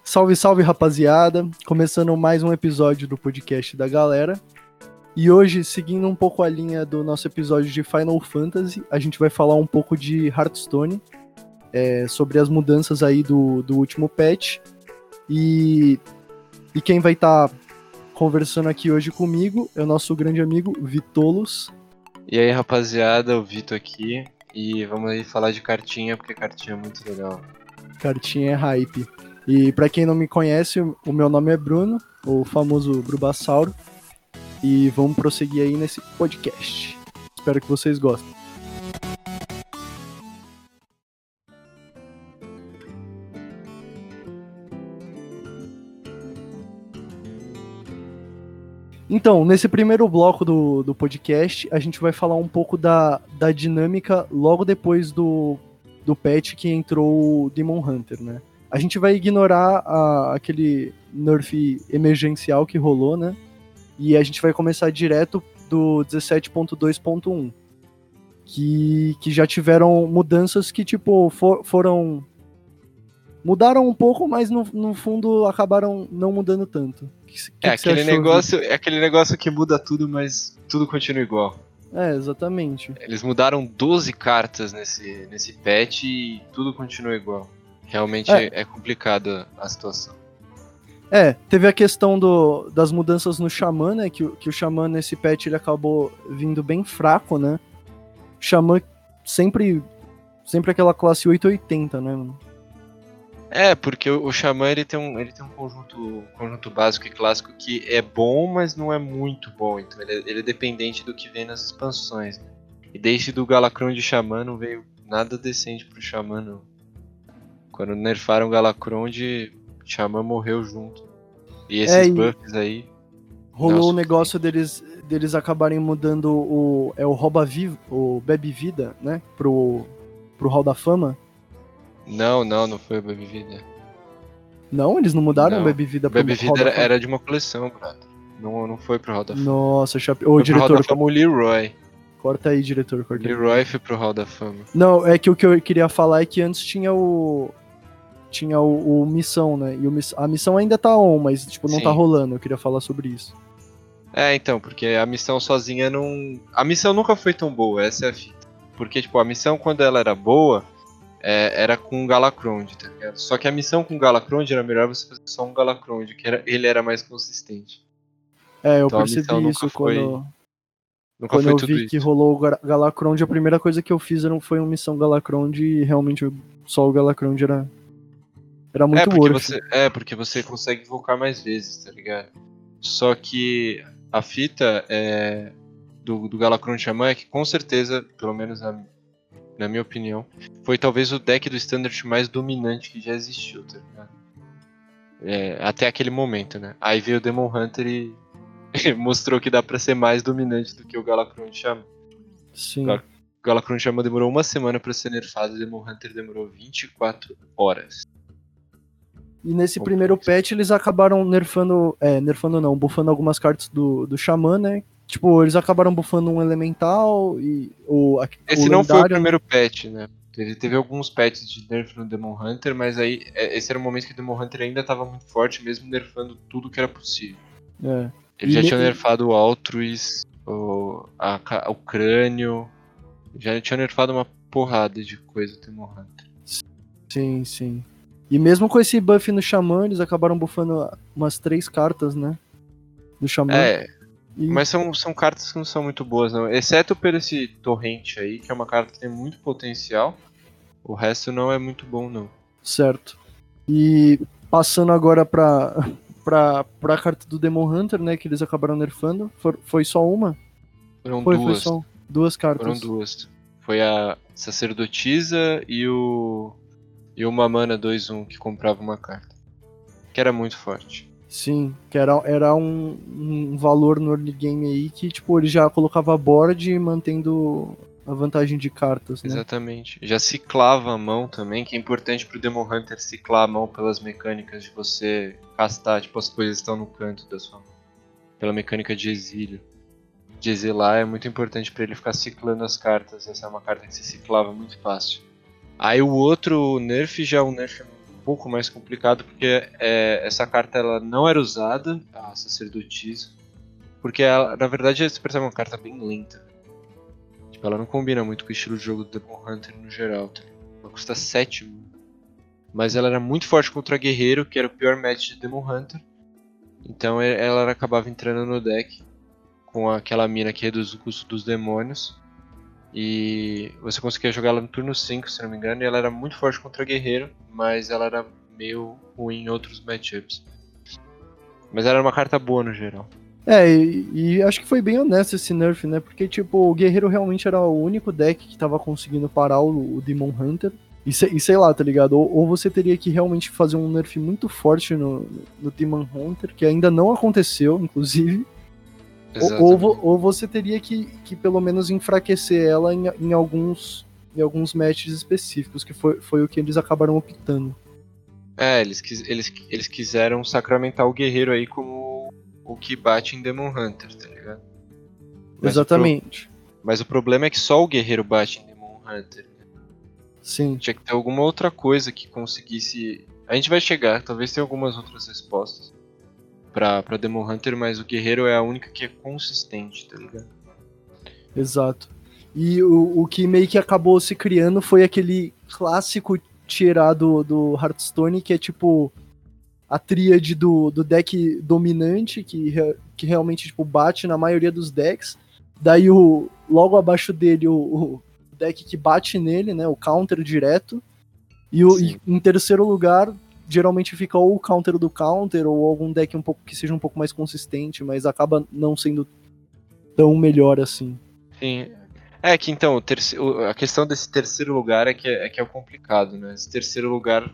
Salve, salve, rapaziada! Começando mais um episódio do podcast da galera. E hoje, seguindo um pouco a linha do nosso episódio de Final Fantasy, a gente vai falar um pouco de Hearthstone, sobre as mudanças aí do último patch. E quem vai estar conversando aqui hoje comigo é o nosso grande amigo Vitolos. E aí, rapaziada, o Vitor aqui. E vamos aí falar de cartinha, porque cartinha é muito legal. Cartinha é hype. E pra quem não me conhece, o meu nome é Bruno, o famoso Brubassauro. E vamos prosseguir aí nesse podcast. Espero que vocês gostem. Então, nesse primeiro bloco do podcast, a gente vai falar um pouco da dinâmica logo depois do patch que entrou o Demon Hunter, né? A gente vai ignorar aquele nerf emergencial que rolou, né? E a gente vai começar direto do 17.2.1, que já tiveram mudanças que, tipo, foram... Mudaram um pouco, mas no fundo acabaram não mudando tanto. Aquele negócio que muda tudo, mas tudo continua igual. Exatamente. Eles mudaram 12 cartas nesse patch e tudo continua igual. Realmente é complicado a situação. Teve a questão das mudanças no Xamã, né? Que o Xamã nesse patch ele acabou vindo bem fraco, né? O Xamã sempre aquela classe 880, né, mano? Porque o Xamã ele tem um conjunto básico e clássico que é bom, mas não é muito bom. Então ele é dependente do que vem nas expansões. Né? E desde do Galacron de Xamã não veio nada decente pro Xamã, não. Quando nerfaram o Galacron, Xamã morreu junto. E esses buffs aí... Rolou o negócio deles acabarem mudando o Bebe Vida, né? Pro Hall da Fama. Não foi o Bebe Vida. Não? Eles não mudaram o Bebe Vida pro Bebe Vida era de uma coleção, brother. Não foi pro Hall da Fama. Nossa, Ô, diretor. Pro Hall da Fama o Leroy. Corta aí, diretor. Leroy foi pro Hall da Fama. Não, é que o que eu queria falar é que antes tinha o Missão, né? E a Missão ainda tá on, mas tipo, não tá rolando. Eu queria falar sobre isso. Então, porque a Missão sozinha não... A Missão nunca foi tão boa, essa é a fita. Porque, tipo, a Missão quando ela era boa, era com o Galacrond, tá ligado? Só que a Missão com o Galacrond era melhor você fazer só um Galacrond, ele era mais consistente. Eu então, percebi isso quando eu vi que rolou o Galacrond. A primeira coisa que eu fiz foi uma Missão Galacrond e realmente só o Galacrond era muito worth. Porque você consegue invocar mais vezes, tá ligado? Só que a fita do Galacron Xamã é que com certeza, pelo menos na minha opinião, foi talvez o deck do Standard mais dominante que já existiu, tá ligado? Até aquele momento, né? Aí veio o Demon Hunter e mostrou que dá pra ser mais dominante do que o Galacron Xamã. Sim. O Galacron Xamã demorou uma semana pra ser nerfado, o Demon Hunter demorou 24 horas. E nesse primeiro patch eles acabaram buffando algumas cartas do Xamã, né? Tipo, eles acabaram buffando um elemental e esse não foi o primeiro patch, né? Ele teve alguns patches de nerf no Demon Hunter, mas aí esse era o momento que o Demon Hunter ainda tava muito forte, mesmo nerfando tudo que era possível. Ele já tinha nerfado o Altruis, o Crânio, já tinha nerfado uma porrada de coisa do Demon Hunter. Sim. E mesmo com esse buff no Xamã, eles acabaram buffando umas 3 cartas, né? Do Xamã. Mas são cartas que não são muito boas, não. Exceto por esse Torrente aí, que é uma carta que tem muito potencial. O resto não é muito bom, não. Certo. E passando agora pra carta do Demon Hunter, né? Que eles acabaram nerfando. Foi só uma? Foram duas. Foi só 2 cartas. Foram 2. Foi a Sacerdotisa e uma mana 2/1 que comprava uma carta. Que era muito forte. Sim, que era um valor no early game aí que, tipo, ele já colocava board mantendo a vantagem de cartas, né? Exatamente. Já ciclava a mão também, que é importante pro Demon Hunter ciclar a mão pelas mecânicas de você castar, tipo, as coisas estão no canto da sua mão. Pela mecânica de exílio. De exilar é muito importante pra ele ficar ciclando as cartas. Essa é uma carta que se ciclava muito fácil. Aí o outro nerf já é um nerf pouco mais complicado, porque essa carta ela não era usada, a sacerdotisa, porque ela, na verdade você percebe uma carta bem lenta. Tipo, ela não combina muito com o estilo de jogo do Demon Hunter no geral. Tá? Ela custa 7, mas ela era muito forte contra Guerreiro, que era o pior match de Demon Hunter. Então ela acabava entrando no deck com aquela mina que reduz o custo dos demônios. E você conseguia jogar ela no turno 5, se não me engano, e ela era muito forte contra Guerreiro, mas ela era meio ruim em outros matchups. Mas ela era uma carta boa no geral. E acho que foi bem honesto esse nerf, né? Porque, tipo, o Guerreiro realmente era o único deck que tava conseguindo parar o Demon Hunter. E sei lá, tá ligado? Ou você teria que realmente fazer um nerf muito forte no Demon Hunter, que ainda não aconteceu, inclusive. Ou você teria que pelo menos enfraquecer ela em alguns matches específicos, que foi o que eles acabaram optando. Eles quiseram sacramentar o Guerreiro aí como o que bate em Demon Hunter, tá ligado? Exatamente. Mas o problema é que só o Guerreiro bate em Demon Hunter. Né? Sim. Tinha que ter alguma outra coisa que conseguisse... A gente vai chegar, talvez tenha algumas outras respostas pra Demon Hunter, mas o Guerreiro é a única que é consistente, tá ligado? Exato. E o que meio que acabou se criando foi aquele clássico tirado do Hearthstone, que é tipo a tríade do deck dominante, que realmente tipo, bate na maioria dos decks. Daí logo abaixo dele o deck que bate nele, né? O counter direto. E em terceiro lugar, geralmente fica ou o counter do counter, ou algum deck que seja um pouco mais consistente, mas acaba não sendo tão melhor assim. Sim. É que então, a questão desse terceiro lugar é que é o complicado, né? Esse terceiro lugar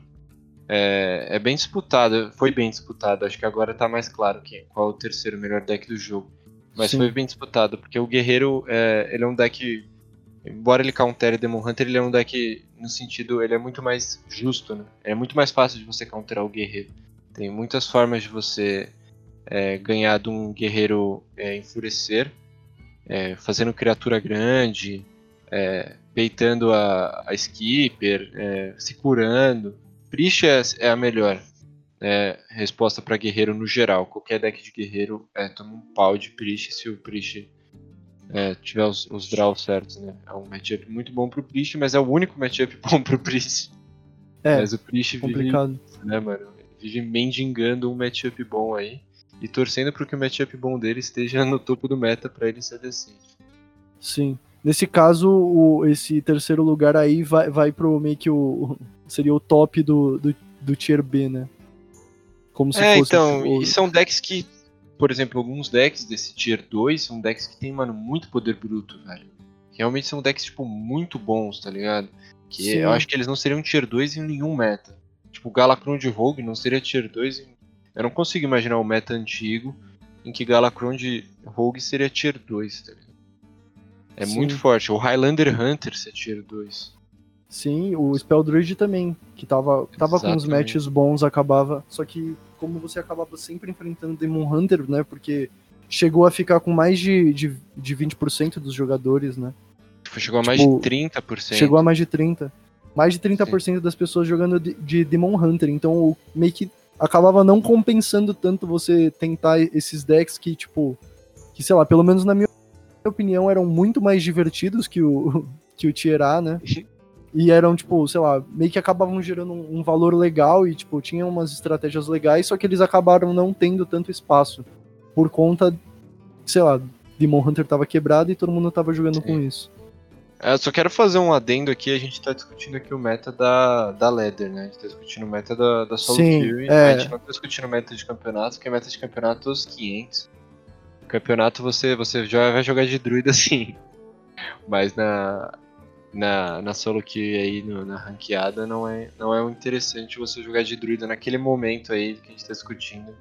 é bem disputado, foi bem disputado. Acho que agora tá mais claro qual é o terceiro melhor deck do jogo. Mas Sim. foi bem disputado, porque o Guerreiro, ele é um deck, embora ele countere Demon Hunter, ele é um deck, no sentido, ele é muito mais justo, né? É muito mais fácil de você counterar o Guerreiro. Tem muitas formas de você ganhar de um Guerreiro enfurecer, fazendo criatura grande, baitando a Skipper, se curando. Priest é a melhor resposta para guerreiro no geral. Qualquer deck de guerreiro toma um pau de Priest se o Priest tiver os draws certos. Né? É um matchup muito bom pro Priest, mas é o único matchup bom pro Priest. Mas o Priest complicado. Vive, né, mano? Vive mendigando um matchup bom aí. E torcendo para que o matchup bom dele esteja no topo do meta para ele ser decente. Sim. Nesse caso, esse terceiro lugar aí vai pro meio que seria o top do Tier B, né? Como se fosse. Então, e são decks que, por exemplo, alguns decks desse Tier 2 são decks que tem, mano, muito poder bruto, velho. Realmente são decks, tipo, muito bons, tá ligado? Que Sim. eu acho que eles não seriam Tier 2 em nenhum meta. Tipo, o Galakron de Rogue não seria Tier 2 em... Eu não consigo imaginar um meta antigo em que Galakron de Rogue seria Tier 2, tá ligado? É Sim. muito forte. O Highlander Hunter seria Tier 2. Sim, o Spell Druid também, que tava com uns matches bons, acabava. Só que, como você acabava sempre enfrentando Demon Hunter, né? Porque chegou a ficar com mais de 20% dos jogadores, né? Chegou a mais de 30%. Chegou a mais de 30%. Mais de 30% Sim. das pessoas jogando de Demon Hunter. Então, meio que acabava não compensando tanto você tentar esses decks que, tipo... Que, sei lá, pelo menos na minha opinião, eram muito mais divertidos que o Tier A, né? E eram, tipo, sei lá, meio que acabavam gerando um valor legal e, tipo, tinham umas estratégias legais, só que eles acabaram não tendo tanto espaço. Por conta, sei lá, Demon Hunter tava quebrado e todo mundo tava jogando com isso. Eu só quero fazer um adendo aqui, a gente tá discutindo aqui o meta da Ladder, né? A gente tá discutindo o meta da Solo Queue, a gente não tá discutindo o meta de campeonato, porque meta de campeonato é os 500. Campeonato você já vai jogar de druida sim, mas na solo queue aí, na ranqueada, não é o interessante você jogar de druida naquele momento aí que a gente tá discutindo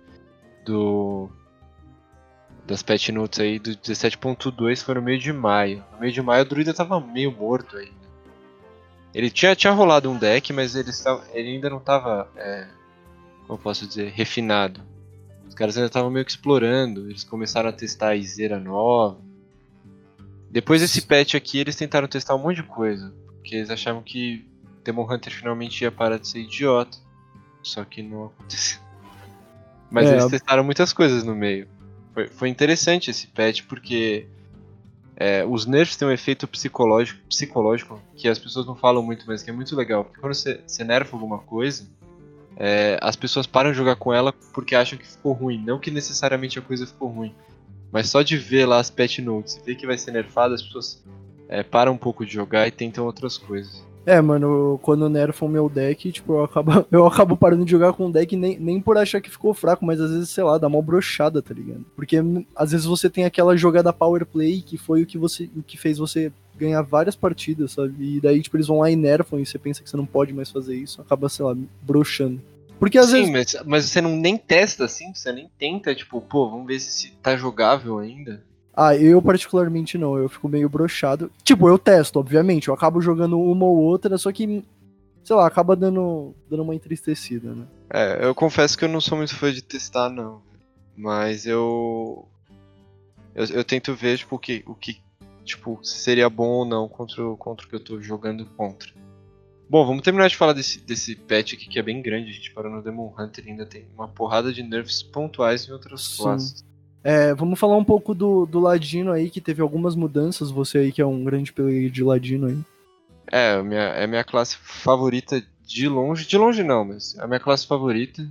das patch notes aí do 17.2 foi no meio de maio. No meio de maio o druida tava meio morto ainda. Ele tinha rolado um deck, mas ele ainda não tava, como eu posso dizer, refinado. Os caras ainda estavam meio que explorando, eles começaram a testar a Iseira nova. Depois desse patch aqui, eles tentaram testar um monte de coisa, porque eles achavam que Demon Hunter finalmente ia parar de ser idiota só que não aconteceu. Mas eles testaram muitas coisas no meio. Foi interessante esse patch, porque os nerfs têm um efeito psicológico que as pessoas não falam muito, mas que é muito legal. Porque quando você nerfa alguma coisa, as pessoas param de jogar com ela porque acham que ficou ruim. Não que necessariamente a coisa ficou ruim. Mas só de ver lá as patch notes e ver que vai ser nerfado, as pessoas param um pouco de jogar e tentam outras coisas. Mano, quando nerfam meu deck, tipo, eu acabo parando de jogar com o deck nem por achar que ficou fraco, mas às vezes, sei lá, dá uma brochada, tá ligado? Porque às vezes você tem aquela jogada power play que foi o que fez você ganhar várias partidas, sabe? E daí, tipo, eles vão lá e nerfam e você pensa que você não pode mais fazer isso, acaba, sei lá, broxando. Porque às vezes... Sim, mas você não nem testa assim, você nem tenta, tipo, pô, vamos ver se tá jogável ainda. Eu particularmente não, eu fico meio broxado. Tipo, eu testo, obviamente, eu acabo jogando uma ou outra, só que, sei lá, acaba dando uma entristecida, né? Eu confesso que eu não sou muito fã de testar, não. Mas eu tento ver, tipo, o que tipo, seria bom ou não contra o que eu tô jogando contra. Bom, vamos terminar de falar desse patch aqui que é bem grande. A gente parou no Demon Hunter e ainda tem uma porrada de nerfs pontuais em outras classes. Vamos falar um pouco do Ladino aí, que teve algumas mudanças. Você aí que é um grande player de Ladino aí. É a minha classe favorita de longe. De longe não, mas é a minha classe favorita.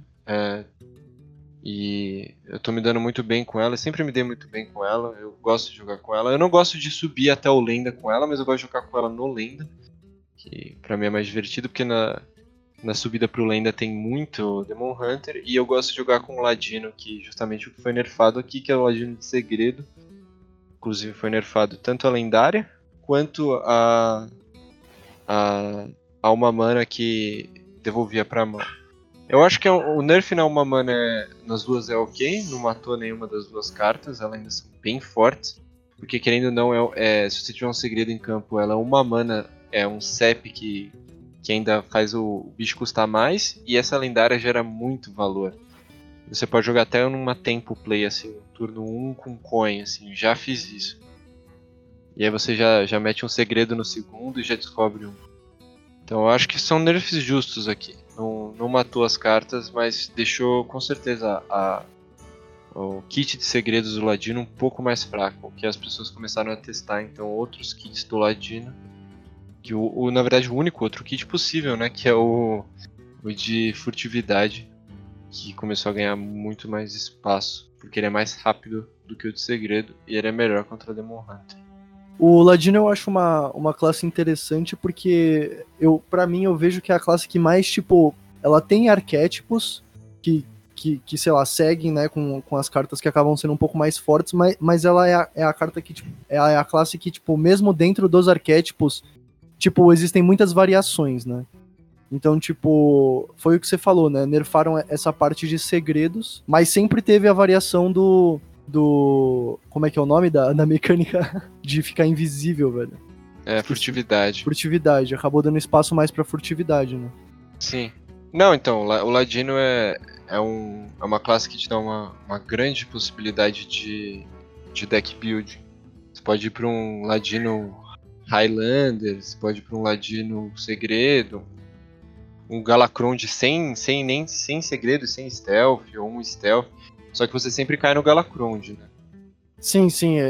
E eu tô me dando muito bem com ela. Eu sempre me dei muito bem com ela. Eu gosto de jogar com ela. Eu não gosto de subir até o Lenda com ela, mas eu gosto de jogar com ela no Lenda. Que pra mim é mais divertido, porque na subida pro Lenda tem muito Demon Hunter, e eu gosto de jogar com o Ladino, que justamente o que foi nerfado aqui, que é o Ladino de Segredo. Inclusive foi nerfado tanto a lendária, quanto a uma mana que devolvia pra mão. Eu acho que o nerf na uma mana nas duas é ok, não matou nenhuma das duas cartas, elas ainda são bem fortes, porque querendo ou não, se você tiver um segredo em campo, ela é uma mana, é um CEP que ainda faz o bicho custar mais, e essa lendária gera muito valor. Você pode jogar até numa tempo play, assim, turno 1 com coin, assim, já fiz isso. E aí você já mete um segredo no segundo e já descobre um. Então eu acho que são nerfs justos aqui. Não matou as cartas, mas deixou com certeza o kit de segredos do Ladino um pouco mais fraco, que as pessoas começaram a testar então outros kits do Ladino. Que na verdade o único outro kit possível, né, que é o de furtividade, que começou a ganhar muito mais espaço, porque ele é mais rápido do que o de segredo e ele é melhor contra o Demon Hunter. O Ladino eu acho uma classe interessante porque pra mim eu vejo que é a classe que mais, tipo, ela tem arquétipos que sei lá, seguem, né, com as cartas que acabam sendo um pouco mais fortes, mas ela é a carta que, tipo, é a classe que, tipo, mesmo dentro dos arquétipos, tipo, existem muitas variações, né? Então, tipo, foi o que você falou, né? Nerfaram essa parte de segredos, mas sempre teve a variação do como é que é o nome da mecânica de ficar invisível, velho? Furtividade. Furtividade, acabou dando espaço mais pra furtividade, né? Sim. Não, então, o Ladino é uma classe que te dá uma grande possibilidade de deck build. Você pode ir pra um Ladino Highlander, você pode ir pra um Ladino Segredo, um Galacronde sem segredo, sem stealth, ou um stealth. Só que você sempre cai no Galacronde, né? Sim,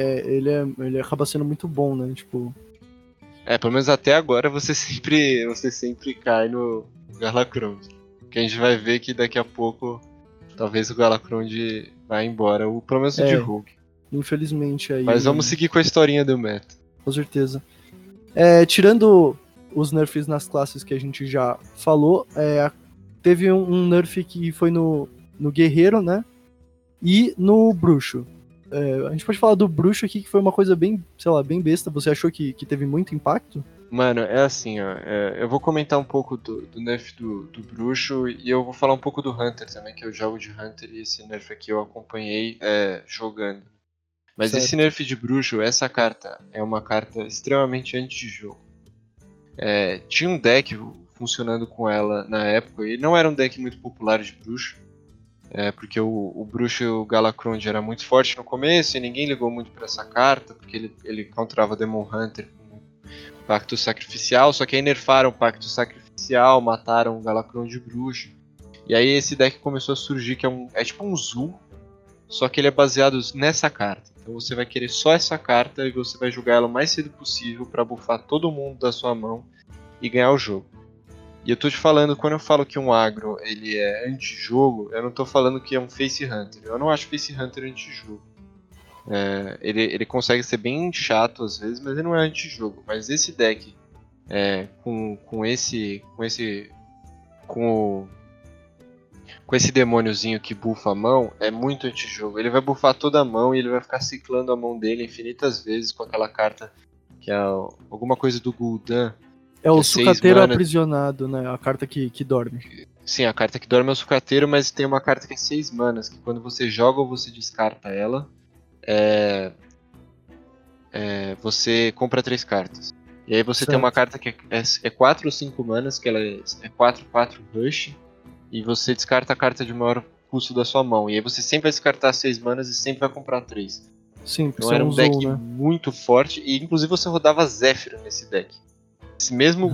ele acaba sendo muito bom, né? Tipo. Pelo menos até agora você sempre cai no Galacronde. Que a gente vai ver que daqui a pouco talvez o Galacronde vá embora, ou pelo menos o de Rogue. Infelizmente aí. Mas vamos seguir com a historinha do meta. Com certeza. Tirando os nerfs nas classes que a gente já falou, teve um nerf que foi no Guerreiro, né? E no Bruxo. A gente pode falar do Bruxo aqui, que foi uma coisa bem, sei lá, bem besta. Você achou que teve muito impacto? Mano, é assim, ó. Eu vou comentar um pouco do nerf do Bruxo e eu vou falar um pouco do Hunter também, que eu jogo de Hunter e esse nerf aqui eu acompanhei jogando. Mas Certo. Esse nerf de Bruxo, essa carta é uma carta extremamente anti-jogo. Tinha um deck funcionando com ela na época, e não era um deck muito popular de Bruxo. Porque o Bruxo e o Galacronde era muito forte no começo e ninguém ligou muito pra essa carta, porque ele counterava Demon Hunter com Pacto Sacrificial, só que aí nerfaram o Pacto Sacrificial, mataram o Galacronde Bruxo. E aí esse deck começou a surgir, que é tipo um Zul, só que ele é baseado nessa carta. Então você vai querer só essa carta e você vai jogar ela o mais cedo possível pra buffar todo mundo da sua mão e ganhar o jogo. E eu tô te falando, quando eu falo que um agro ele é anti-jogo, eu não tô falando que é um Face Hunter. Eu não acho Face Hunter anti-jogo. Ele consegue ser bem chato às vezes, mas ele não é anti-jogo. Mas esse deck, com esse demôniozinho que buffa a mão, é muito anti-jogo. Ele vai buffar toda a mão e ele vai ficar ciclando a mão dele infinitas vezes com aquela carta que é alguma coisa do Gul'dan. É o sucateiro aprisionado, né? A carta que dorme. Sim, a carta que dorme é o sucateiro, mas tem uma carta que é 6 manas, que quando você joga ou você descarta ela, você compra 3 cartas. E aí você tem uma carta que é 4 ou 5 manas, que ela é 4/4 rush, e você descarta a carta de maior custo da sua mão. E aí você sempre vai descartar 6 manas e sempre vai comprar 3. Sim, então era um deck muito forte, e inclusive você rodava Zephyr nesse deck. Mesmo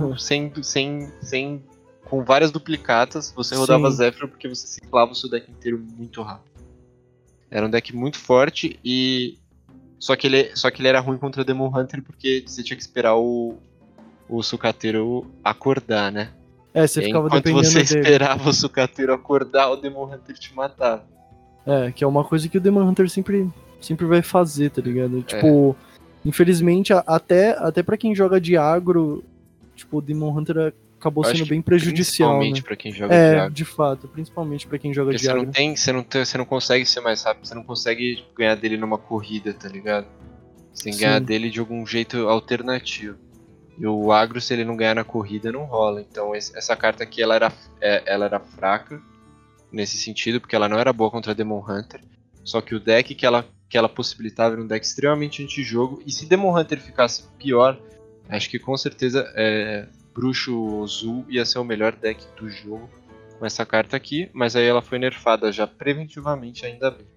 com várias duplicatas, você rodava Zephyr porque você ciclava o seu deck inteiro muito rápido. Era um deck muito forte, só que ele era ruim contra o Demon Hunter porque você tinha que esperar o sucateiro acordar, né? Você ficava dependendo dele. Enquanto você esperava o sucateiro acordar, o Demon Hunter te matava. Que é uma coisa que o Demon Hunter sempre vai fazer, tá ligado? Tipo, infelizmente, até pra quem joga de agro, tipo, o Demon Hunter acabou sendo bem prejudicial, principalmente, né? Pra quem joga de agro. De fato, principalmente pra quem joga porque de agro. Você não consegue ser mais rápido, você não consegue ganhar dele numa corrida, tá ligado? Você tem que ganhar dele de algum jeito alternativo. E o agro, se ele não ganhar na corrida, não rola. Então essa carta aqui, ela era fraca nesse sentido, porque ela não era boa contra Demon Hunter. Só que o deck que ela possibilitava era um deck extremamente anti-jogo. E se Demon Hunter ficasse pior, acho que com certeza Bruxo Zul ia ser o melhor deck do jogo com essa carta aqui. Mas aí ela foi nerfada já preventivamente, ainda bem.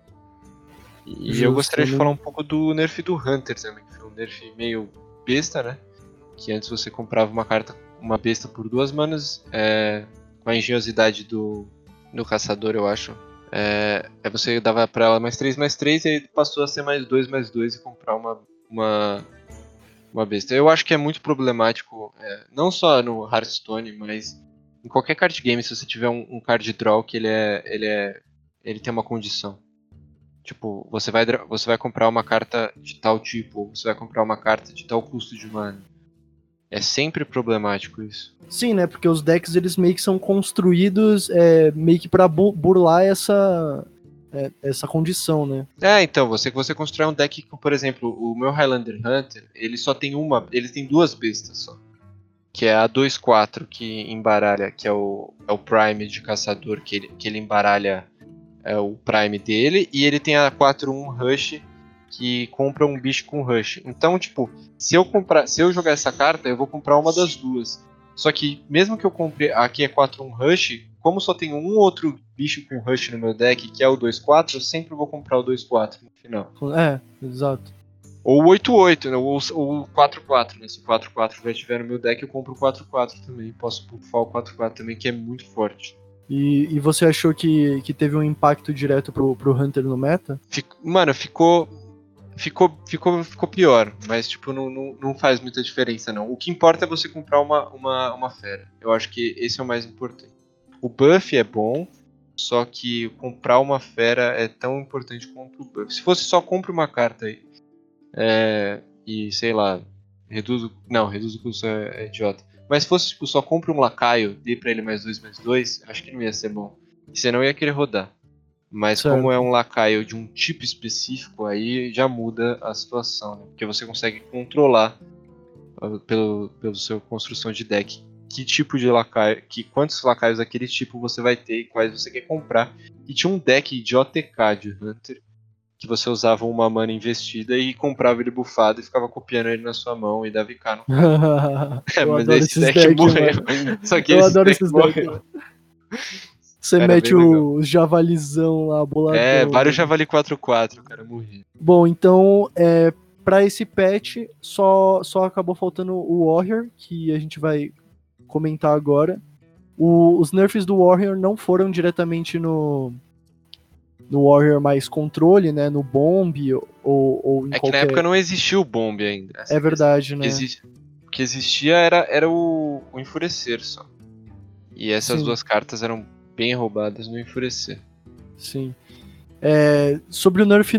E eu gostaria de falar um pouco do nerf do Hunter também, que foi um nerf meio besta, né? Que antes você comprava uma besta por 2 manas, com a engenhosidade do caçador, eu acho. Aí você dava pra ela +3/+3 e aí passou a ser +2/2 e comprar uma besta. Eu acho que é muito problemático, não só no Hearthstone, mas em qualquer card game, se você tiver um card draw que ele tem uma condição. Tipo, você vai comprar uma carta de tal tipo, ou você vai comprar uma carta de tal custo de mana. É sempre problemático isso. Sim, né? Porque os decks, eles meio que são construídos meio que pra burlar essa condição, né? Então, você constrói um deck que, por exemplo, o meu Highlander Hunter, ele só tem ele tem 2 bestas só. Que é a 2/4 que embaralha, que é o Prime de caçador, que ele embaralha o Prime dele, e ele tem a 4/1 Rush, que compra um bicho com Rush. Então, tipo, se eu jogar essa carta, eu vou comprar uma das duas. Só que, mesmo que eu compre aqui é 4/1 Rush, como só tem um outro bicho com Rush no meu deck, que é o 2/4, eu sempre vou comprar o 2/4 no final. Exato. Ou o 8/8, né? Ou o 4/4, né? Se o 4/4 já estiver no meu deck, eu compro o 4/4 também. Posso buffar o 4/4 também, que é muito forte. E você achou que teve um impacto direto pro Hunter no meta? Mano, ficou pior, mas tipo, não faz muita diferença não. O que importa é você comprar uma fera. Eu acho que esse é o mais importante. O buff é bom, só que comprar uma fera é tão importante quanto o buff. Se fosse só compre uma carta aí, e sei lá, reduz o custo é idiota. Mas se fosse tipo, só compre um lacaio, dê pra ele +2/2, acho que não ia ser bom. E você não ia querer rodar. Mas certo. Como é um lacaio de um tipo específico, aí já muda a situação, né? Porque você consegue controlar pela sua construção de deck que tipo de lacaio, quantos lacaios daquele tipo você vai ter e quais você quer comprar. E tinha um deck de OTK de Hunter que você usava uma mana investida e comprava ele buffado e ficava copiando ele na sua mão e dava IK no cara. Mas esse deck morreu. Só que esse deck morreu. Você mete o javalizão lá, boladão. Vários javali 4/4, o cara morreu. Bom, então, pra esse patch, só acabou faltando o Warrior, que a gente vai comentar agora. Os nerfs do Warrior não foram diretamente no Warrior mais controle, né? No Bomb ou em É que na qualquer... época não existia o Bomb ainda. É verdade, né? O que existia era o Enfurecer só. E essas Sim. duas cartas eram bem roubadas no Enfurecer. Sim. Sobre o nerf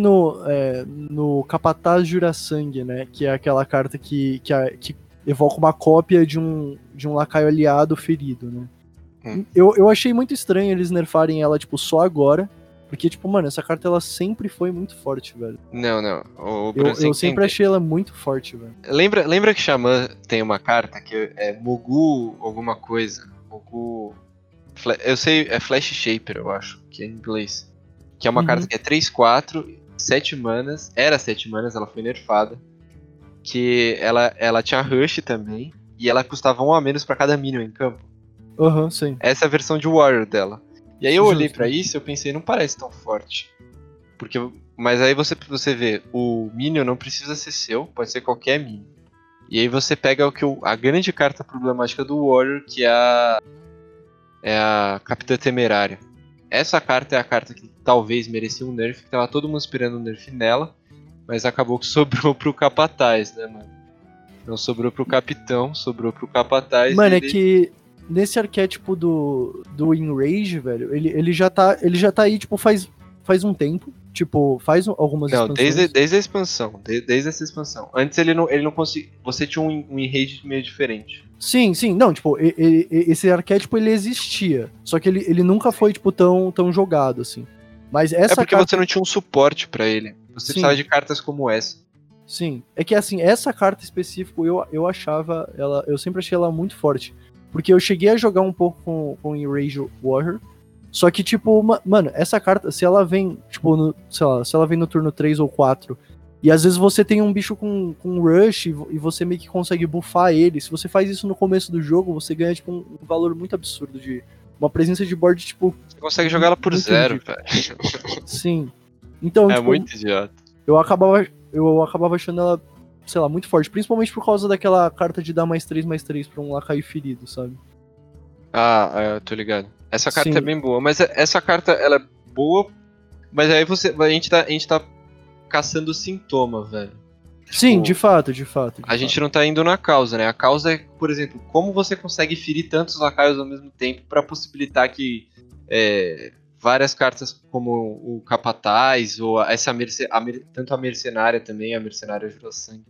no Capataz Jura-Sangue, né? Que é aquela carta que evoca uma cópia de um lacaio aliado ferido, né? Eu achei muito estranho eles nerfarem ela, tipo, só agora. Porque, tipo, mano, essa carta ela sempre foi muito forte, velho. Não. Eu sempre achei ela muito forte, velho. Lembra que Xamã tem uma carta que é Mugu alguma coisa? Mugu. Eu sei, é Flash Shaper, eu acho, que é em inglês. Que é uma carta que é 3/4, 7 manas. Era 7 manas, ela foi nerfada. Que ela tinha Rush também. E ela custava 1 a menos pra cada minion em campo. Sim. Essa é a versão de Warrior dela. E aí eu Justo. olhei pra isso e eu pensei, não parece tão forte. Mas aí você vê, o minion não precisa ser seu, pode ser qualquer minion. E aí você pega a grande carta problemática do Warrior, que é a Capitã Temerária. Essa carta é a carta que talvez merecia um nerf, que tava todo mundo esperando um nerf nela, mas acabou que sobrou pro Capataz, né, mano? Não sobrou pro Capitão, sobrou pro Capataz. Mano, é que nesse arquétipo do Enrage, velho, ele já tá aí, tipo, faz um tempo. Tipo, faz algumas expansões. Não, desde a expansão. Desde essa expansão. Antes ele não conseguia. Você tinha um enrage meio diferente. Sim. Não, tipo, esse arquétipo ele existia. Só que ele nunca foi, tipo, tão jogado, assim. Mas essa porque você não tinha um suporte pra ele. Você precisava de cartas como essa. Sim. É que, assim, essa carta específica, eu achava ela... Eu sempre achei ela muito forte. Porque eu cheguei a jogar um pouco com Enrage Warrior. Só que, tipo, mano, essa carta, se ela vem, tipo, sei lá, se ela vem no turno 3 ou 4, e às vezes você tem um bicho com rush e você meio que consegue buffar ele, se você faz isso no começo do jogo, você ganha, tipo, um valor muito absurdo de uma presença de board, tipo... Você consegue jogar ela por 0, velho. Sim. Então, é tipo, muito idiota. Eu acabava achando ela, sei lá, muito forte, principalmente por causa daquela carta de dar +3/+3 pra um lacaio ferido, sabe? Eu tô ligado. Essa carta é bem boa, mas essa carta, ela é boa, mas aí a gente tá caçando sintoma, velho. Sim, de fato. A gente não tá indo na causa, né? A causa é, por exemplo, como você consegue ferir tantos lacaios ao mesmo tempo pra possibilitar que várias cartas como o Capataz, ou tanto a Mercenária também, a Mercenária Jura-Sangue,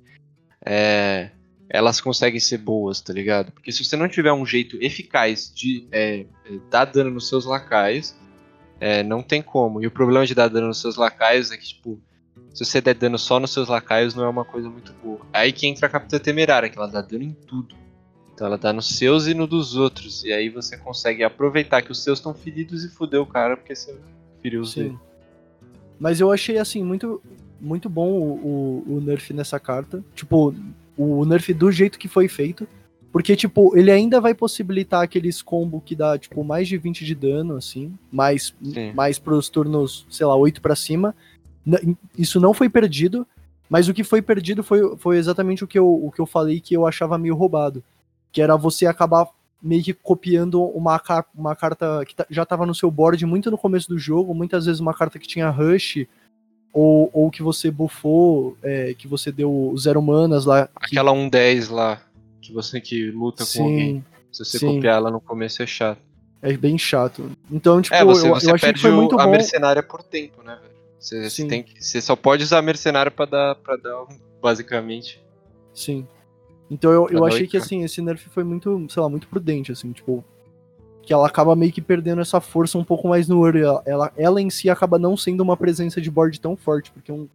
elas conseguem ser boas, tá ligado? Porque se você não tiver um jeito eficaz de dar dano nos seus lacaios, não tem como. E o problema de dar dano nos seus lacaios é que, tipo, se você der dano só nos seus lacaios, não é uma coisa muito boa. Aí que entra a Capitã Temerária, que ela dá dano em tudo. Então ela dá nos seus e no dos outros. E aí você consegue aproveitar que os seus estão feridos e fuder o cara porque você feriu os dele. Mas eu achei, assim, muito, muito bom o nerf nessa carta. Tipo, o nerf do jeito que foi feito. Porque, tipo, ele ainda vai possibilitar aqueles combos que dá, tipo, mais de 20 de dano, assim. Mais pros turnos, sei lá, 8 pra cima. Isso não foi perdido. Mas o que foi perdido foi exatamente o que eu falei que eu achava meio roubado. Que era você acabar meio que copiando uma carta que já tava no seu board muito no começo do jogo. Muitas vezes uma carta que tinha rush. Ou que você buffou, que você deu 0 manas lá. Aquela 1/10 lá. Que você que luta com alguém. Se você copiar ela no começo é chato. É bem chato. Então, tipo, você eu achei que foi muito bom. a mercenária por tempo, né, velho? Você só pode usar a mercenária pra dar basicamente. Sim. Então eu achei que, assim, esse nerf foi muito, sei lá, muito prudente, assim, tipo... Que ela acaba meio que perdendo essa força um pouco mais no early. Ela em si acaba não sendo uma presença de board tão forte, porque um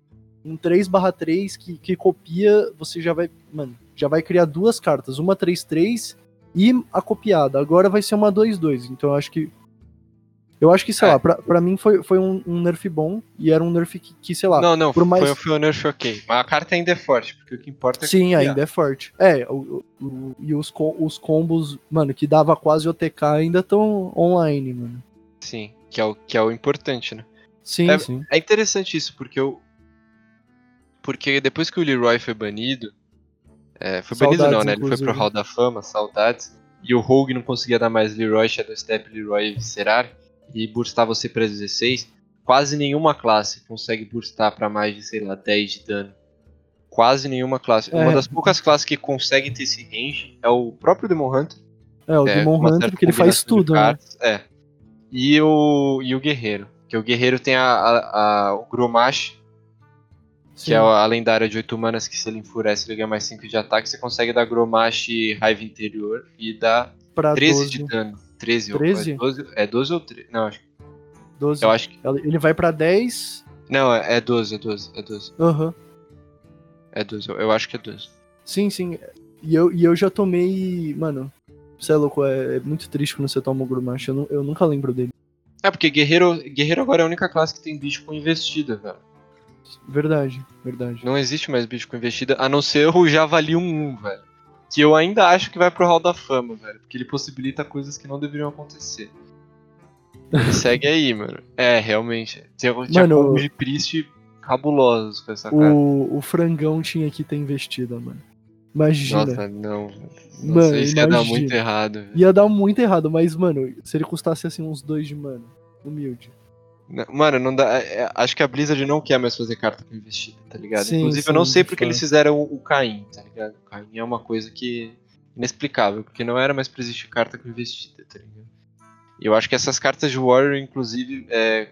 3/3 que copia, você já vai criar duas cartas, uma 3/3 e a copiada. Agora vai ser uma 2/2, então eu acho que, sei lá, pra mim foi um nerf bom, e era um nerf que sei lá... Não, foi um nerf ok. Mas a carta ainda é forte, porque o que importa é sim, copiar. Ainda é forte. E os combos, mano, que dava quase OTK ainda estão online, mano. Sim, que é o importante, né? Sim, sim. É interessante isso, porque depois que o Leroy foi banido... foi banido não, né? Ele foi pro Hall da Fama, saudades. e o Rogue não conseguia dar mais Leroy, Shadow Step, Leroy e Viscerar, e burstar você pra 16, quase nenhuma classe consegue burstar pra mais de, sei lá, 10 de dano. Quase nenhuma classe. Uma das poucas classes que consegue ter esse range é o próprio Demon Hunter. O Demon Hunter, porque ele faz tudo, né? E o Guerreiro. Que o Guerreiro tem o Grommash, que é a lendária de 8 manas, que se ele enfurece ele ganha mais 5 de ataque. Você consegue dar Grommash e Raiva Interior e dá pra 13 12. de dano. 13? 13? 12 ou 13? Não, acho que... 12. Eu acho que... Ele vai pra 10. Não, é 12. Aham. É 12, eu acho que é 12. Sim. E eu já tomei... Mano, você é louco, é muito triste quando você toma o Grommash. Eu nunca lembro dele. É, porque Guerreiro agora é a única classe que tem bicho com investida, velho. Verdade. Não existe mais bicho com investida, a não ser o Javali 1-1, velho. Que eu ainda acho que vai pro Hall da Fama, velho. Porque ele possibilita coisas que não deveriam acontecer. Ele segue aí, mano. É, realmente. Tinha combos de Priest cabulosos com essa cara. O Frangão tinha que ter investida, mano. Imagina. Nossa, não. Mano, isso ia dar muito errado. Velho. Ia dar muito errado, mas, mano, se ele custasse assim uns 2 de mana, humilde. Mano, não dá. Acho que a Blizzard não quer mais fazer carta com investida, tá ligado? Sim, Inclusive, eu não sei porque eles fizeram o Caim, tá ligado? O Caim é uma coisa que. Inexplicável, porque não era mais pra existir carta com investida, tá ligado? E eu acho que essas cartas de Warrior, inclusive,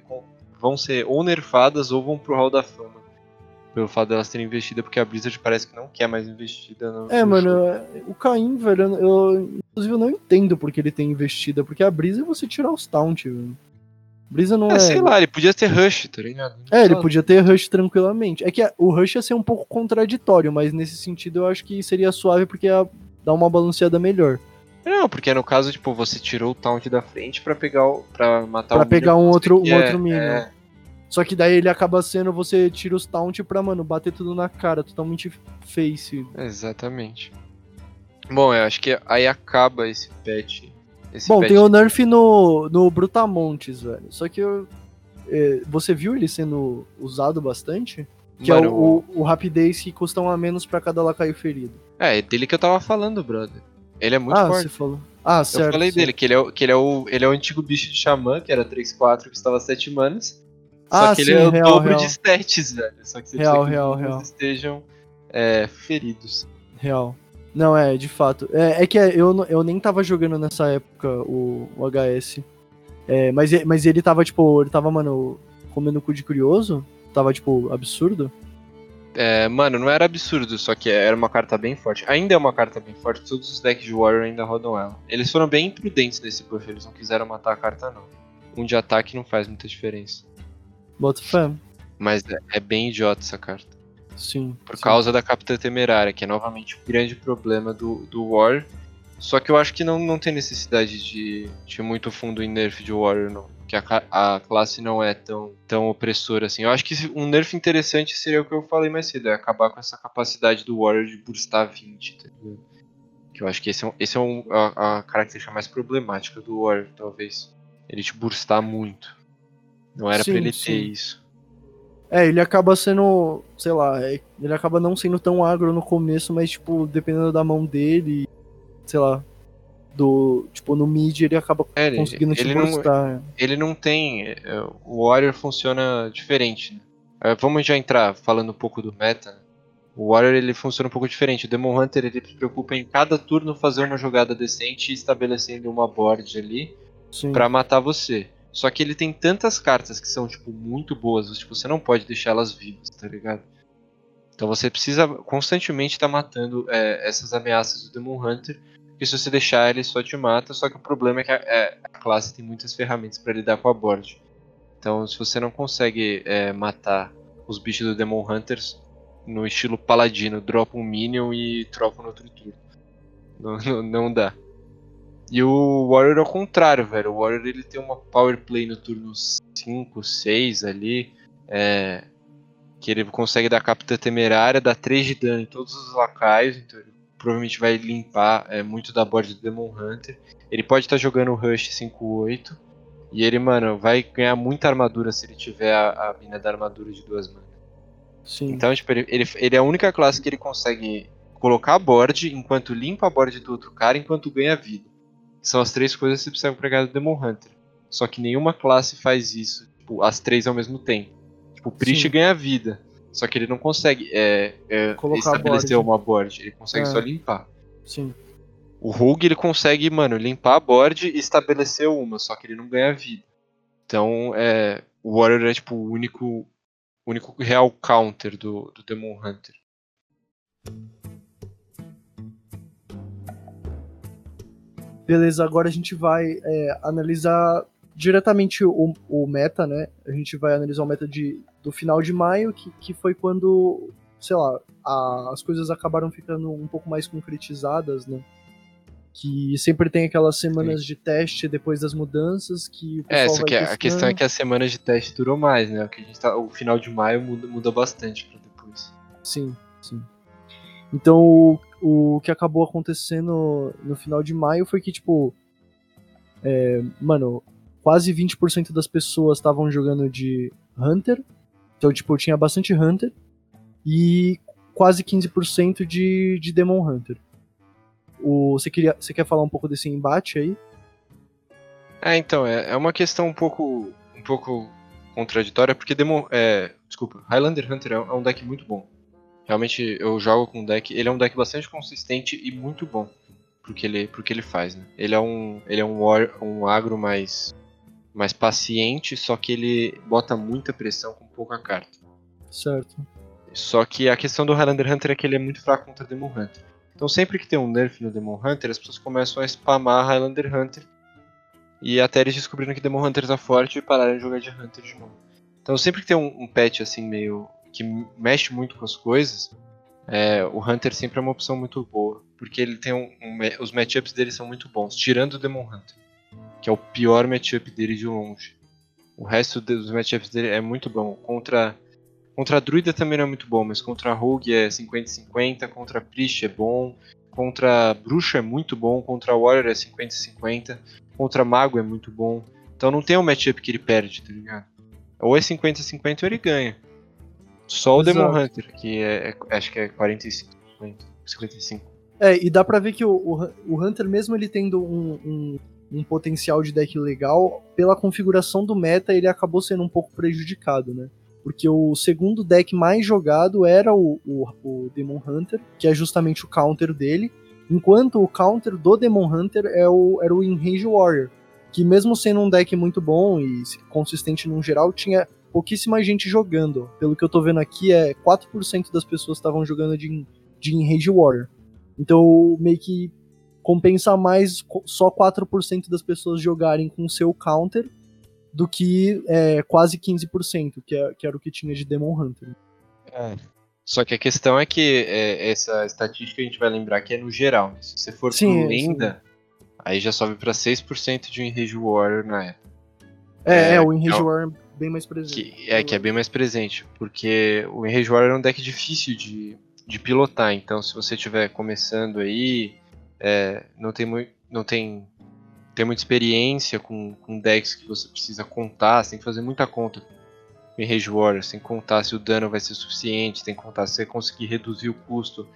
vão ser ou nerfadas ou vão pro Hall da Fama. Pelo fato delas terem investida, porque a Blizzard parece que não quer mais investida no mano, o Caim, velho, inclusive eu não entendo porque ele tem investida, porque a brisa é você tirar os taunt, velho. Brisa não é. Sei lá, ele podia ter Rush, tá ligado? Ele podia ter Rush tranquilamente. É que o Rush ia ser um pouco contraditório, mas nesse sentido eu acho que seria suave porque ia dar uma balanceada melhor. Não, porque no caso, tipo, você tirou o taunt da frente pra matar pra o pegar um outro minion. É. Só que daí ele acaba sendo, você tira os taunt pra, mano, bater tudo na cara, totalmente face. Exatamente. Bom, eu acho que aí acaba esse patch. Tem o nerf no Brutamontes, velho. Só que você viu ele sendo usado bastante? Que mano, é o rapidez que custa 1 a menos pra cada lacaio ferido. É dele que eu tava falando, brother. Ele é muito forte. Você falou. Certo. Eu falei dele, que ele é o antigo bicho de xamã, que era 3/4, que custava 7 manas. Só que ele é o dobro de stats, velho. Só que você precisa que os bichos estejam feridos. Real. Não, de fato. É que eu nem tava jogando nessa época o HS. Mas ele tava, mano, comendo cu de curioso. Tava, absurdo. Mano, não era absurdo, só que era uma carta bem forte. Ainda é uma carta bem forte, todos os decks de Warrior ainda rodam ela. Eles foram bem imprudentes nesse buff, eles não quiseram matar a carta, não. Um de ataque não faz muita diferença. Bota fé. Mas é bem idiota essa carta. Sim. Por causa da Capitã Temerária, que é novamente o grande problema do Warrior. Só que eu acho que não tem necessidade de muito fundo em nerf de Warrior, não. Que a classe não é tão opressora assim. Eu acho que um nerf interessante seria o que eu falei mais cedo, acabar com essa capacidade do Warrior de burstar 20, tá ligado? Que eu acho que esse é a característica mais problemática do Warrior, talvez. Ele te burstar muito. Não era pra ele ter isso. Ele acaba sendo, sei lá, ele acaba não sendo tão agro no começo, mas, dependendo da mão dele, sei lá, no mid ele acaba conseguindo te burstar. Ele não tem, o Warrior funciona diferente, né? Vamos já entrar falando um pouco do meta. O Warrior ele funciona um pouco diferente. O Demon Hunter ele se preocupa em cada turno fazer uma jogada decente e estabelecendo uma board ali pra matar você. Só que ele tem tantas cartas que são, muito boas, você não pode deixar elas vivas, tá ligado? Então você precisa constantemente estar matando essas ameaças do Demon Hunter, porque se você deixar ele só te mata, só que o problema é que a classe tem muitas ferramentas para lidar com a board. Então se você não consegue matar os bichos do Demon Hunters no estilo paladino, dropa um minion e troca no outro turno. Não dá. E o Warrior é o contrário, velho. O Warrior ele tem uma power play no turno 5, 6 ali. Que ele consegue dar Capitã Temerária, dar 3 de dano em todos os lacaios. Então ele provavelmente vai limpar muito da board do Demon Hunter. Ele pode estar jogando o Rush 5/8. E ele, mano, vai ganhar muita armadura se ele tiver a mina da armadura de 2 manas. Sim. Então, ele é a única classe que ele consegue colocar a board enquanto limpa a board do outro cara, enquanto ganha vida. São as 3 coisas que você precisa pegar do Demon Hunter. Só que nenhuma classe faz isso, tipo, as 3 ao mesmo tempo. Tipo, o Priest Sim. ganha vida, só que ele não consegue Colocar a estabelecer board. uma board, ele consegue só É. limpar. Sim. O Rogue ele consegue, mano, limpar a board e estabelecer uma, só que ele não ganha vida. Então, o Warrior é tipo o único real counter do Demon Hunter. Beleza, agora a gente vai analisar diretamente o meta, né? A gente vai analisar o meta do final de maio, que foi quando, sei lá, as coisas acabaram ficando um pouco mais concretizadas, né? Que sempre tem aquelas semanas de teste depois das mudanças, que o pessoal Só vai que a questão é testando. que a semana de teste durou mais, né? O final de maio muda bastante pra depois. Sim, sim. Então, o que acabou acontecendo no final de maio foi que, tipo, mano, quase 20% das pessoas estavam jogando de Hunter. Então, tipo, tinha bastante Hunter. E quase 15% de Demon Hunter. Você quer falar um pouco desse embate aí? Então, é uma questão um pouco contraditória, porque desculpa, Highlander Hunter é um deck muito bom. Realmente, eu jogo com um deck, ele é um deck bastante consistente e muito bom pro que ele faz, né? Ele é um agro mais paciente, só que ele bota muita pressão com pouca carta. Certo. Só que a questão do Highlander Hunter é que ele é muito fraco contra Demon Hunter. Então sempre que tem um nerf no Demon Hunter, as pessoas começam a spamar Highlander Hunter. E até eles descobriram que Demon Hunter tá forte e pararam de jogar de Hunter de novo. Então sempre que tem um patch assim meio que mexe muito com as coisas, o Hunter sempre é uma opção muito boa. Porque ele tem os matchups dele são muito bons, tirando o Demon Hunter, que é o pior matchup dele de longe. O resto dos matchups dele é muito bom. Contra a Druida também não é muito bom, mas contra a Rogue é 50-50, contra a Priest é bom, contra a Bruxa é muito bom, contra a Warrior é 50-50, contra a Mago é muito bom. Então não tem um matchup que ele perde, tá ligado? Ou é 50-50 ou ele ganha. Só o Demon Exato. Hunter, que acho que é 45-50, 55. E dá pra ver que o Hunter, mesmo ele tendo um potencial de deck legal, pela configuração do meta, ele acabou sendo um pouco prejudicado, né? Porque o segundo deck mais jogado era o Demon Hunter, que é justamente o counter dele, enquanto o counter do Demon Hunter era o Enrage Warrior, que mesmo sendo um deck muito bom e consistente no geral, tinha pouquíssima gente jogando. Pelo que eu tô vendo aqui, 4% das pessoas estavam jogando de Enrage Warrior. Então, meio que compensa mais só 4% das pessoas jogarem com o seu counter do que quase 15%, que era o que tinha de Demon Hunter. Só que a questão é que essa estatística a gente vai lembrar que é no geral. Né? Se você for pro Sim. Lenda, aí já sobe pra 6% de Enrage Warrior na época. O Enrage Warrior é bem mais presente. Que é bem mais presente, porque o Enrage Warrior é um deck difícil de pilotar, então se você estiver começando aí, não tem muita experiência com decks que você precisa contar, você tem que fazer muita conta com Enrage Warrior, você tem que contar se o dano vai ser suficiente, tem que contar se você conseguir reduzir o custo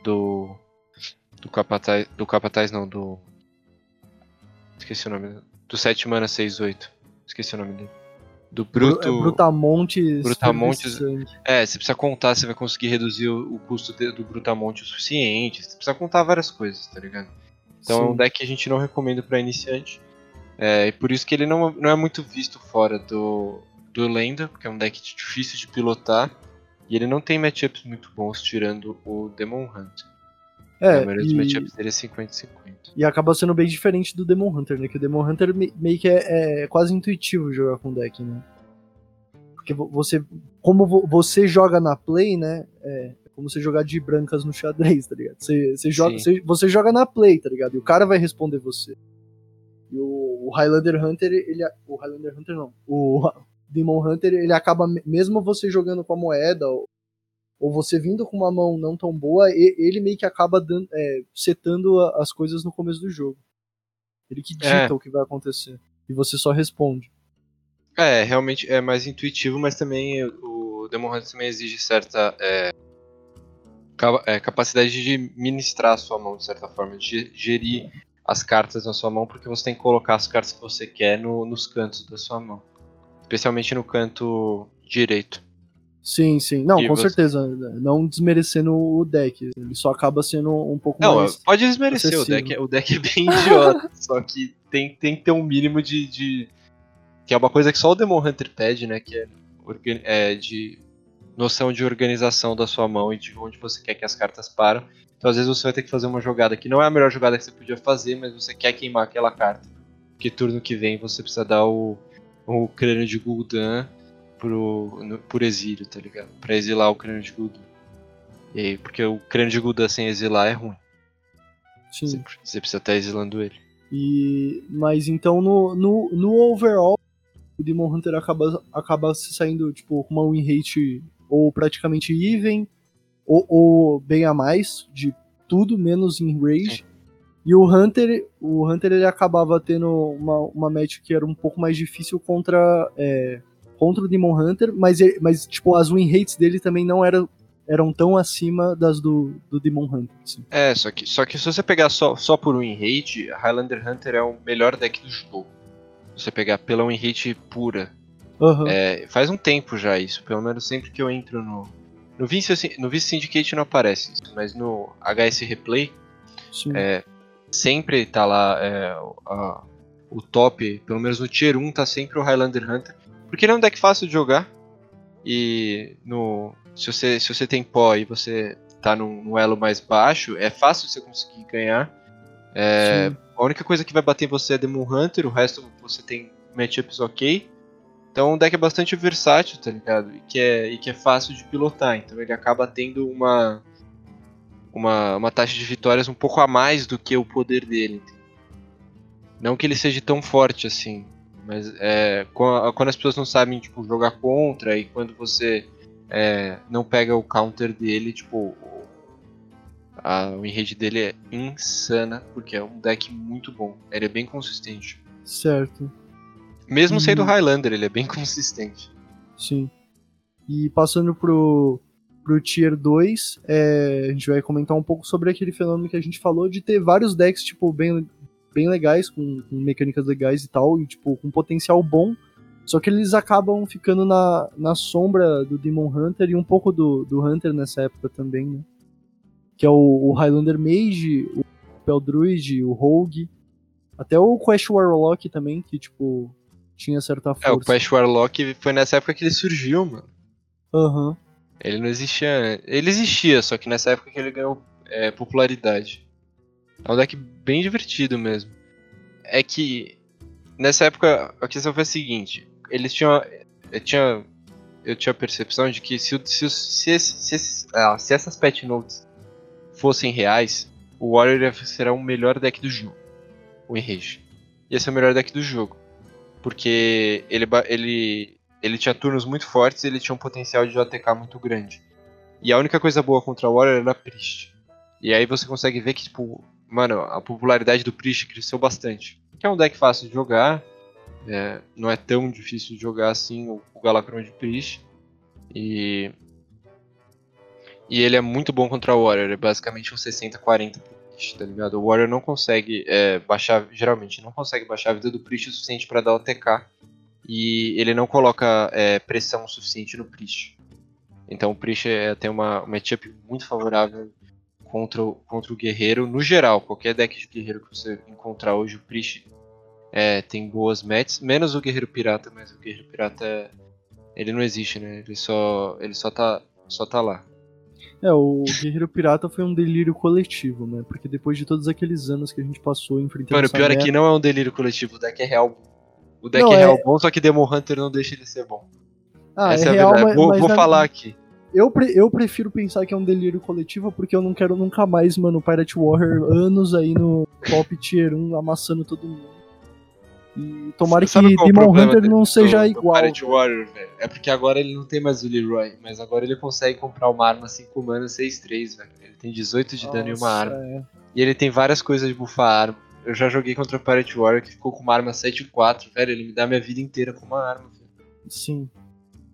do capataz não, esqueci o nome, do 7 mana 6/8, esqueci o nome dele. Do Brutamontes Brutamontes. Fervescente. Você precisa contar se vai conseguir reduzir o custo do Brutamonte o suficiente. Você precisa contar várias coisas, tá ligado? Então é um Sim. deck que a gente não recomenda pra iniciante. E por isso que ele não é muito visto fora do Lenda, porque é um deck difícil de pilotar. E ele não tem matchups muito bons, tirando o Demon Hunter. A maioria dos matchups dele é 50-50. E acaba sendo bem diferente do Demon Hunter, né? Que o Demon Hunter meio que é quase intuitivo jogar com o deck, né? Porque como você joga na play, né? É como você jogar de brancas no xadrez, tá ligado? Você joga na play, tá ligado? E o cara vai responder você. E o Highlander Hunter, o Highlander Hunter não. O Demon Hunter, ele acaba, mesmo você jogando com a moeda, ou você vindo com uma mão não tão boa, ele meio que acaba setando as coisas no começo do jogo. Ele que dita o que vai acontecer. E você só responde. Realmente é mais intuitivo, mas também o Demon Hunter também exige certa capacidade de ministrar a sua mão, de certa forma, de gerir as cartas na sua mão, porque você tem que colocar as cartas que você quer nos cantos da sua mão. Especialmente no canto direito. Sim, sim. Não, E com você... certeza. Não desmerecendo o deck. Ele só acaba sendo um pouco Não, mais pode desmerecer, acessível. o deck é bem idiota. Só que tem que ter um mínimo que é uma coisa que só o Demon Hunter pede, né? Que é de noção de organização da sua mão e de onde você quer que as cartas param. Então às vezes você vai ter que fazer uma jogada que não é a melhor jogada que você podia fazer, mas você quer queimar aquela carta. Porque turno que vem você precisa dar o crânio de Gul'dan por exílio, tá ligado? Pra exilar o crânio de Gul'dan. E aí, porque o crânio de Gul'dan sem exilar é ruim. Sim. Você precisa estar exilando ele. Mas então no overall, o Demon Hunter acaba se saindo tipo, com uma win rate ou praticamente even, ou bem a mais de tudo, menos em rage. Sim. E o Hunter ele acabava tendo uma match que era um pouco mais difícil contra o Demon Hunter, mas tipo, as win rates dele também não eram tão acima das do Demon Hunter. Assim. Só que se você pegar só por win rate, Highlander Hunter é o melhor deck do jogo. Se você pegar pela win rate pura. Uhum. Faz um tempo já isso, pelo menos sempre que eu entro no Vice Syndicate não aparece isso, mas no HS Replay sempre tá lá o top, pelo menos no Tier 1 tá sempre o Highlander Hunter, porque ele é um deck fácil de jogar e se você tem pó e você tá num elo mais baixo, é fácil você conseguir ganhar. A única coisa que vai bater em você é Demon Hunter, o resto você tem matchups ok. Então o deck é bastante versátil, tá ligado? E que é fácil de pilotar. Então ele acaba tendo uma taxa de vitórias um pouco a mais do que o poder dele. Não que ele seja tão forte assim, mas quando as pessoas não sabem tipo, jogar contra e quando você não pega o counter dele, tipo, a win rate dele é insana, porque é um deck muito bom. Ele é bem consistente. Certo. Mesmo sendo Highlander, ele é bem consistente. Sim. E passando pro Tier 2, a gente vai comentar um pouco sobre aquele fenômeno que a gente falou de ter vários decks, tipo, bem legais, com mecânicas legais e tal, e, tipo, com potencial bom, só que eles acabam ficando na sombra do Demon Hunter e um pouco do Hunter nessa época também, né? Que é o Highlander Mage, o Spell Druid, o Rogue, até o Quest Warlock também, que, tipo, tinha certa força. O Quest Warlock foi nessa época que ele surgiu, mano. Aham. Ele não existia. Ele existia, só que nessa época que ele ganhou popularidade. É um deck bem divertido mesmo. É que nessa época a questão foi a seguinte: eles tinham. Eu tinha a percepção de que se essas patch notes fossem reais, o Warrior será o melhor deck do jogo. O Enrage. Ia ser o melhor deck do jogo. Porque ele tinha turnos muito fortes e ele tinha um potencial de ATK muito grande. E a única coisa boa contra o Warrior era a Priest. E aí você consegue ver que, tipo, mano, a popularidade do Priest cresceu bastante. Que é um deck fácil de jogar, não é tão difícil de jogar assim o Galakron de Priest. E ele é muito bom contra o Warrior, é basicamente um 60-40 pro Priest, tá ligado? O Warrior não consegue geralmente não consegue baixar a vida do Priest o suficiente para dar o TK. E ele não coloca pressão suficiente no Priest. Então o Priest tem uma matchup muito favorável contra o guerreiro. No geral, qualquer deck de guerreiro que você encontrar hoje, o Priest tem boas matches. Menos o guerreiro pirata, mas o guerreiro pirata ele não existe, né? Ele só tá lá. O Guerreiro Pirata foi um delírio coletivo, né? Porque depois de todos aqueles anos que a gente passou enfrentando Mano, o pior é que não é um delírio coletivo, o deck é real. O deck não, é real bom, só que Demon Hunter não deixa ele ser bom. Essa é a real, verdade. Vou falar aqui. Eu prefiro pensar que é um delírio coletivo porque eu não quero nunca mais, mano, Pirate Warrior anos aí no top tier 1 amassando todo mundo. E tomara que Demon Hunter não seja igual. Pirate Warrior, velho. É porque agora ele não tem mais o Leroy, mas agora ele consegue comprar uma arma 5 mana 6-3, velho. Ele tem 18 de dano em uma arma. E ele tem várias coisas de buffar a arma. Eu já joguei contra o Pirate Warrior que ficou com uma arma 7-4, velho. Ele me dá minha vida inteira com uma arma, velho. Sim.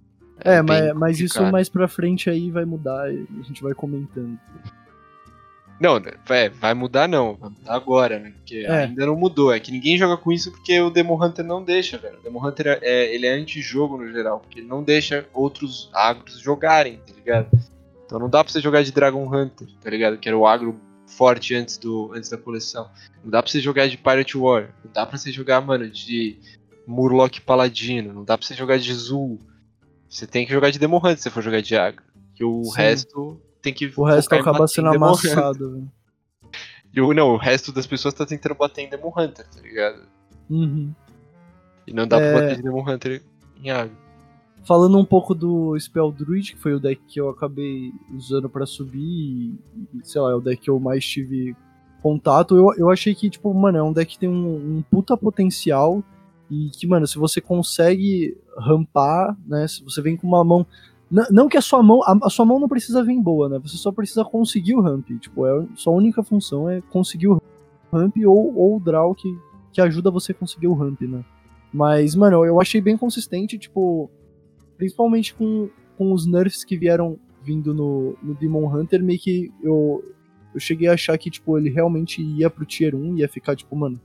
Mas isso mais pra frente aí vai mudar e a gente vai comentando. Não, vai mudar não, vai mudar agora, né? Porque ainda não mudou. É que ninguém joga com isso porque o Demon Hunter não deixa, velho. O Demon Hunter ele é anti-jogo no geral, porque ele não deixa outros agros jogarem, tá ligado? Então não dá pra você jogar de Dragon Hunter, tá ligado? Que era o agro forte antes da coleção. Não dá pra você jogar de Pirate Warrior. Não dá pra você jogar, mano, de Murloc Paladino. Não dá pra você jogar de Zul. Você tem que jogar de Demon Hunter se você for jogar de agro. Que o resto tem que O resto focar em acaba bater sendo em Demon Hunter. amassado, velho. E o resto das pessoas tá tentando bater em Demon Hunter, tá ligado? Uhum. E não dá pra bater de Demon Hunter em agro. Falando um pouco do Spell Druid, que foi o deck que eu acabei usando pra subir, e, sei lá, é o deck que eu mais tive contato, eu achei que, tipo, mano, é um deck que tem um puta potencial, e que, mano, se você consegue rampar, né, se você vem com uma mão... Não que a sua mão não precisa vir boa, né, você só precisa conseguir o ramp, tipo, sua única função é conseguir o ramp ou o draw que ajuda você a conseguir o ramp, né. Mas, mano, eu achei bem consistente, tipo... Principalmente com os nerfs que vieram vindo no Demon Hunter, meio que eu cheguei a achar que, tipo, ele realmente ia pro Tier 1, ia ficar, tipo, mano,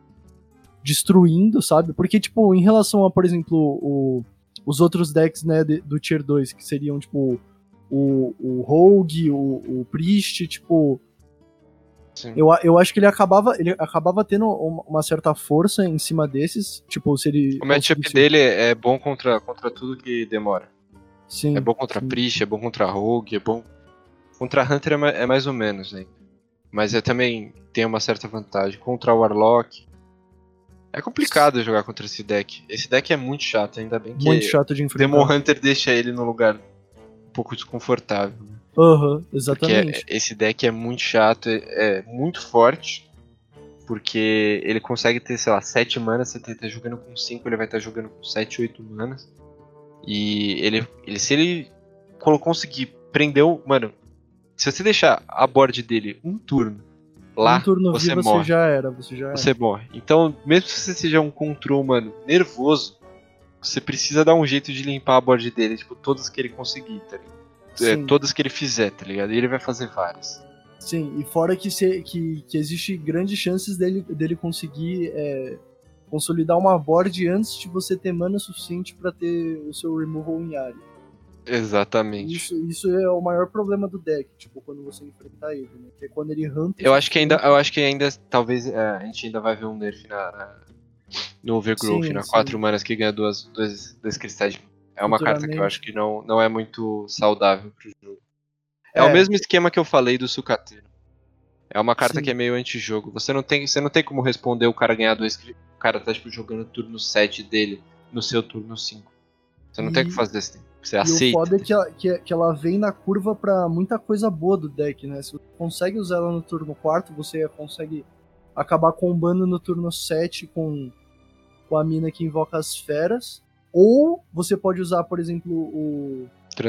destruindo, sabe? Porque, tipo, em relação a, por exemplo, os outros decks, né, do Tier 2, que seriam, tipo, o Rogue, o Priest, tipo... Eu acho que ele acabava tendo uma certa força em cima desses, tipo, se ele... O matchup dele é bom contra tudo que demora. Sim, é bom contra Priest, é bom contra Rogue, é bom... Contra Hunter é mais ou menos, né? Mas também tem uma certa vantagem. Contra o Warlock... É complicado jogar contra esse deck. Esse deck é muito chato, ainda bem que... Muito chato de enfrentar. Demon Hunter deixa ele num lugar um pouco desconfortável. Aham, exatamente. Porque esse deck é muito chato, é muito forte. Porque ele consegue ter, sei lá, 7 manas, você tá jogando com 5, ele vai estar jogando com 7, 8 manas. E se ele conseguir prender o... Mano, se você deixar a board dele um turno lá, um turno você vivo morre. Você morre. Então, mesmo se você seja um control, mano, nervoso, você precisa dar um jeito de limpar a board dele, tipo, todas que ele conseguir, tá ligado? Todas que ele fizer, tá ligado? E ele vai fazer várias. Sim, e fora que existe grandes chances dele conseguir consolidar uma board antes de você ter mana suficiente pra ter o seu removal em área. Exatamente. Isso é o maior problema do deck, tipo, quando você enfrentar ele, né? Que é quando ele rampa. Eu acho que ainda talvez a gente ainda vai ver um nerf no Overgrowth, na 4 manas que ganha dois cristais. É uma carta que eu acho que não é muito saudável pro jogo. É o mesmo esquema que eu falei do Sucateiro. É uma carta que é meio anti-jogo. Você não tem como responder o cara ganhar 2. O cara tá tipo, jogando turno 7 dele no seu turno 5. Você não tem o que fazer, você aceita. E o foda é que ela vem na curva pra muita coisa boa do deck, né? Se você consegue usar ela no turno 4, você consegue acabar combando no turno 7 com a mina que invoca as feras. Ou você pode usar, por exemplo, o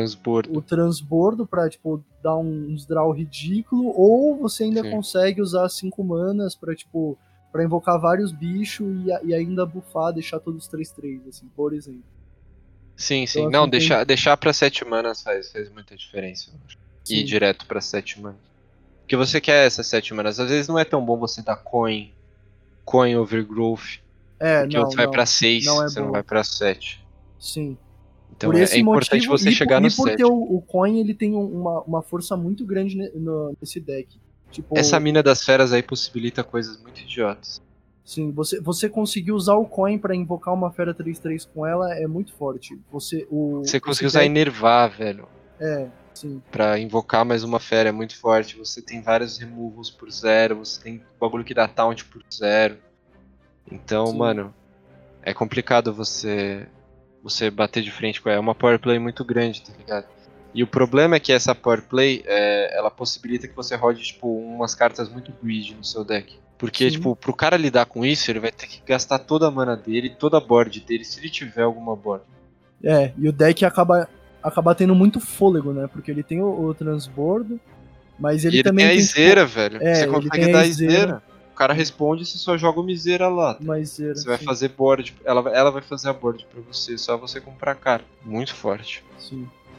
transbordo pra, tipo, dar uns draw ridículo, ou você ainda consegue usar 5 manas pra, tipo, pra invocar vários bichos e ainda buffar, deixar todos 3/3, assim, por exemplo. Sim. Então, não, deixar pra 7 manas faz muita diferença. Ir direto pra 7 manas. Porque você quer essas 7 manas. Às vezes não é tão bom você dar coin Overgrowth. Porque você vai pra 6, você não vai pra 7. Sim. Então é importante você chegar no 7. E porque o coin ele tem uma força muito grande nesse deck. Tipo, essa mina das feras aí possibilita coisas muito idiotas. Sim, você conseguir usar o coin pra invocar uma fera 3/3 com ela é muito forte. Você conseguir usar Enervar, velho. Sim. Pra invocar mais uma fera é muito forte. Você tem vários removals por 0, você tem bagulho que dá taunt por 0. Então, mano, é complicado você bater de frente com ela. É uma power play muito grande, tá ligado? E o problema é que essa power play, ela possibilita que você rode, tipo, umas cartas muito greedy no seu deck. Porque, tipo, pro cara lidar com isso, ele vai ter que gastar toda a mana dele, toda a board dele, se ele tiver alguma board. E o deck acaba tendo muito fôlego, né? Porque ele tem o transbordo, mas ele também tem a Izeira, velho. Você ele consegue tem dar a Izeira. O cara responde e você só joga uma Izeira lá. Você vai fazer board, ela vai fazer a board pra você, só você comprar carta. Muito forte. Sim.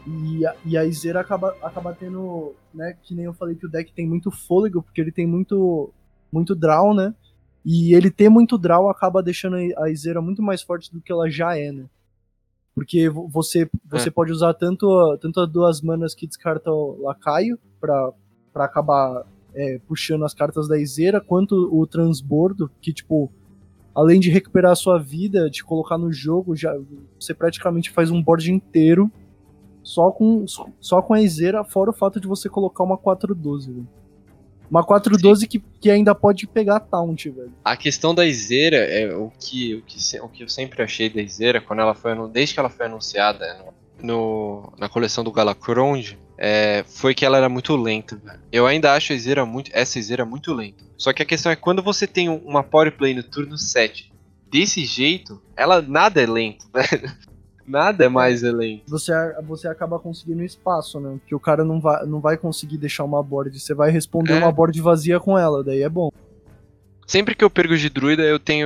E a Izera acaba tendo, né, que nem eu falei que o deck tem muito fôlego, porque ele tem muito draw, né? E ele ter muito draw acaba deixando a Izera muito mais forte do que ela já é, né? Porque você pode usar tanto as 2 manas que descarta o lacaio pra acabar puxando as cartas da Izera, quanto o transbordo, que tipo, além de recuperar a sua vida, de colocar no jogo, já você praticamente faz um board inteiro só com a Izera, fora o fato de você colocar uma 4/12, velho. Uma 4/12 que ainda pode pegar Taunt, velho. A questão da Izera é o que eu sempre achei da Izera, quando ela foi desde que ela foi anunciada na coleção do Galacrond, foi que ela era muito lenta, velho. Eu ainda acho essa Izera muito lenta. Só que a questão é quando você tem uma power play no turno 7 desse jeito, nada é lento, velho. Nada é mais lento. Você acaba conseguindo espaço, né? Porque o cara não vai conseguir deixar uma board. Você vai responder uma board vazia com ela, daí é bom. Sempre que eu perco de druida, eu tenho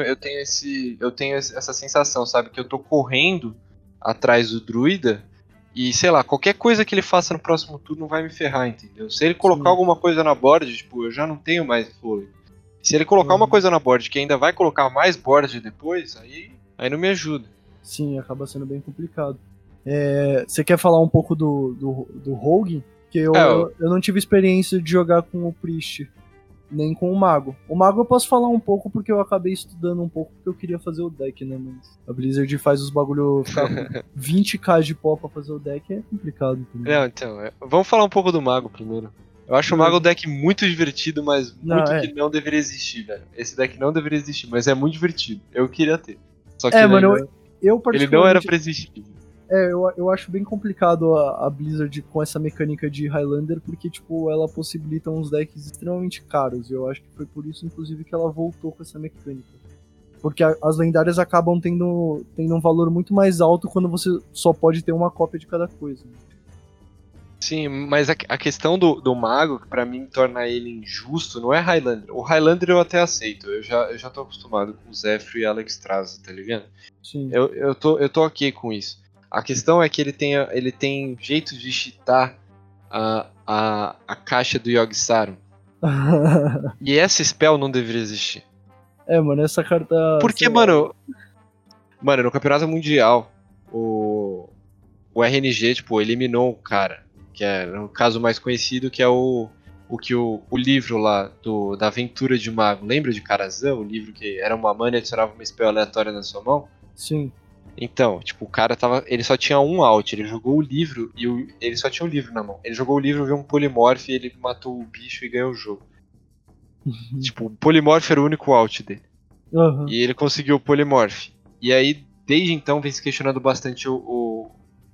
essa sensação, sabe? Que eu tô correndo atrás do druida e, sei lá, qualquer coisa que ele faça no próximo turno vai me ferrar, entendeu? Se ele colocar alguma coisa na board, tipo, eu já não tenho mais fôlego. Se ele colocar uma coisa na board que ainda vai colocar mais board depois, aí não me ajuda. Sim, acaba sendo bem complicado. Você quer falar um pouco do Rogue? Porque eu não tive experiência de jogar com o Priest, nem com o Mago. O Mago eu posso falar um pouco porque eu acabei estudando um pouco porque eu queria fazer o deck, né? Mas a Blizzard faz os bagulho ficar com 20k de pó pra fazer o deck, é complicado. Entendeu? Não, então, vamos falar um pouco do Mago primeiro. Eu acho o Mago um deck muito divertido, mas que não deveria existir, velho. Esse deck não deveria existir, mas é muito divertido. Eu queria ter. Só que mano, ele não era pra existir. Eu acho bem complicado a Blizzard com essa mecânica de Highlander, porque, tipo, ela possibilita uns decks extremamente caros, e eu acho que foi por isso, inclusive, que ela voltou com essa mecânica. Porque as lendárias acabam tendo um valor muito mais alto quando você só pode ter uma cópia de cada coisa. Sim, mas a questão do Mago, que pra mim torna ele injusto, não é Highlander. O Highlander eu até aceito, eu já tô acostumado com o Zephyr e Alex Traza, tá ligado? Sim. Eu tô ok com isso. A questão é que ele tem jeito de cheatar a caixa do Yogg-Saron. E essa spell não deveria existir. Mano, essa carta... Porque, mano, no Campeonato Mundial, o RNG, tipo, eliminou um cara, que é o caso mais conhecido, que é o livro lá da Aventura de Mago. Lembra de Karazhan? O livro que era uma mana e adicionava uma spell aleatória na sua mão? Sim. Então, tipo, o cara ele só tinha um out, ele jogou o livro e ele só tinha o livro na mão. Ele jogou o livro, viu um Polymorph e ele matou o bicho e ganhou o jogo. Tipo, o Polymorph era o único out dele. Uhum. E ele conseguiu o Polymorph. E aí, desde então, vem se questionando bastante o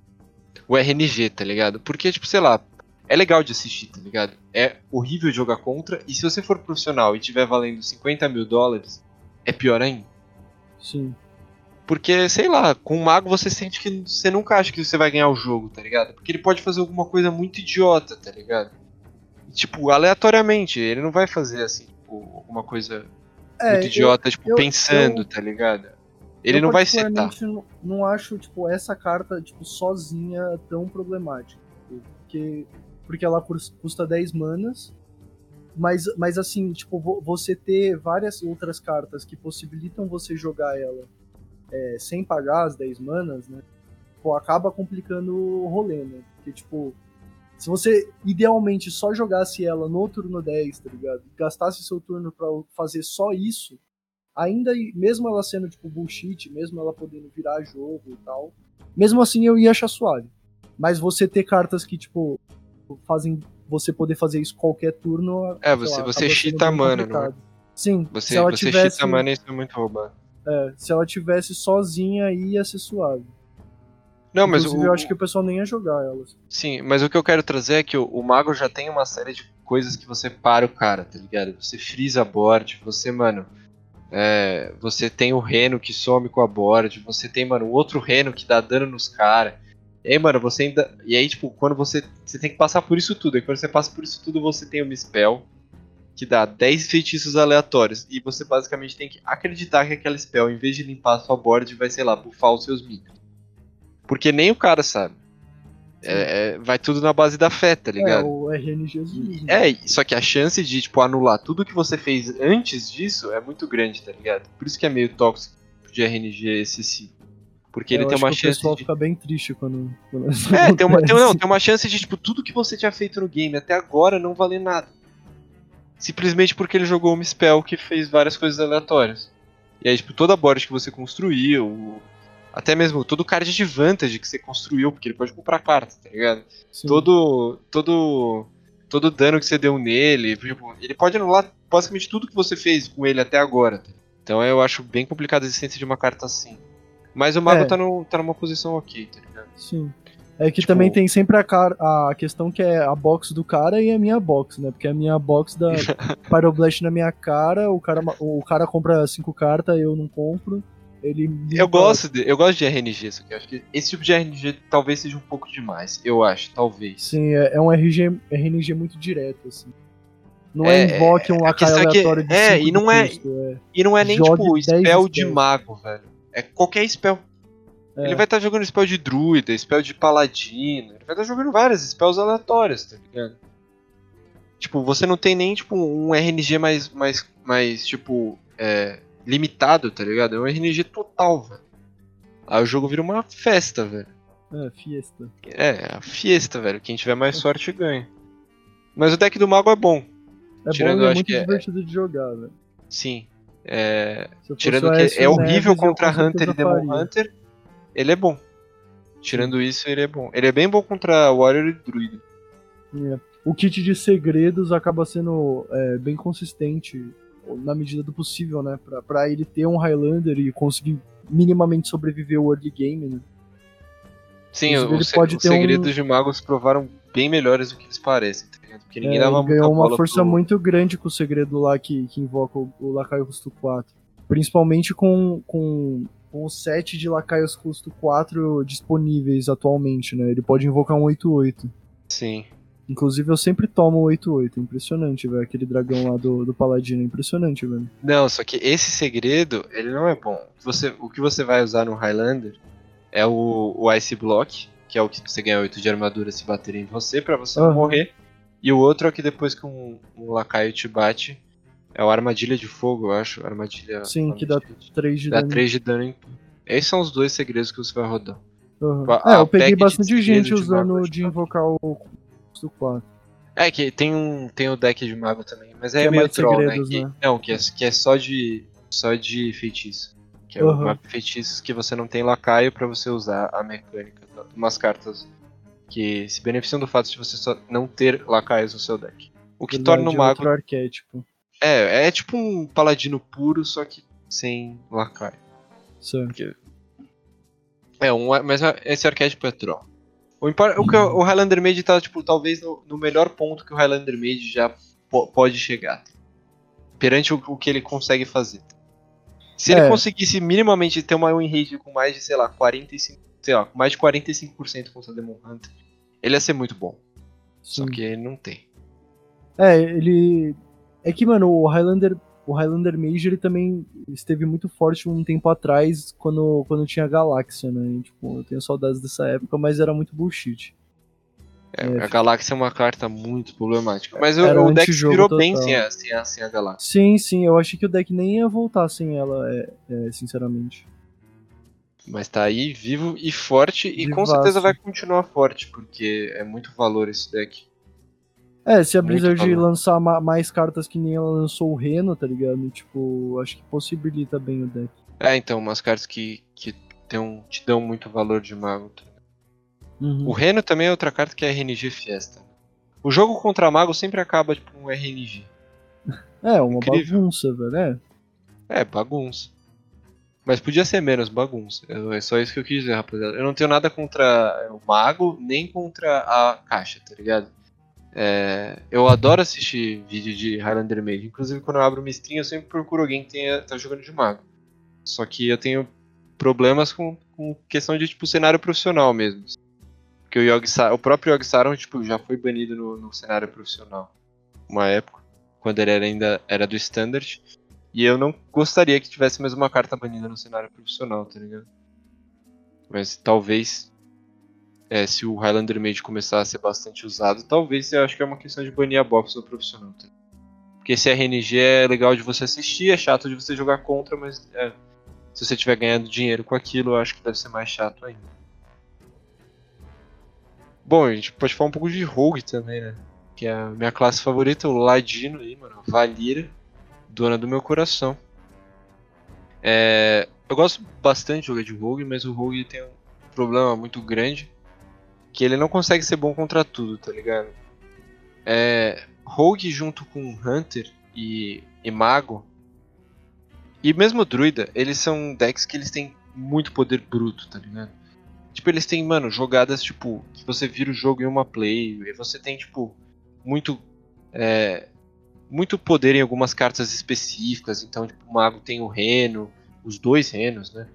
RNG, tá ligado? Porque, tipo, sei lá, é legal de assistir, tá ligado? É horrível de jogar contra, e se você for profissional e tiver valendo $50 mil, é pior ainda. Sim. Porque, sei lá, com o Mago você sente que você nunca acha que você vai ganhar o jogo, tá ligado? Porque ele pode fazer alguma coisa muito idiota, tá ligado? Tipo, aleatoriamente, ele não vai fazer, assim, tipo, alguma coisa muito idiota, pensando, tá ligado? Ele não vai setar. Eu não acho, tipo, essa carta, tipo, sozinha tão problemática. Porque ela custa 10 manas, mas assim, tipo, você ter várias outras cartas que possibilitam você jogar ela sem pagar as 10 manas, né? Pô, acaba complicando o rolê, né? Porque, tipo, se você idealmente só jogasse ela no turno 10, tá ligado? Gastasse seu turno pra fazer só isso, ainda, mesmo ela sendo, tipo, bullshit, mesmo ela podendo virar jogo e tal, mesmo assim eu ia achar suave. Mas você ter cartas que, tipo, fazem você poder fazer isso qualquer turno... você cheata a mana, não é? Sim, se ela tivesse... Você cheata a mana e isso é muito roubado. Se ela tivesse sozinha, ia ser suave. Não, inclusive, mas eu acho que o pessoal nem ia jogar elas. Sim, mas o que eu quero trazer é que o Mago já tem uma série de coisas que você para o cara, tá ligado? Você frisa a board, você, mano... você tem o Reno que some com a board, você tem, mano, o outro Reno que dá dano nos caras. E aí, mano, você ainda... E aí, tipo, quando você tem que passar por isso tudo. E quando você passa por isso tudo, você tem uma spell que dá 10 feitiços aleatórios. E você basicamente tem que acreditar que aquela spell, em vez de limpar a sua board, vai, sei lá, buffar os seus minions. Porque nem o cara sabe. Vai tudo na base da fé, tá ligado? O RNGzinho. Só que a chance de, tipo, anular tudo que você fez antes disso é muito grande, tá ligado? Por isso que é meio tóxico de RNG esse sim. Porque ele tem uma chance o pessoal fica bem triste quando tem uma chance de, tipo, tudo que você tinha feito no game até agora não valer nada. Simplesmente porque ele jogou uma spell que fez várias coisas aleatórias. E aí, tipo, toda a board que você construiu, até mesmo todo o card de vantage que você construiu, porque ele pode comprar cartas, tá ligado? Sim. Todo dano que você deu nele, tipo, ele pode anular basicamente tudo que você fez com ele até agora. Tá? Então eu acho bem complicado a existência de uma carta assim. Mas o mago tá numa posição ok, tá ligado? Sim. É que também tem sempre a questão que é a box do cara e a minha box, né? Porque a minha box dá Pyroblast na minha cara, o cara compra 5 cartas, eu não compro. Eu gosto de RNG, só que eu acho que esse tipo de RNG talvez seja um pouco demais. Eu acho, talvez. Sim, é um RNG muito direto, assim. Não invoque um lacaio aleatório de 5 e não custo, e não é nem tipo spell de mago, velho. É qualquer spell. Ele vai estar jogando spell de druida, spell de paladino, ele vai estar jogando várias spells aleatórias, tá ligado? Tipo, você não tem nem tipo um RNG mais tipo, limitado, tá ligado? É um RNG total, velho. Aí o jogo vira uma festa, velho. Fiesta. A fiesta, velho. Quem tiver mais sorte ganha. Mas o deck do mago é bom. Tirando, bom e é muito divertido de jogar, velho. Sim. Tirando que é horrível contra Hunter e Demon Hunter, ele é bom. Tirando isso, ele é bom. Ele é bem bom contra Warrior e Druida. O kit de segredos acaba sendo bem consistente na medida do possível, né? Pra ele ter um Highlander e conseguir minimamente sobreviver o early game, né? Sim, os segredos de magos provaram bem melhores do que eles parecem, tá ligado? Porque ninguém dava muita bola. Ganhou uma força muito grande com o segredo lá que invoca o Lacaio custo 4. Principalmente com o set de Lacaios custo 4 disponíveis atualmente, né? Ele pode invocar um 8/8. Sim. Inclusive eu sempre tomo o 8/8. Impressionante, velho. Aquele dragão lá do Paladino. Impressionante, velho. Não, só que esse segredo, ele não é bom. O que você vai usar no Highlander é o Ice Block, que é o que você ganha 8 de armadura se bater em você, pra você não morrer. E o outro é que depois que um lacaio te bate, é o Armadilha de Fogo, eu acho. Armadilha. Sim, que dá 3 de dano. Dá 3 de dano em. Esses são os 2 segredos que você vai rodar. Eu peguei bastante gente usando de invocar o custo 4. Que tem o deck de mago também, mas é meio troll, segredos, né? Não, que é só de feitiço. Que é o mapa de feitiços que você não tem lacaio pra você usar a mecânica. Umas cartas que se beneficiam do fato de você só não ter lacaios no seu deck. O que torna o mago... outro arquétipo. É tipo um paladino puro, só que sem lacaio. Certo. Porque... mas esse arquétipo é troll. O Highlander Mage tá, tipo, talvez no melhor ponto que o Highlander Mage já pode chegar. Perante o que ele consegue fazer. Se ele conseguisse minimamente ter uma win rate com mais de, 45%, mais de 45% contra Demon Hunter, ele ia ser muito bom. Sim. Só que ele não tem. Ele... É que, mano, o Highlander Mage, ele também esteve muito forte um tempo atrás, quando tinha Galáxia, né? E, tipo, eu tenho saudades dessa época, mas era muito bullshit. A Galáxia é uma carta muito problemática. Mas o deck virou total. Bem sem a Galáxia. Sim, eu achei que o deck nem ia voltar sem ela, sinceramente. Mas tá aí, vivo e forte, e com certeza vai continuar forte, porque é muito valor esse deck. Se a Blizzard lançar mais cartas que nem ela lançou o Reno, tá ligado? Tipo, acho que possibilita bem o deck. Então, umas cartas que te dão muito valor de mago. O Reno também é outra carta que é RNG Fiesta. O jogo contra mago sempre acaba tipo um RNG. Uma bagunça, velho. Bagunça. Mas podia ser menos bagunça. É só isso que eu quis dizer, rapaziada. Eu não tenho nada contra o mago, nem contra a caixa, tá ligado? Eu adoro assistir vídeo de Highlander Mage. Inclusive, quando eu abro uma stream, eu sempre procuro alguém que tá jogando de mago. Só que eu tenho problemas com questão de tipo cenário profissional mesmo. Porque o próprio Yogg Saron tipo, já foi banido no cenário profissional. Uma época, quando ele ainda era do Standard. E eu não gostaria que tivesse mais uma carta banida no cenário profissional, tá ligado? Mas talvez se o Highlander Mage começar a ser bastante usado, talvez eu acho que é uma questão de banir a box do profissional. Tá? Porque esse RNG é legal de você assistir, é chato de você jogar contra, mas se você estiver ganhando dinheiro com aquilo, eu acho que deve ser mais chato ainda. Bom, a gente pode falar um pouco de Rogue também, né? Que é a minha classe favorita, o Ladino aí, mano. Valira, dona do meu coração. Eu gosto bastante de jogar de Rogue, mas o Rogue tem um problema muito grande, que ele não consegue ser bom contra tudo, tá ligado? Rogue junto com Hunter e Mago, e mesmo Druida, eles são decks que eles têm muito poder bruto, tá ligado? Tipo, eles têm, mano, jogadas, tipo, que você vira o jogo em uma play, e você tem, tipo, muito poder em algumas cartas específicas. Então, tipo, o Mago tem o Reno, os 2 Renos, né?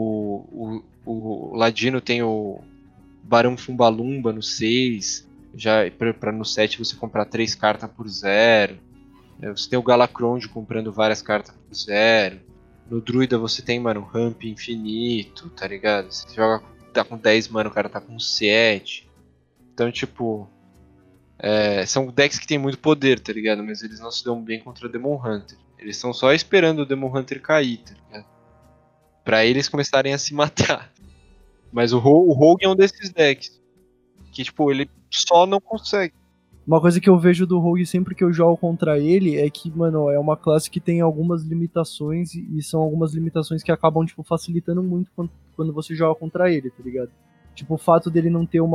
O Ladino tem o Barão Fumbalumba no 6, já pra no 7 você comprar 3 cartas por 0. Você tem o Galacrond comprando várias cartas por 0. No Druida você tem, mano, Ramp infinito, tá ligado? Você joga, tá com 10, mano, o cara tá com 7. Então, tipo, são decks que tem muito poder, tá ligado? Mas eles não se dão bem contra o Demon Hunter. Eles estão só esperando o Demon Hunter cair, tá ligado? Pra eles começarem a se matar. Mas o Rogue é um desses decks que, tipo, ele só não consegue. Uma coisa que eu vejo do Rogue sempre que eu jogo contra ele é que, mano, é uma classe que tem algumas limitações e são algumas limitações que acabam, tipo, facilitando muito quando você joga contra ele, tá ligado? Tipo, o fato dele não ter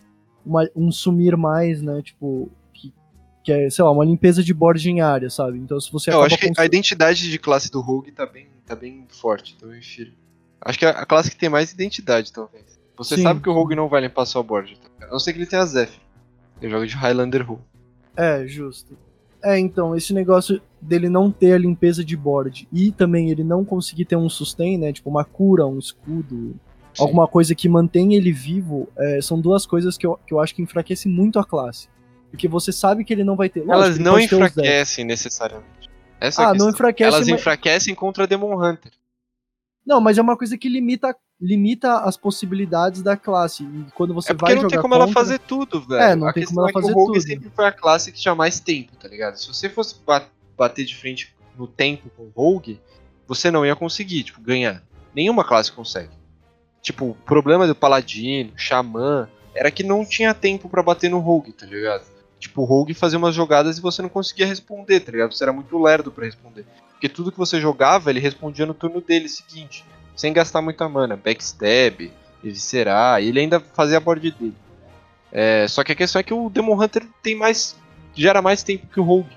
um sumir mais, né, tipo, que é, sei lá, uma limpeza de board em área, sabe? Então se você Eu acho que a identidade de classe do Rogue tá bem forte, então eu prefiro. Acho que é a classe que tem mais identidade, talvez. Você sabe que o Rogue não vai limpar sua board, tá? A não ser que ele tenha Zephyr. Eu jogo de Highlander Rogue. Justo. Então, esse negócio dele não ter a limpeza de board e também ele não conseguir ter um sustain, né? Tipo, uma cura, um escudo, sim, alguma coisa que mantém ele vivo, são duas coisas que eu acho que enfraquece muito a classe. Porque você sabe que ele não vai ter. Lógico, elas não enfraquecem necessariamente. Essa é a questão. Não enfraquece. Elas enfraquecem contra Demon Hunter. Não, mas é uma coisa que limita as possibilidades da classe. E quando você vai jogar não tem como ela fazer tudo, velho. Não tem como ela fazer tudo. O Rogue sempre foi a classe que tinha mais tempo, tá ligado? Se você fosse bater de frente no tempo com o Rogue, você não ia conseguir, tipo, ganhar. Nenhuma classe consegue. Tipo, o problema do Paladino, Xamã, era que não tinha tempo pra bater no Rogue, tá ligado? Tipo, o Rogue fazia umas jogadas e você não conseguia responder, tá ligado? Você era muito lerdo pra responder. Porque tudo que você jogava, ele respondia no turno dele seguinte, sem gastar muita mana. Backstab, eviscerar, e ele ainda fazia a board dele. Só que a questão é que o Demon Hunter gera mais tempo que o Rogue.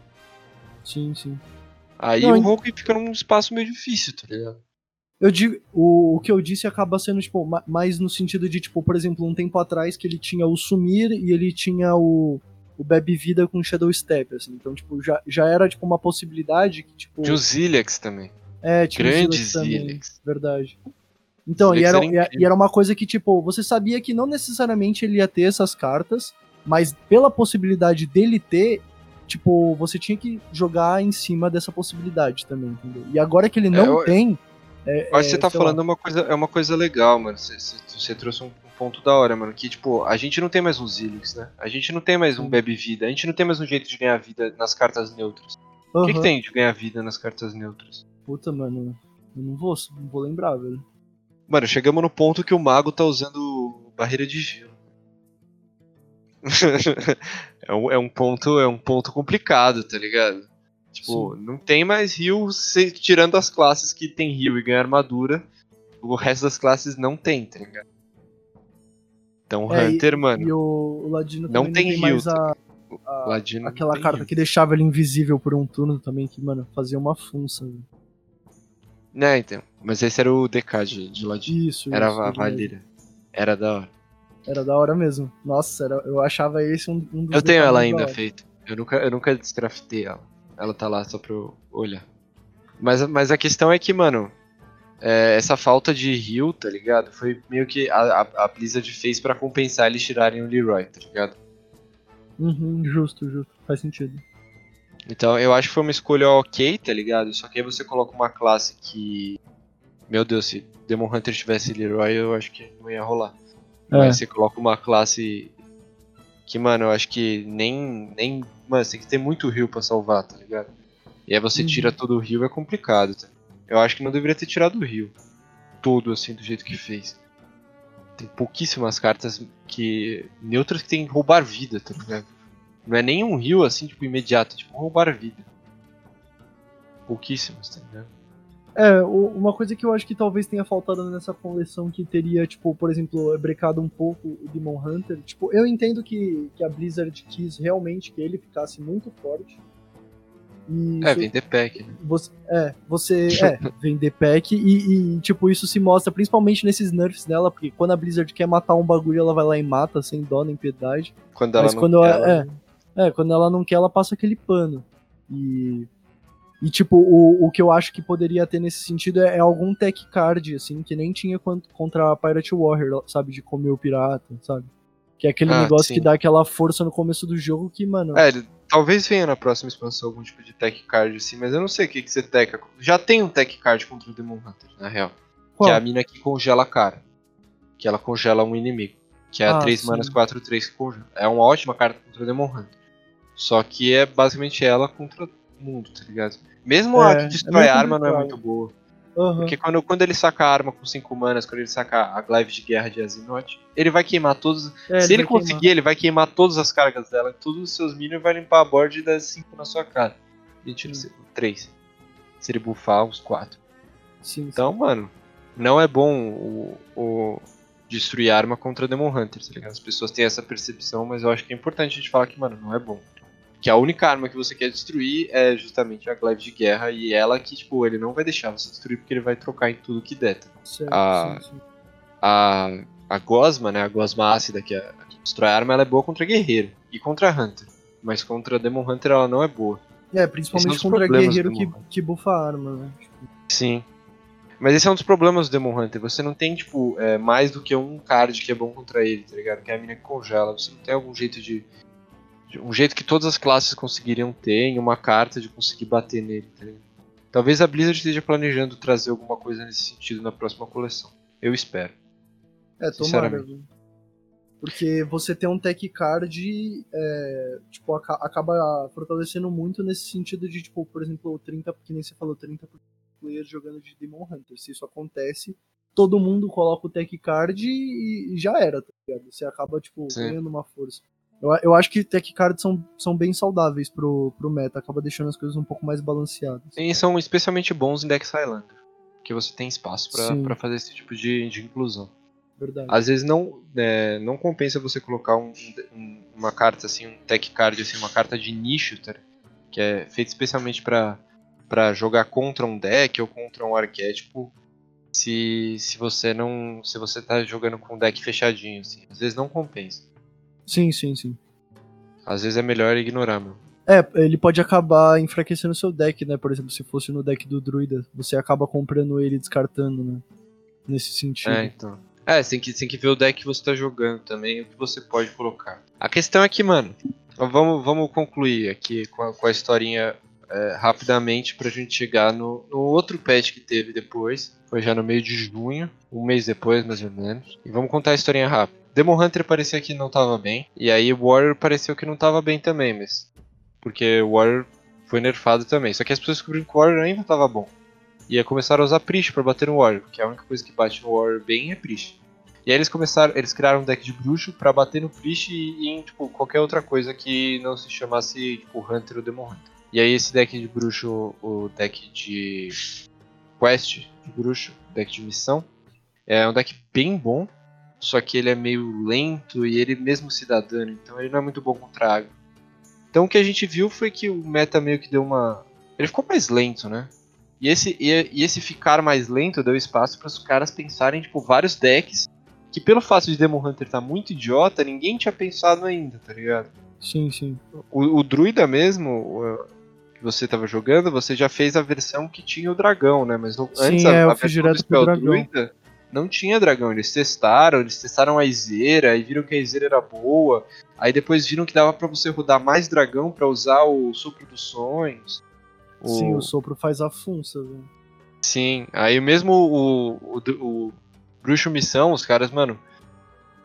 Sim, sim. Aí o Rogue fica num espaço meio difícil, tá ligado? Eu digo, o que eu disse acaba sendo, tipo, mais no sentido de, tipo, por exemplo, um tempo atrás que ele tinha o Sumir e ele tinha o Bebe Vida com Shadow Step, assim. Então, tipo, já era, tipo, uma possibilidade que, tipo... Tinha o Zilex também. Tinha grande o Zilex. Verdade. Então, e era uma coisa que, tipo, você sabia que não necessariamente ele ia ter essas cartas, mas pela possibilidade dele ter, tipo, você tinha que jogar em cima dessa possibilidade também, entendeu? E agora que ele não tem... Eu acho que você tá falando uma coisa legal, mano. Você trouxe um ponto da hora, mano. Que, tipo, a gente não tem mais um Zilix, né? A gente não tem mais um Bebe Vida. A gente não tem mais um jeito de ganhar vida nas cartas neutras. O que tem de ganhar vida nas cartas neutras? Puta, mano. Eu não vou lembrar, velho. Mano, chegamos no ponto que o Mago tá usando barreira de gelo. é um ponto complicado, tá ligado? Tipo, não tem mais heal, tirando as classes que tem heal e ganha armadura, o resto das classes não tem, tá ligado? Então Hunter, mano. E o Ladino não também tem mais heal. aquela carta que deixava ele invisível por um turno também, que, mano, fazia uma função. Né, então. Mas esse era o DK de Ladino. Isso. Era a Valira. Era da hora. Era da hora mesmo. Nossa, eu achava esse um dos... Eu tenho ela ainda feita. Eu nunca descraftei ela. Ela tá lá só pra eu olhar. Mas a questão é que, mano, essa falta de heal, tá ligado? Foi meio que a Blizzard fez pra compensar eles tirarem o Leroy, tá ligado? Justo. Faz sentido. Então eu acho que foi uma escolha ok, tá ligado? Só que aí você coloca uma classe que... Meu Deus, se Demon Hunter tivesse Leroy, eu acho que não ia rolar. Mas você coloca uma classe que, mano, eu acho que nem. Mano, você tem que ter muito heal pra salvar, tá ligado? E aí você tira todo o heal, é complicado, tá? Eu acho que não deveria ter tirado o heal. Todo, assim, do jeito que fez. Tem pouquíssimas cartas que. Neutras que tem roubar vida, tá ligado? Não é nem um heal, assim, tipo, imediato, é tipo roubar vida. Pouquíssimas, tá ligado? Uma coisa que eu acho que talvez tenha faltado nessa coleção que teria, tipo, por exemplo, brecado um pouco o Demon Hunter. Tipo, eu entendo que a Blizzard quis realmente que ele ficasse muito forte. E vender pack, né? Vender pack e, tipo, isso se mostra principalmente nesses nerfs dela, porque quando a Blizzard quer matar um bagulho, ela vai lá e mata, sem dó nem piedade. Quando ela não quer, quando ela não quer, ela passa aquele pano. E tipo, o que eu acho que poderia ter nesse sentido é algum tech card, assim, que nem tinha contra a Pirate Warrior, sabe? De comer o pirata, sabe? Que é aquele negócio sim. que dá aquela força no começo do jogo que, mano... Talvez venha na próxima expansão algum tipo de tech card, assim, mas eu não sei o que você teca. Já tem um tech card contra o Demon Hunter, na real. Qual? Que é a mina que congela a cara. Que ela congela um inimigo. Que é 3 manas 4/3 que congela. É uma ótima carta contra o Demon Hunter. Só que é basicamente ela contra o mundo, tá ligado? Mesmo a que destrói a arma não é muito boa. Porque quando ele saca a arma com 5 manas, quando ele saca a Glaive de Guerra de Azinot, ele vai queimar todos. Se ele conseguir, ele vai queimar todas as cargas dela, todos os seus minions, vai limpar a board e dar 5 na sua cara. Mentira, 3. Se ele buffar, uns 4. Então, mano, não é bom o destruir arma contra Demon Hunter, tá ligado? As pessoas têm essa percepção, mas eu acho que é importante a gente falar que, mano, não é bom. Que a única arma que você quer destruir é justamente a Glaive de Guerra, e ela que, tipo, ele não vai deixar você destruir porque ele vai trocar em tudo que der. A Gosma, né, a Gosma ácida, que destrói a arma, ela é boa contra guerreiro e contra Hunter. Mas contra Demon Hunter ela não é boa. Principalmente contra guerreiro que buffa a arma, né? Sim. Mas esse é um dos problemas do Demon Hunter. Você não tem, tipo, mais do que um card que é bom contra ele, tá ligado? Que é a mina que congela. Você não tem algum jeito um jeito que todas as classes conseguiriam ter em uma carta de conseguir bater nele, tá ligado? Talvez a Blizzard esteja planejando trazer alguma coisa nesse sentido na próxima coleção. Eu espero. Tomara. Porque você ter um tech card tipo, acaba fortalecendo muito nesse sentido de, tipo, por exemplo, 30, que nem você falou, 30 players jogando de Demon Hunter. Se isso acontece, todo mundo coloca o tech card e já era, tá ligado? Você acaba, tipo, ganhando uma força. Eu acho que tech cards são bem saudáveis pro meta, acaba deixando as coisas um pouco mais balanceadas. E são especialmente bons em decks Highlander, porque você tem espaço pra fazer esse tipo de inclusão. Verdade. Às vezes não compensa você colocar uma carta assim, um tech card, assim, uma carta de nicho, tá? Que é feita especialmente pra jogar contra um deck ou contra um arquétipo, se você tá jogando com um deck fechadinho, assim. Às vezes não compensa. Sim. Às vezes é melhor ignorar, meu. Ele pode acabar enfraquecendo o seu deck, né? Por exemplo, se fosse no deck do Druida, você acaba comprando ele e descartando, né? Nesse sentido. Então. Você tem que ver o deck que você tá jogando também, o que você pode colocar. A questão é que, mano, vamos concluir aqui com a historinha rapidamente pra gente chegar no outro patch que teve depois. Foi já no meio de junho, um mês depois, mais ou menos. E vamos contar a historinha rápida. Demon Hunter parecia que não tava bem, e aí o Warrior pareceu que não tava bem também, mas... Porque o Warrior foi nerfado também. Só que as pessoas descobriram que o Warrior ainda tava bom. E aí começaram a usar Priest pra bater no Warrior, que a única coisa que bate no Warrior bem é Priest. E aí eles criaram um deck de bruxo pra bater no Priest e em tipo, qualquer outra coisa que não se chamasse tipo, Hunter ou Demon Hunter. E aí esse deck de bruxo, o deck de quest de bruxo, deck de missão, é um deck bem bom, só que ele é meio lento e ele mesmo se dá dano, então ele não é muito bom contra água. Então o que a gente viu foi que o meta meio que deu uma... Ele ficou mais lento, né? E esse ficar mais lento deu espaço para os caras pensarem tipo, vários decks que pelo fato de Demon Hunter estar muito idiota, ninguém tinha pensado ainda, tá ligado? Sim. O Druida mesmo, que você tava jogando, você já fez a versão que tinha o dragão, né? Mas antes a versão do Spell Druida não tinha dragão. Eles testaram a Izeira, aí viram que a Izeira era boa, aí depois viram que dava pra você rodar mais dragão pra usar o Sopro dos Sonhos. Sim, o sopro faz a funça, velho. Sim, aí mesmo o Bruxo Missão, os caras, mano,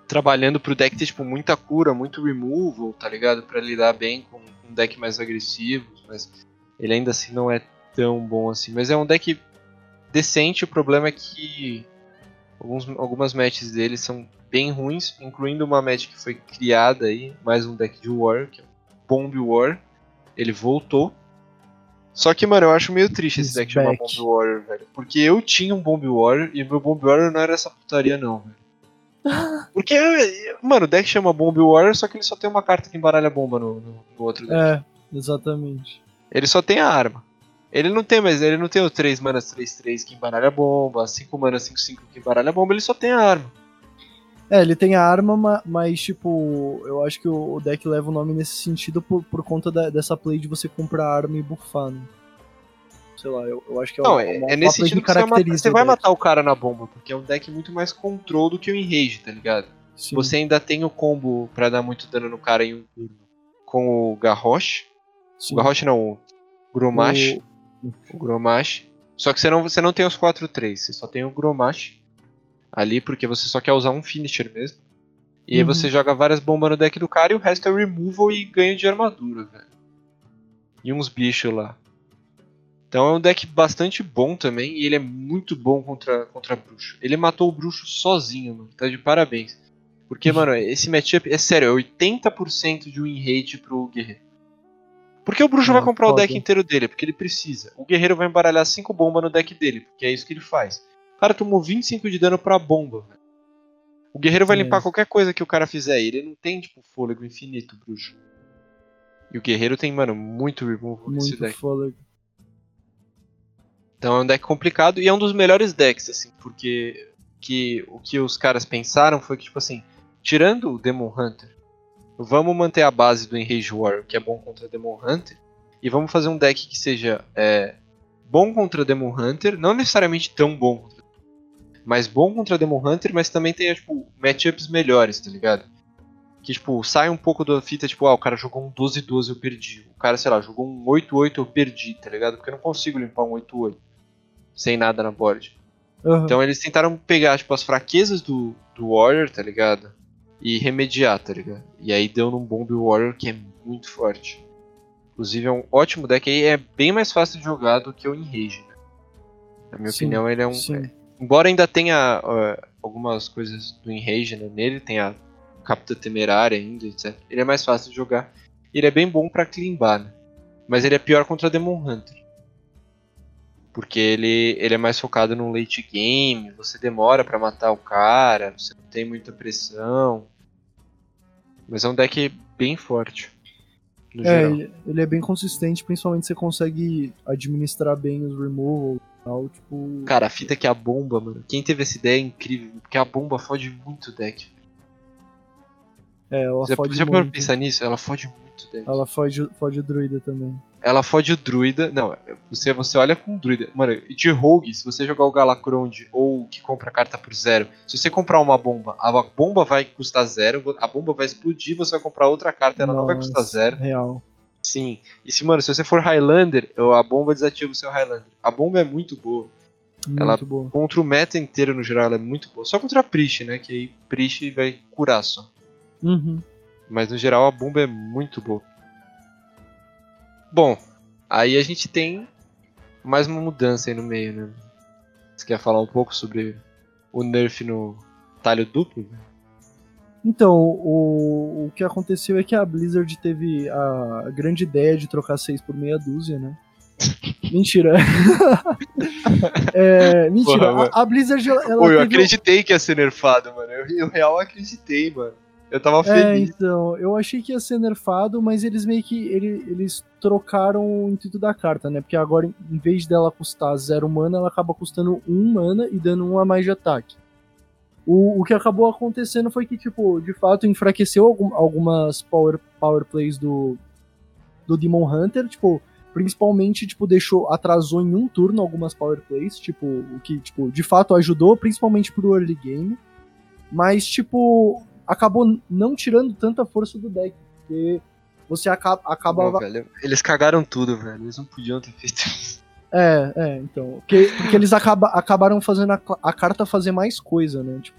trabalhando pro deck ter, tipo, muita cura, muito removal, tá ligado? Pra lidar bem com um deck mais agressivo, mas ele ainda assim não é tão bom assim. Mas é um deck decente, o problema é que algumas matches dele são bem ruins, incluindo uma match que foi criada aí, mais um deck de War, que é o Bomb War. Ele voltou. Só que, mano, eu acho meio triste esse deck chamar Bomb Warrior, velho. Porque eu tinha um Bomb Warrior e meu Bomb Warrior não era essa putaria, não, velho. Porque, mano, o deck chama Bomb Warrior, só que ele só tem uma carta que embaralha bomba no outro deck. É, exatamente. Ele só tem a arma. Ele não tem o 3 manas 3/3 que embaralha bomba, 5 manas 5/5 que embaralha bomba, ele só tem a arma. É, ele tem a arma, mas, tipo, eu acho que o deck leva o nome nesse sentido por conta dessa play de você comprar arma e buffar, né? Sei lá, eu acho que é nesse sentido que você vai matar o cara na bomba, porque é um deck muito mais control do que o Enrage, tá ligado? Sim. Você ainda tem o combo pra dar muito dano no cara em um turno com o Garrosh. Sim. O Garrosh não, o Grommash. O Grommash. Só que você não tem os 4/3, você só tem o Grommash ali, porque você só quer usar um finisher mesmo. E aí você joga várias bombas no deck do cara e o resto é removal e ganho de armadura, velho. E uns bichos lá. Então é um deck bastante bom também, e ele é muito bom contra bruxo. Ele matou o bruxo sozinho, mano. Tá de parabéns. Porque, mano, esse matchup, é sério, é 80% de win rate pro guerreiro. Porque o bruxo vai comprar o deck inteiro dele, porque ele precisa. O guerreiro vai embaralhar 5 bombas no deck dele, porque é isso que ele faz. O cara tomou 25 de dano pra bomba, velho. O guerreiro vai limpar qualquer coisa que o cara fizer, e ele não tem, tipo, fôlego infinito, bruxo. E o guerreiro tem, mano, muito removal nesse deck. Muito fôlego. Então é um deck complicado e é um dos melhores decks, assim, porque o que os caras pensaram foi que, tipo assim, tirando o Demon Hunter, vamos manter a base do Enrage War, que é bom contra Demon Hunter, e vamos fazer um deck que seja bom contra Demon Hunter, não necessariamente tão bom, mas bom contra Demon Hunter, mas também tenha, tipo, matchups melhores, tá ligado? Que, tipo, sai um pouco da fita, tipo, o cara jogou um 12/12, eu perdi. O cara, sei lá, jogou um 8/8, eu perdi, tá ligado? Porque eu não consigo limpar um 8/8 sem nada na board. Então eles tentaram pegar, tipo, as fraquezas do Warrior, tá ligado? E remediar, tá ligado? E aí deu num Bomb Warrior que é muito forte. Inclusive é um ótimo deck aí, é bem mais fácil de jogar do que o Enrage, né? Na minha opinião, ele é um... embora ainda tenha algumas coisas do Enrage, né, nele, tem a Capta Temerária ainda, etc. Ele é mais fácil de jogar. Ele é bem bom pra climbar, né? Mas ele é pior contra Demon Hunter. Porque ele é mais focado no late game, você demora pra matar o cara, você não tem muita pressão. Mas é um deck bem forte. No geral. Ele é bem consistente, principalmente você consegue administrar bem os removals e tal, tipo... Cara, a fita é que a bomba, mano, quem teve essa ideia é incrível, porque a bomba fode muito o deck. Ela fode muito. Já pode pensar nisso? Ela fode muito o deck. Ela fode o druida também. Ela fode o druida. Não, você olha com o druida. Mano, de rogue, se você jogar o Galacronde ou que compra carta por 0, se você comprar uma bomba, a bomba vai custar 0, a bomba vai explodir, você vai comprar outra carta, ela não vai custar 0. Real. Sim. E se você for Highlander, a bomba desativa o seu Highlander. A bomba é muito boa. Muito boa. Contra o meta inteiro, no geral, ela é muito boa. Só contra a Priest, né? Que aí Priest vai curar só. Mas no geral a bomba é muito boa. Bom, aí a gente tem mais uma mudança aí no meio, né? Você quer falar um pouco sobre o nerf no talho duplo? Então, o que aconteceu é que a Blizzard teve a grande ideia de trocar 6 por meia dúzia, né? Mentira. Mentira. Porra, a Blizzard, ela eu acreditei que ia ser nerfado, mano. Eu real acreditei, mano. Eu tava feliz. Então, eu achei que ia ser nerfado, mas eles meio que eles trocaram o intuito da carta, né? Porque agora, em vez dela custar 0 mana, ela acaba custando 1 mana e dando 1 a mais de ataque. O que acabou acontecendo foi que, tipo, de fato, enfraqueceu algumas power plays do Demon Hunter, tipo, principalmente, tipo, atrasou em um turno algumas power plays, tipo, o que, tipo, de fato ajudou, principalmente pro early game, mas, tipo, acabou não tirando tanta força do deck, porque você acabava... Não, velho, eles cagaram tudo, velho, eles não podiam ter feito isso. Então, porque eles acabaram fazendo a carta fazer mais coisa, né, tipo,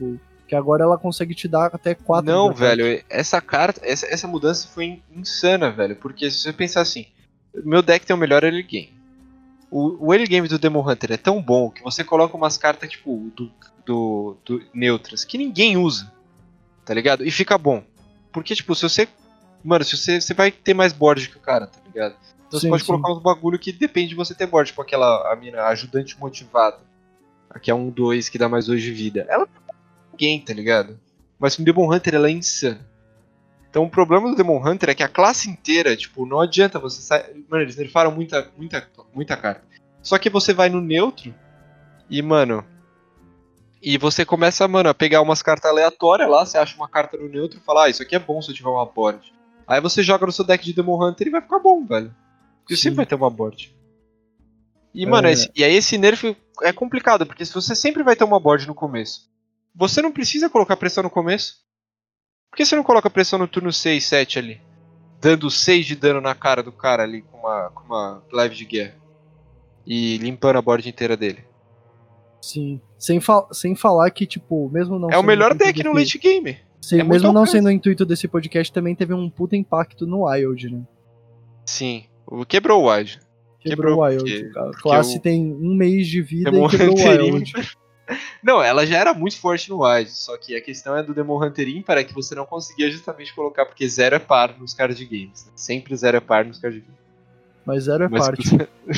Que agora ela consegue te dar até 4 Não, de ataque. velho, essa carta, essa mudança foi insana, velho. Porque se você pensar assim, meu deck tem o melhor early game. O early game do Demon Hunter é tão bom que você coloca umas cartas, tipo, do neutras, que ninguém usa, tá ligado? E fica bom. Porque, tipo, se você... Mano, se você vai ter mais board que o cara, tá ligado? Então Sim, você pode sim. colocar uns bagulho que depende de você ter board. Tipo aquela, a mina ajudante motivada. Aqui é 1/2 que dá mais 2 de vida. Ela não é ninguém, tá ligado? Mas no Demon Hunter ela é insana. Então o problema do Demon Hunter é que a classe inteira, tipo, não adianta você sair... Mano, eles nerfaram muita carta. Só que você vai no neutro e, mano... E você começa, mano, a pegar umas cartas aleatórias lá, você acha uma carta no neutro e fala, isso aqui é bom se eu tiver uma board. Aí você joga no seu deck de Demon Hunter e vai ficar bom, velho. Porque Sim. sempre vai ter uma board. E, mano, e aí esse nerf é complicado, porque se você sempre vai ter uma board no começo, você não precisa colocar pressão no começo. Por que você não coloca pressão no turno 6, 7 ali? Dando 6 de dano na cara do cara ali com uma live de guerra. E limpando a board inteira dele. Sim. Sem falar que, tipo, mesmo não É o sendo melhor intuito deck no late game. Sim, É muito mesmo não alcance. sendo o intuito desse podcast, também teve um puta impacto no Wild, né? Sim. Quebrou o Wild. Quebrou o Wild. A classe tem 1 mês de vida Demon e quebrou o Hunter Wild. Ímpar. Não, ela já era muito forte no Wild, só que a questão é do Demon Hunter Ímpar é que você não conseguia justamente colocar, porque 0 é par nos card games. Né? Sempre 0 é par nos card games. Mas 0 é par, tipo...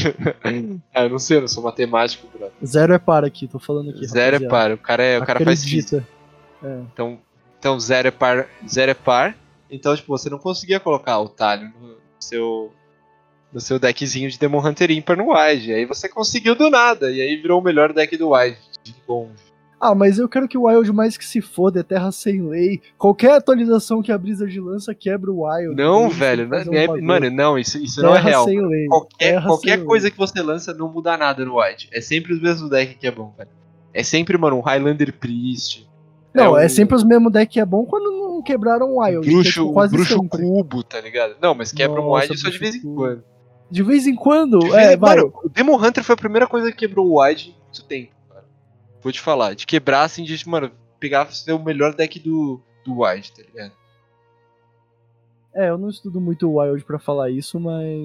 eu não sei, eu não sou matemático, brother. 0 é par aqui, tô falando aqui, 0 é par, o cara faz física. Então 0 é par, 0 é par. Então, tipo, você não conseguia colocar o talho no seu deckzinho de Demon Hunter Ímpar no Wild. Aí você conseguiu do nada, e aí virou o melhor deck do Wild, de longe. Ah, mas eu quero que o Wild mais que se foda, é terra sem lei. Qualquer atualização que a Blizzard lança quebra o Wild. Não, velho, mano, não, isso não é real. Sem lei. Qualquer coisa que você lança não muda nada no Wild. É sempre os mesmos decks que é bom, velho. É sempre, mano, um Highlander Priest. Não, é sempre os mesmos decks que é bom quando não quebraram o Wild. Bruxo Cubo, tá ligado? Não, mas quebra um Wild só de vez em quando. De vez em quando? Mano, o Demon Hunter foi a primeira coisa que quebrou o Wild em muito tempo, cara. Vou te falar. De quebrar, assim, de, mano, pegar ser o melhor deck do Wild, tá ligado? Eu não estudo muito o Wild pra falar isso,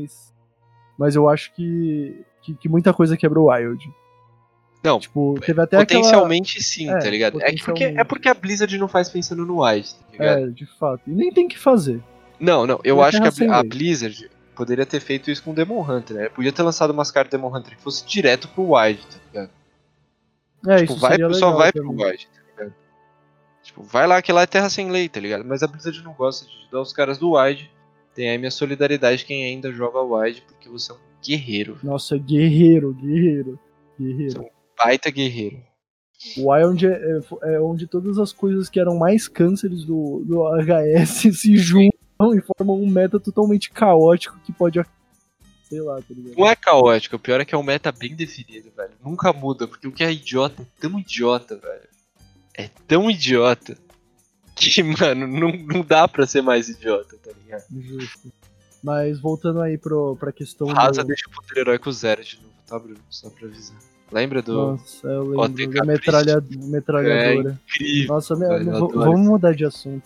mas eu acho que muita coisa quebrou o Wild. Não, tipo, teve até potencialmente sim, tá ligado? É porque a Blizzard não faz pensando no Wild, tá ligado? De fato. E nem tem que fazer. Não, eu acho que a Blizzard poderia ter feito isso com o Demon Hunter, né? Podia ter lançado umas cartas Demon Hunter que fosse direto pro Wild, tá ligado? Tipo, isso só vai também. pro Wild, tá ligado? Tipo, vai lá que lá é terra sem lei, tá ligado? Mas a Blizzard não gosta de ajudar os caras do Wild. Tem aí minha solidariedade quem ainda joga Wild, porque você é um guerreiro. Nossa, guerreiro. Você é um baita guerreiro. O Wild é onde todas as coisas que eram mais cânceres do HS se juntam e formam um meta totalmente caótico que pode... Sei lá, tá ligado? Não é caótico, o pior é que é um meta bem definido, velho. Nunca muda, porque o que é idiota é tão idiota, velho. É tão idiota que, mano, não dá pra ser mais idiota, tá ligado? Justo. Mas voltando aí pra questão Rasa deixa o poder heróico 0 de novo, tá, Bruno? Só pra avisar. Lembra do... Nossa, eu lembro da metralhadora. É incrível. Nossa, vamos mudar de assunto,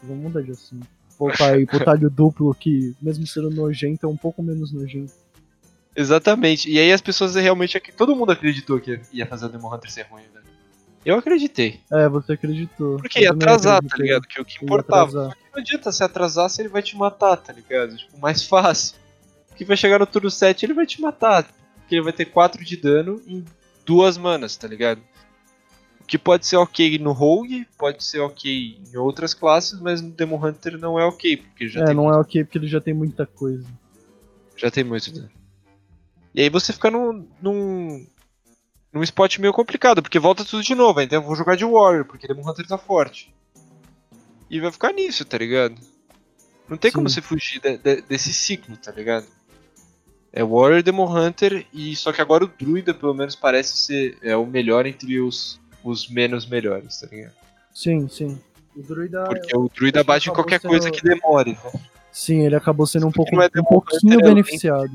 Voltar aí pro talho duplo, que mesmo sendo nojento, é um pouco menos nojento. Exatamente. E aí as pessoas realmente... Todo mundo acreditou que ia fazer o Demon Hunter ser ruim, velho. Eu acreditei. Você acreditou. Porque ia atrasar, tá ligado? Que o que importava. Só que não adianta se atrasar se ele vai te matar, tá ligado? Tipo, mais fácil. Porque vai chegar no turno 7 ele vai te matar. Porque ele vai ter 4 de dano em 2 manas, tá ligado? O que pode ser ok no Rogue, pode ser ok em outras classes, mas no Demon Hunter não é ok. Porque já tem não é ok porque ele já tem muita coisa. Já tem muito dano. E aí você fica num spot meio complicado, porque volta tudo de novo, então eu vou jogar de Warrior, porque Demon Hunter tá forte. E vai ficar nisso, tá ligado? Não tem como você fugir desse ciclo, tá ligado? É Warrior, Demon Hunter, e só que agora o Druida pelo menos parece ser o melhor entre os menos melhores, tá ligado? Sim. O Druida, porque o Druida bate em qualquer coisa que demore, né? Sim, ele acabou sendo um pouquinho beneficiado.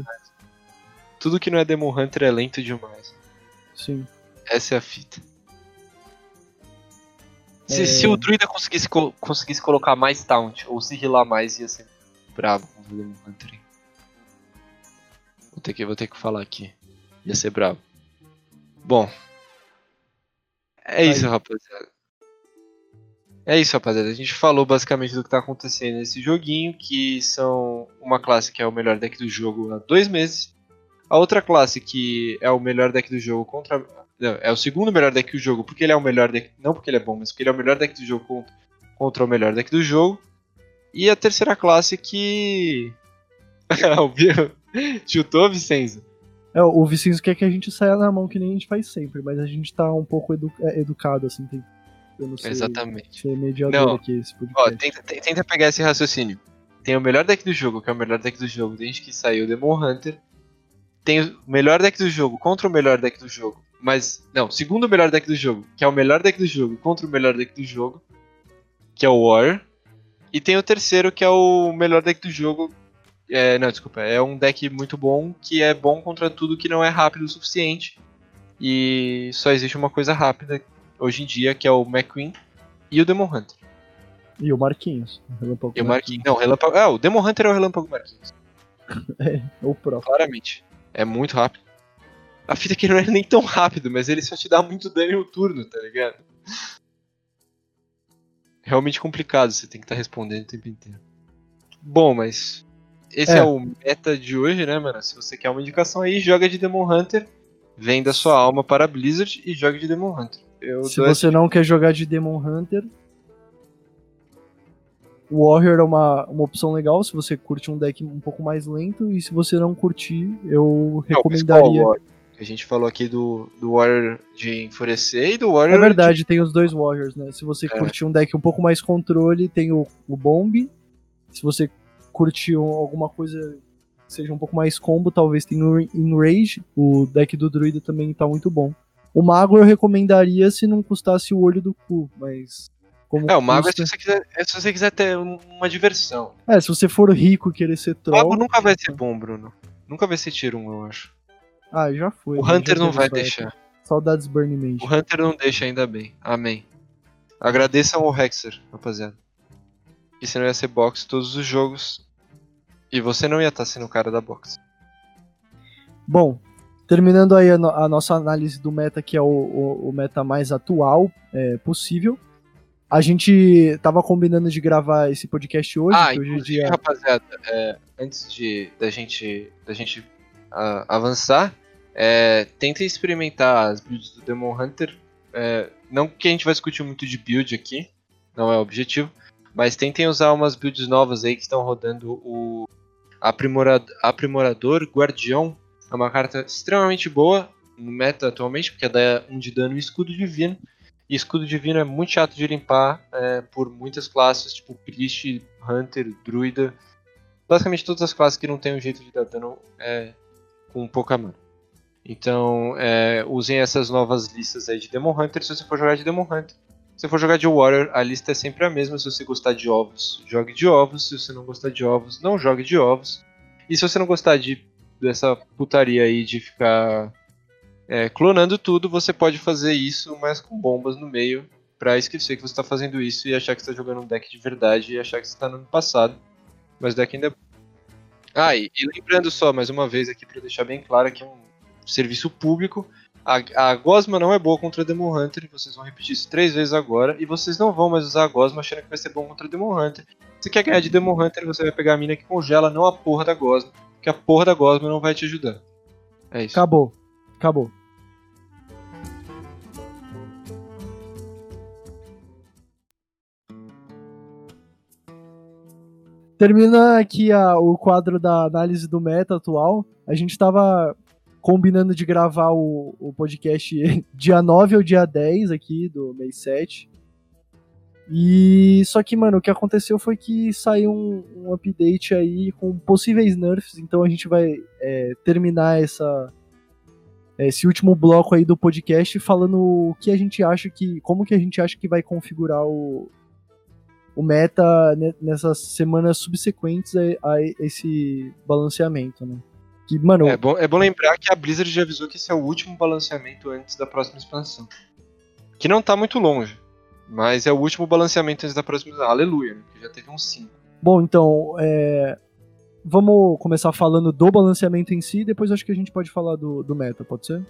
Tudo que não é Demon Hunter é lento demais. Sim. Essa é a fita. Se o druida conseguisse colocar mais taunt, ou se healar mais, ia ser brabo com o Demon Hunter. Vou ter que falar aqui. Ia ser brabo. Bom. É isso, rapaziada. A gente falou basicamente do que tá acontecendo nesse joguinho, que são uma classe que é o melhor deck do jogo há 2 meses. A outra classe que é o melhor deck do jogo contra... Não, é o segundo melhor deck do jogo, porque ele é o melhor deck... Não porque ele é bom, mas porque ele é o melhor deck do jogo contra o melhor deck do jogo. E a terceira classe que... Chutou, Vicenzo? O Vicenzo quer que a gente saia na mão, que nem a gente faz sempre, mas a gente tá um pouco educado, assim, tentando Exatamente. ser mediador aqui, esse podcast. Ó, tenta pegar esse raciocínio. Tem o melhor deck do jogo, que é o melhor deck do jogo desde que saiu o Demon Hunter. Tem o melhor deck do jogo contra o melhor deck do jogo. Mas, não, segundo melhor deck do jogo, que é o melhor deck do jogo contra o melhor deck do jogo, que é o Warrior. E tem o terceiro, que é o melhor deck do jogo. É um deck muito bom, que é bom contra tudo que não é rápido o suficiente. E só existe uma coisa rápida hoje em dia, que é o McQueen e o Demon Hunter. E o Marquinhos. O Marquinhos. Não, o Demon Hunter é o Relâmpago Marquinhos. O próprio. Claramente. É muito rápido. A fita é que não é nem tão rápido, mas ele só te dá muito dano em um turno, tá ligado? Realmente complicado, você tem que estar respondendo o tempo inteiro. Bom, mas esse é o meta de hoje, né, mano? Se você quer uma indicação aí, joga de Demon Hunter, venda sua alma para a Blizzard e joga de Demon Hunter. Se você não quer jogar de Demon Hunter, o Warrior é uma opção legal se você curte um deck um pouco mais lento, e se você não curtir, eu recomendaria... A gente falou aqui do Warrior de Enfurecer e do Warrior... É verdade, tem os dois Warriors, né? Se você curtir um deck um pouco mais controle, tem o Bomb. Se você curtir alguma coisa que seja um pouco mais combo, talvez tenha o Enrage. O deck do Druida também tá muito bom. O Mago eu recomendaria se não custasse o olho do cu, mas... o Mago é se você quiser ter uma diversão. Se você for rico e querer ser troll... O Mago nunca vai ser bom, Bruno. Nunca vai ser tier 1, eu acho. Já foi. O Hunter não vai deixar. Saudades Burning Mage. O Hunter não deixa, ainda bem. Amém. Agradeçam ao Hexer, rapaziada. Que senão ia ser box todos os jogos. E você não ia estar sendo o cara da box. Bom, terminando aí a nossa análise do meta, que é o meta mais atual possível. A gente tava combinando de gravar esse podcast hoje. Que hoje é dia... rapaziada, antes da gente avançar, tentem experimentar as builds do Demon Hunter. Não que a gente vai discutir muito de build aqui, não é o objetivo, mas tentem usar umas builds novas aí que estão rodando. O Aprimorador Guardião é uma carta extremamente boa no meta atualmente, porque dá 1 de dano e escudo divino. E escudo divino é muito chato de limpar por muitas classes, tipo Priest, Hunter, Druida. Basicamente todas as classes que não tem um jeito de dar dano com pouca mana. Então, usem essas novas listas aí de Demon Hunter se você for jogar de Demon Hunter. Se você for jogar de Warrior, a lista é sempre a mesma. Se você gostar de ovos, jogue de ovos. Se você não gostar de ovos, não jogue de ovos. E se você não gostar dessa putaria aí de ficar clonando tudo, você pode fazer isso, mas com bombas no meio, pra esquecer que você tá fazendo isso e achar que você tá jogando um deck de verdade e achar que você tá no ano passado. Mas o deck ainda é... e lembrando só, mais uma vez aqui, pra deixar bem claro que é um serviço público, a Gosma não é boa contra Demon Hunter, e vocês vão repetir isso 3 vezes agora, e vocês não vão mais usar a Gosma achando que vai ser bom contra Demon Hunter. Se quer ganhar de Demon Hunter, você vai pegar a mina que congela, não a porra da Gosma, porque a porra da Gosma não vai te ajudar. É isso. Acabou. Termina aqui o quadro da análise do meta atual. A gente tava combinando de gravar o podcast dia 9 ou dia 10 aqui do mês 7. E só que, mano, o que aconteceu foi que saiu um update aí com possíveis nerfs, então a gente vai terminar esse último bloco aí do podcast falando o que a gente acha como que a gente acha que vai configurar o meta nessas semanas subsequentes a esse balanceamento, né? Que, mano, é bom lembrar que a Blizzard já avisou que esse é o último balanceamento antes da próxima expansão. Que não tá muito longe. Mas é o último balanceamento antes da próxima. Aleluia, né? Que já teve uns 5. Bom, então, vamos começar falando do balanceamento em si, depois acho que a gente pode falar do meta, pode ser?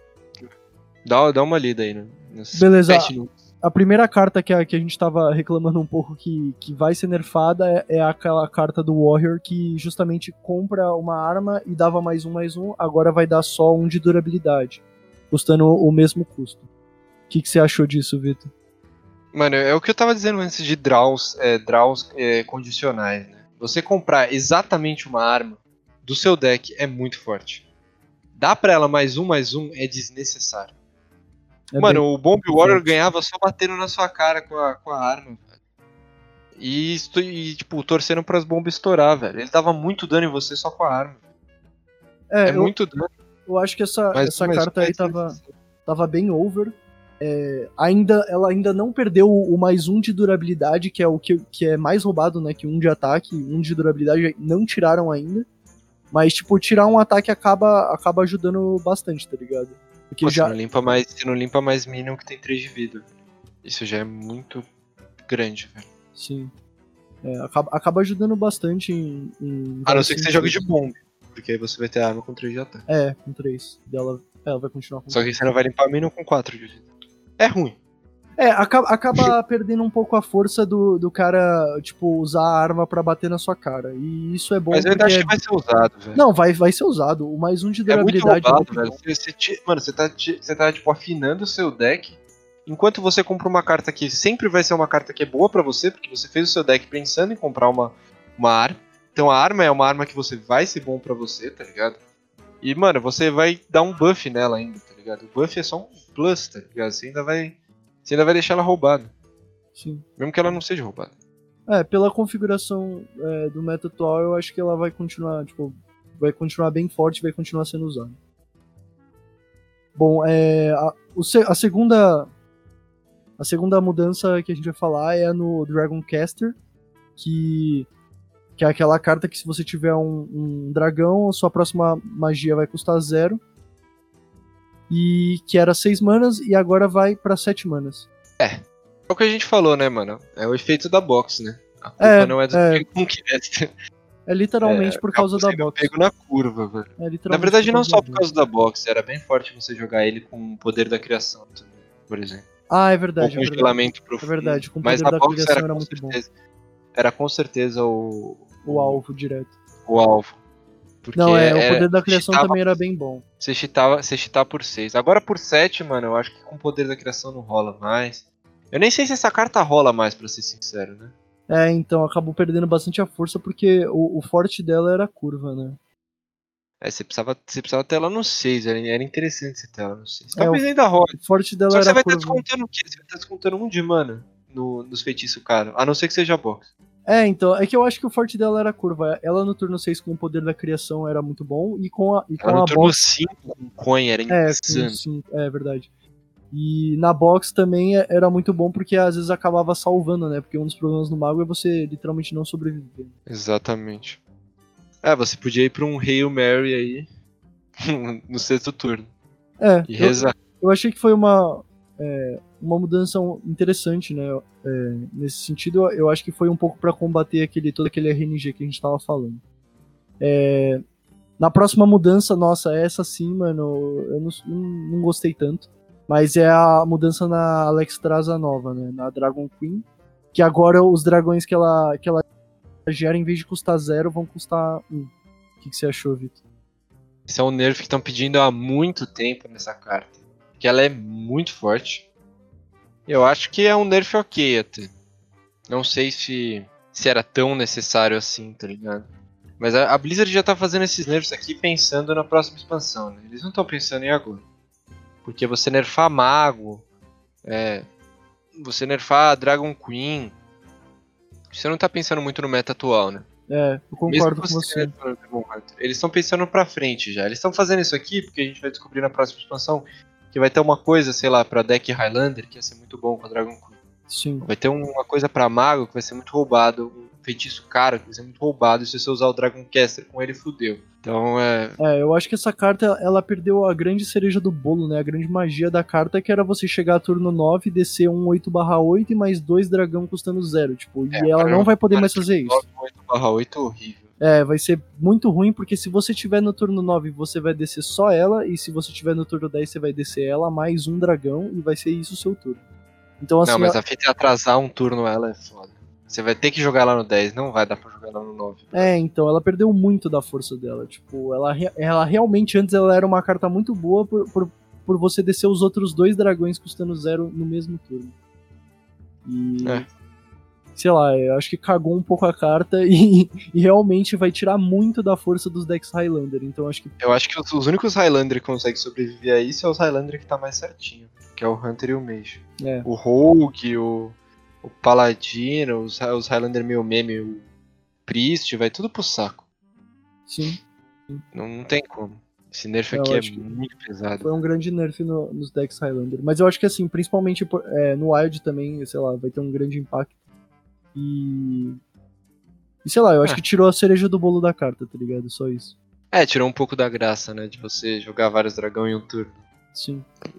Dá uma lida aí, né? Beleza. A primeira carta que a gente tava reclamando um pouco que vai ser nerfada é aquela carta do Warrior que justamente compra uma arma e dava +1/+1, agora vai dar só 1 de durabilidade, custando o mesmo custo. O que você achou disso, Vitor? Mano, é o que eu tava dizendo antes de draws condicionais, né? Você comprar exatamente uma arma do seu deck é muito forte. Dá pra ela +1/+1 é desnecessário. Mano, o Bomb Warrior ganhava só batendo na sua cara com a arma, velho. E tipo, torcendo pras bombas estourar, velho. Ele dava muito dano em você só com a arma. Muito dano. Eu acho que essa carta aí tava bem over. Ela ainda não perdeu o +1 de durabilidade, que é o que é mais roubado, né? Que 1 de ataque, 1 de durabilidade não tiraram ainda. Mas, tipo, tirar um ataque acaba ajudando bastante, tá ligado? Porque você não limpa mais Minion que tem 3 de vida. Isso já é muito grande, velho. Sim. Acaba ajudando bastante a não ser que você jogue de bomb. Porque aí você vai ter a arma com 3 de ataque. Com 3. Ela vai continuar com 3. Só que você não vai limpar Minion com 4 de vida. É ruim. Acaba perdendo um pouco a força do cara, tipo, usar a arma pra bater na sua cara. E isso é bom. Mas eu ainda acho que vai ser usado, velho. Não, vai ser usado. O +1 de durabilidade. É muito roubado, velho. Você tá, tipo, afinando o seu deck. Enquanto você compra uma carta que sempre vai ser uma carta que é boa pra você, porque você fez o seu deck pensando em comprar uma arma. Então a arma é uma arma que você vai ser bom pra você, tá ligado? E, mano, você vai dar um buff nela ainda, tá ligado? O buff é só um plus, tá ligado? Você ainda vai deixar ela roubada. Sim. Mesmo que ela não seja roubada. Pela configuração do meta atual, eu acho que ela vai continuar, tipo, vai continuar bem forte e vai continuar sendo usada. Bom, a segunda mudança que a gente vai falar é no Dragoncaster, que é aquela carta que se você tiver um dragão, a sua próxima magia vai custar 0. E que era 6 manas e agora vai pra 7 manas. É o que a gente falou, né, mano? É o efeito da box, né? A culpa não é do Dragoncaster. É literalmente por causa da box. Pego na curva, velho. Na verdade, não só por causa da box. Era bem forte você jogar ele com o poder da criação também, por exemplo. É verdade. Com congelamento profundo. É verdade, com o poder da criação era muito bom. Era com certeza o alvo direto. O alvo. Porque o poder da criação também era bem bom. Você cheatar por 6. Agora por 7, mano, eu acho que com o poder da criação não rola mais. Eu nem sei se essa carta rola mais, pra ser sincero, né? Então, acabou perdendo bastante a força porque o forte dela era a curva, né? Você precisava ter ela no 6, era interessante você ter ela no 6. Talvez ainda role. O forte dela Só que era você vai curva. estar descontando o quê? Você vai estar descontando 1 de mana nos feitiços caros. A não ser que seja box. Então, é que eu acho que o forte dela era a curva. Ela no turno 6 com o poder da criação era muito bom, e com a no turno box... 5 com coin era insano. É verdade. E na box também era muito bom porque às vezes acabava salvando, né? Porque um dos problemas do mago é você literalmente não sobreviver. Exatamente. Você podia ir pra um Hail Mary aí no 6º turno. E rezar. Eu achei que foi uma mudança interessante, né? Nesse sentido, eu acho que foi um pouco pra combater todo aquele RNG que a gente tava falando. Na próxima mudança, nossa, essa sim, mano, eu não gostei tanto. Mas é a mudança na Alexstrasza nova, né? Na Dragon Queen. Que agora os dragões que ela gera, em vez de custar 0, vão custar 1. O que você achou, Vitor? Esse é um nerf que estão pedindo há muito tempo nessa carta. Que ela é muito forte. Eu acho que é um nerf ok até. Não sei se era tão necessário assim, tá ligado? Mas a Blizzard já tá fazendo esses nerfs aqui pensando na próxima expansão, né? Eles não estão pensando em agora. Porque você nerfar Mago, você nerfar Dragon Queen, você não tá pensando muito no meta atual, né? Eu concordo com você. Eles estão pensando pra frente já. Eles estão fazendo isso aqui porque a gente vai descobrir na próxima expansão que vai ter uma coisa, sei lá, pra deck Highlander que ia ser muito bom com a Dragon Queen. Sim. Vai ter uma coisa pra mago que vai ser muito roubado, um feitiço caro que vai ser muito roubado, e se você usar o Dragon Caster com ele, fudeu. Então Eu acho que essa carta, ela perdeu a grande cereja do bolo, né? A grande magia da carta, que era você chegar a turno 9, descer um 8/8 e mais 2 dragão custando 0, tipo, e ela não vai poder mais fazer isso. 8/8 é horrível. Vai ser muito ruim, porque se você tiver no turno 9, você vai descer só ela, e se você tiver no turno 10, você vai descer ela mais um dragão, e vai ser isso o seu turno. Então, assim, Não, mas a fita é atrasar um turno ela é foda. Você vai ter que jogar lá no 10, não vai dar pra jogar lá no 9. então, ela perdeu muito da força dela. Tipo, ela realmente, antes, ela era uma carta muito boa por você descer os outros 2 dragões custando 0 no mesmo turno. E... sei lá, eu acho que cagou um pouco a carta e realmente vai tirar muito da força dos decks Highlander. Então acho que. Eu acho que os únicos Highlander que conseguem sobreviver a isso é os Highlander que tá mais certinho. Que é o Hunter e o Mage. O Rogue, o Paladino, os Highlander meio meme, o Priest, vai tudo pro saco. Sim. Não tem como. Esse nerf aqui é muito pesado. Foi um grande nerf nos decks Highlander. Mas eu acho que assim, principalmente no Wild também, sei lá, vai ter um grande impacto. E sei lá, eu acho que tirou a cereja do bolo da carta, tá ligado? Só isso. Tirou um pouco da graça, né? De você jogar vários dragão em um turno. Sim.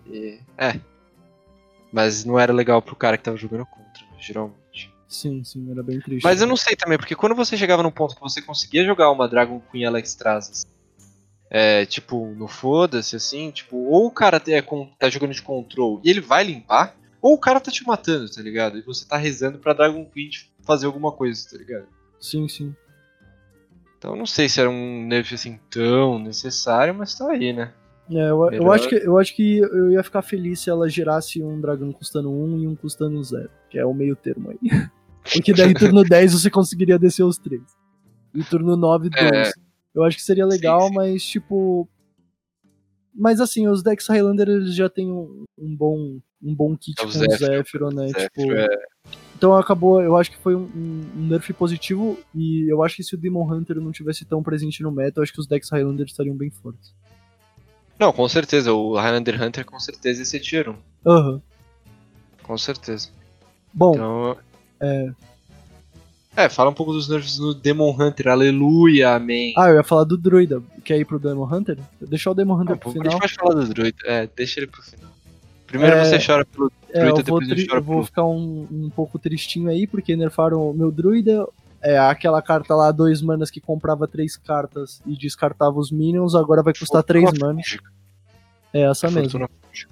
Mas não era legal pro cara que tava jogando contra, geralmente. Sim, era bem triste. Mas eu não sei também, porque quando você chegava num ponto que você conseguia jogar uma Dragon Queen Alex Trazas, tipo, no foda-se, assim, tipo, ou o cara tá jogando de control e ele vai limpar, ou o cara tá te matando, tá ligado? E você tá rezando pra Dragon Queen fazer alguma coisa, tá ligado? Sim. Então eu não sei se era um nerf assim tão necessário, mas tá aí, né? Eu acho que eu ia ficar feliz se ela gerasse um dragão custando 1 e um custando 0, que é o meio termo aí. Porque daí turno 10 você conseguiria descer os 3. E turno 9, 2. Eu acho que seria legal, sim. Mas tipo... Mas assim, os decks Highlander eles já tem um bom kit com o Zephyr, né? Então acabou, eu acho que foi um nerf positivo, e eu acho que se o Demon Hunter não tivesse tão presente no meta, eu acho que os decks Highlander estariam bem fortes. Não, com certeza, o Highlander Hunter com certeza ia ser tier 1. Aham. Com certeza. Bom, então, fala um pouco dos nerfs no Demon Hunter, aleluia, amém. Eu ia falar do Druida. Quer ir pro Demon Hunter? Deixar o Demon Hunter pro final. A gente pode falar do Druida, deixa ele pro final. Primeiro você chora pelo Druida, depois eu choro eu vou ficar um pouco tristinho aí, porque nerfaram o meu Druida. Aquela carta lá, 2 manas que comprava 3 cartas e descartava os minions, agora vai custar 3 manas. Essa mesmo.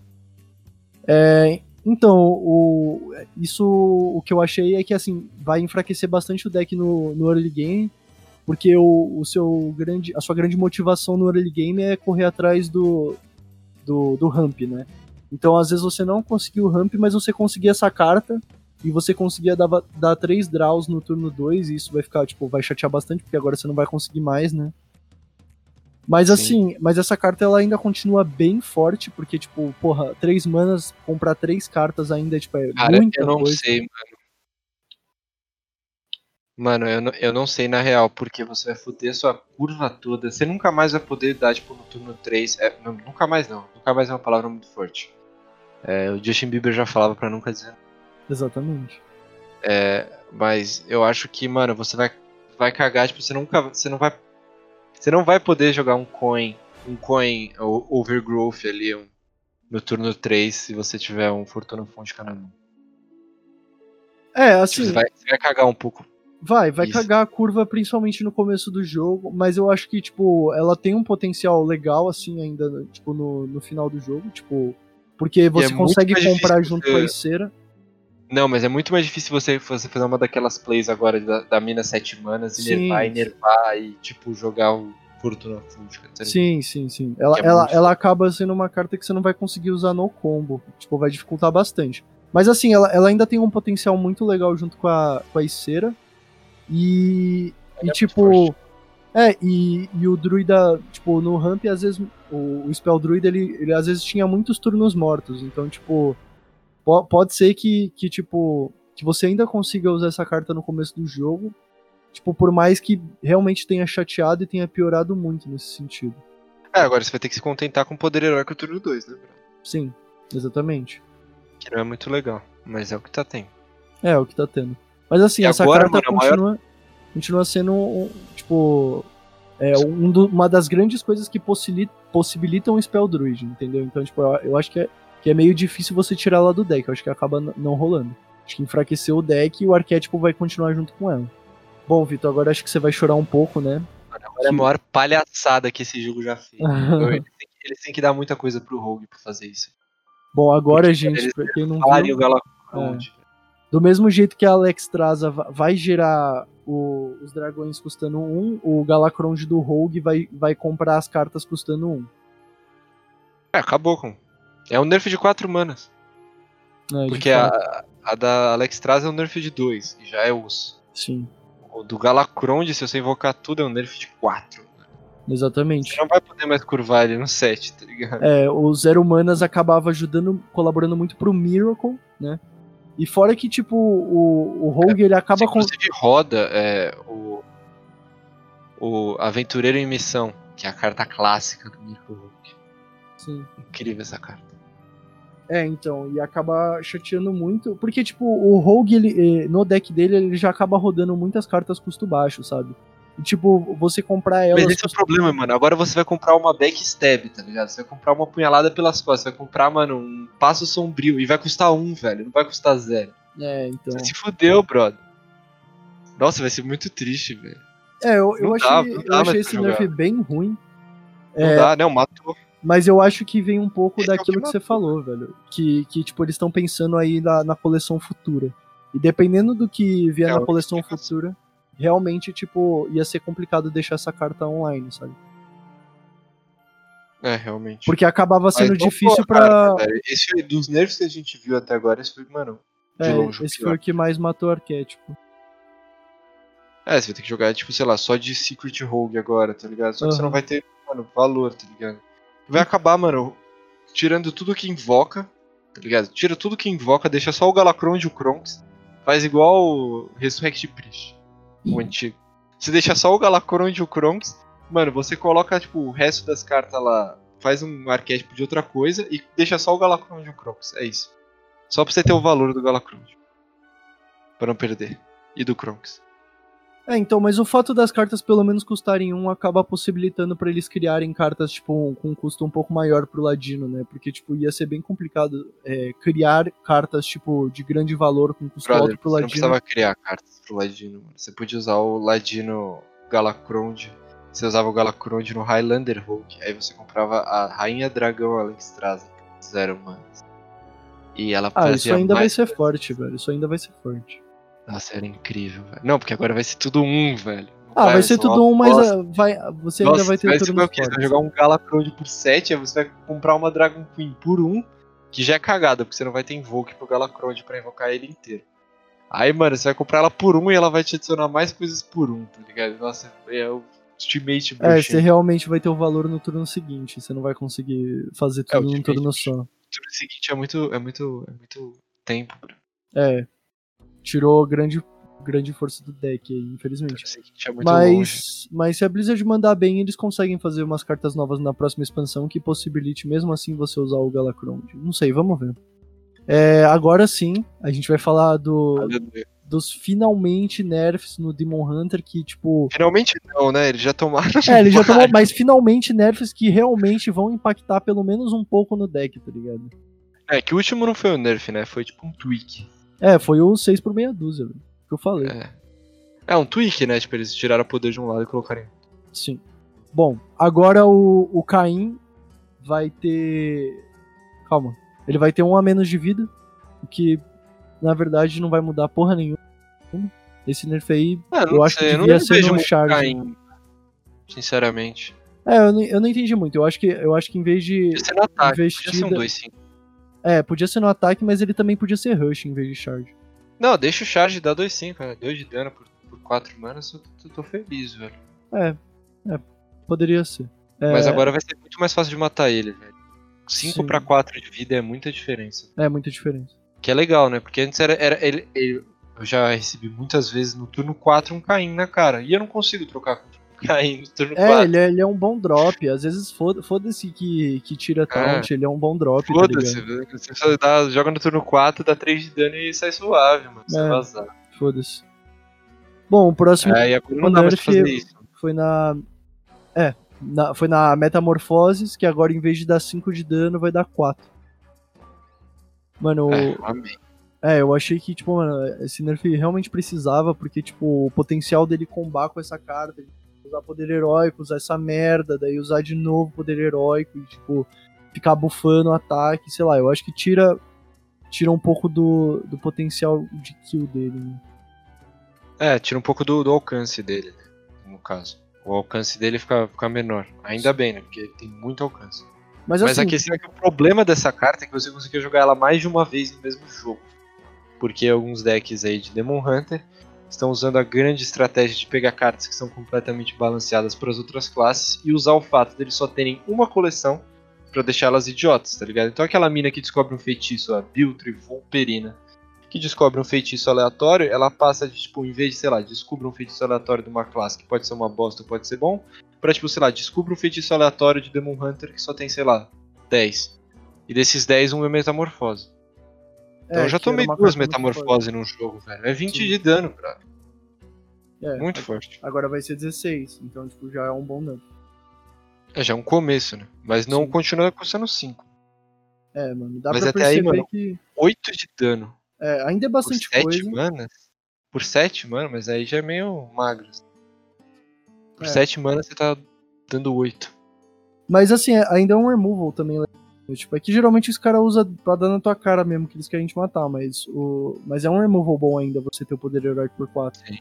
Então, o que eu achei é que assim, vai enfraquecer bastante o deck no early game, porque a sua grande motivação no early game é correr atrás do ramp, né? Então, às vezes você não conseguiu o ramp, mas você conseguia essa carta, e você conseguia dar 3 draws no turno 2, e isso vai ficar, tipo, vai chatear bastante, porque agora você não vai conseguir mais, né? Mas assim, essa carta ela ainda continua bem forte, porque, tipo, 3 manas, comprar 3 cartas ainda, tipo, cara, muita eu não coisa. sei, mano. Mano, eu não sei na real, porque você vai foder sua curva toda. Você nunca mais vai poder dar, tipo, no turno 3. Nunca mais não. Nunca mais é uma palavra muito forte. O Justin Bieber já falava pra nunca dizer. Exatamente. Mas eu acho que, mano, você vai cagar, tipo, você não vai poder jogar um coin overgrowth ali no turno 3 se você tiver um Fortuna Fonte na mão. Assim... Tipo, você vai cagar um pouco. Vai cagar a curva, principalmente no começo do jogo, mas eu acho que, tipo, ela tem um potencial legal, assim, ainda, tipo, no final do jogo, tipo, porque você consegue comprar junto com a Icera. Não, mas é muito mais difícil você fazer uma daquelas plays agora da mina 7 manas e nervar e, tipo, jogar o Fortuna Fúndica. Tá? Sim. Ela acaba sendo uma carta que você não vai conseguir usar no combo, tipo, vai dificultar bastante. Mas assim, ela ainda tem um potencial muito legal junto com a Icera. E tipo... E o druida, tipo, no ramp, às vezes, o spell druida, ele às vezes tinha muitos turnos mortos, então, tipo, pode ser que tipo, que você ainda consiga usar essa carta no começo do jogo, tipo, por mais que realmente tenha chateado e tenha piorado muito nesse sentido. Agora você vai ter que se contentar com o poder heróico do turno 2, né, bro? Sim, exatamente. Que não é muito legal, mas é o que tá tendo. É o que tá tendo. Mas assim, E essa agora, carta mano, continua sendo, tipo, uma das grandes coisas que possibilitam o Spell Druid, entendeu? Então, tipo, eu acho que é meio difícil você tirar ela do deck. Eu acho que acaba não rolando. Acho que enfraqueceu o deck e o arquétipo vai continuar junto com ela. Bom, Vitor, agora acho que você vai chorar um pouco, né? agora é a maior palhaçada que esse jogo já fez. Eles têm que dar muita coisa pro Rogue pra fazer isso. Bom, agora, Porque, gente, eles pra quem não levarem viu, o Galacrond. do mesmo jeito que a Alexstrasza vai gerar os dragões custando 1, o Galacrond do Rogue vai comprar as cartas custando 1. Acabou com. É um nerf de 4 manas. Porque a da Alexstrasza é um nerf de 2, e já é osso. Sim. O do Galacrond, se você invocar tudo, é um nerf de 4. Exatamente. Você não vai poder mais curvar ele no 7, tá ligado? O Zero Manas acabava colaborando muito pro Miracle, né? E fora que, tipo, o Rogue, ele acaba com... Inclusive roda o Aventureiro em Missão, que é a carta clássica do Miracle Rogue. Sim. Incrível essa carta. Então, e acaba chateando muito, porque, tipo, o Rogue, ele, no deck dele, ele já acaba rodando muitas cartas custo baixo, sabe? E, tipo, você comprar elas... Mas esse é o problema, mano. Agora você vai comprar uma backstab, tá ligado? Você vai comprar uma punhalada pelas costas, você vai comprar, mano, um passo sombrio, e vai custar 1, velho, não vai custar 0. então... Você se fudeu, brother. Nossa, vai ser muito triste, velho. Eu achei esse nerf bem ruim. Não dá, não, matou. Mas eu acho que vem um pouco Esse daquilo é que você falou, velho. Que tipo, eles estão pensando aí na coleção futura. E dependendo do que vier na coleção futura, realmente, tipo, ia ser complicado deixar essa carta online, sabe? Realmente. Porque acabava sendo difícil pra... Esse dos nerfs que a gente viu até agora, esse foi, mano, de longe. Esse foi o que mais matou o arquétipo. Você vai ter que jogar, tipo, sei lá, só de Secret Rogue agora, tá ligado? Só que você não vai ter, mano, valor, tá ligado? Vai acabar, mano, tirando tudo que invoca, tá ligado? Tira tudo que invoca, deixa só o Galacrond e o Kronx. Faz igual o Resurrect Priest, o antigo. Você deixa só o Galacrond e o Kronx, mano, você coloca, tipo, o resto das cartas lá, faz um arquétipo de outra coisa e deixa só o Galacrond e o Kronx. É isso. Só pra você ter o valor do Galacrond. Pra não perder. E do Kronx. Então, mas o fato das cartas pelo menos custarem 1 acaba possibilitando pra eles criarem cartas, tipo, com um custo um pouco maior pro Ladino, né? Porque, tipo, ia ser bem complicado criar cartas, tipo, de grande valor com custo alto pro Ladino. Você não precisava criar cartas pro Ladino, mano. Você podia usar o Ladino Galacrond. Você usava o Galacrond no Highlander Rogue. Aí você comprava a Rainha Dragão Alexstrasza, 0 manas. E ela fazia isso ainda vai ser forte, velho. Isso ainda vai ser forte. Nossa, era incrível, velho. Não, porque agora vai ser tudo 1, velho. Vai ser tudo 1, mas você ainda vai ter tudo forte. Você vai jogar um Galacrond por 7, aí você vai comprar uma Dragon Queen por 1, que já é cagada, porque você não vai ter Invoke pro Galacrond pra invocar ele inteiro. Aí, mano, você vai comprar ela por 1 e ela vai te adicionar mais coisas por 1, tá ligado? Nossa, é o Ultimate Bruxinho. Você realmente vai ter o valor no turno seguinte, você não vai conseguir fazer tudo num turno só. O turno seguinte é muito tempo, bro. Tirou grande força do deck aí, infelizmente. É muito longe. Mas se a Blizzard mandar bem, eles conseguem fazer umas cartas novas na próxima expansão que possibilite mesmo assim você usar o Galacrond. Não sei, vamos ver. Agora sim, a gente vai falar dos finalmente nerfs no Demon Hunter que, tipo... Finalmente não, né? Eles já tomaram. Eles já tomaram, mas finalmente nerfs que realmente vão impactar pelo menos um pouco no deck, tá ligado? Que o último não foi um nerf, né? Foi tipo um tweak. Foi o 6 por meia dúzia, velho. Que eu falei. Um tweak, né? Tipo, eles tiraram o poder de um lado e colocaram em outro. Sim. Bom, agora o Caim vai ter... Calma. Ele vai ter 1 a menos de vida, o que, na verdade, não vai mudar porra nenhuma. Esse nerf aí, eu acho que devia ser no charge. Caim, sinceramente. Eu não entendi muito. Eu acho que em vez de... Podia ser no ataque, investida... podia ser um 2-5. Podia ser no ataque, mas ele também podia ser rush em vez de charge. Não, deixa o charge dar 2-5, né? 2 de dano por 4 manas, eu tô feliz, velho. Poderia ser. Mas agora vai ser muito mais fácil de matar ele, velho. 5 pra 4 de vida é muita diferença. É muita diferença. Que é legal, né? Porque antes era eu já recebi muitas vezes no turno 4 um Caim na cara. E eu não consigo trocar com cair no turno 4. Ele é um bom drop. Às vezes foda-se que tira taunt, ele é um bom drop, tá Foda-se, ligado? você só joga no turno 4, dá 3 de dano e sai suave, mano. Você vazar. Foda-se. Bom, o próximo E agora não dá mais pra fazer isso. foi foi na Metamorfoses, que agora em vez de dar 5 de dano, vai dar 4. Mano, amei. Eu achei que, tipo, mano, esse nerf realmente precisava, porque, tipo, o potencial dele combar com essa carta, usar poder heróico, usar essa merda, daí usar de novo poder heróico e, tipo, ficar bufando o ataque, sei lá, eu acho que tira um pouco do potencial de kill dele, né? Tira um pouco do alcance dele, né, no caso. O alcance dele fica menor. Ainda bem, né? Porque ele tem muito alcance. Mas assim, a questão é que o problema dessa carta é que você conseguiu jogar ela mais de uma vez no mesmo jogo. Porque alguns decks aí de Demon Hunter estão usando a grande estratégia de pegar cartas que são completamente balanceadas para as outras classes e usar o fato deles só terem uma coleção para deixar elas idiotas, tá ligado? Então aquela mina que descobre um feitiço, a Biltri Volperina, que descobre um feitiço aleatório, ela passa de, tipo, em vez de, sei lá, descubra um feitiço aleatório de uma classe que pode ser uma bosta ou pode ser bom, pra, tipo, sei lá, descubra um feitiço aleatório de Demon Hunter que só tem, sei lá, 10. E desses 10, um é metamorfose. Então eu já tomei 2 metamorfose num jogo, velho. É 20 de dano, cara. Muito forte. Agora vai ser 16, então, tipo, já é um bom dano. Já é um começo, né? Mas não continua custando 5. Mano, dá mas pra até perceber aí, mano, que... 8 de dano. Ainda é bastante por 7 coisa. Manas? Por 7 manas, mas aí já é meio magro. Por 7 manas você tá dando 8. Mas assim, ainda é um removal também. Tipo, é que geralmente os caras usam pra dar na tua cara mesmo, que eles querem te matar, mas é um removal bom ainda você ter o poder heróico por 4. Sim.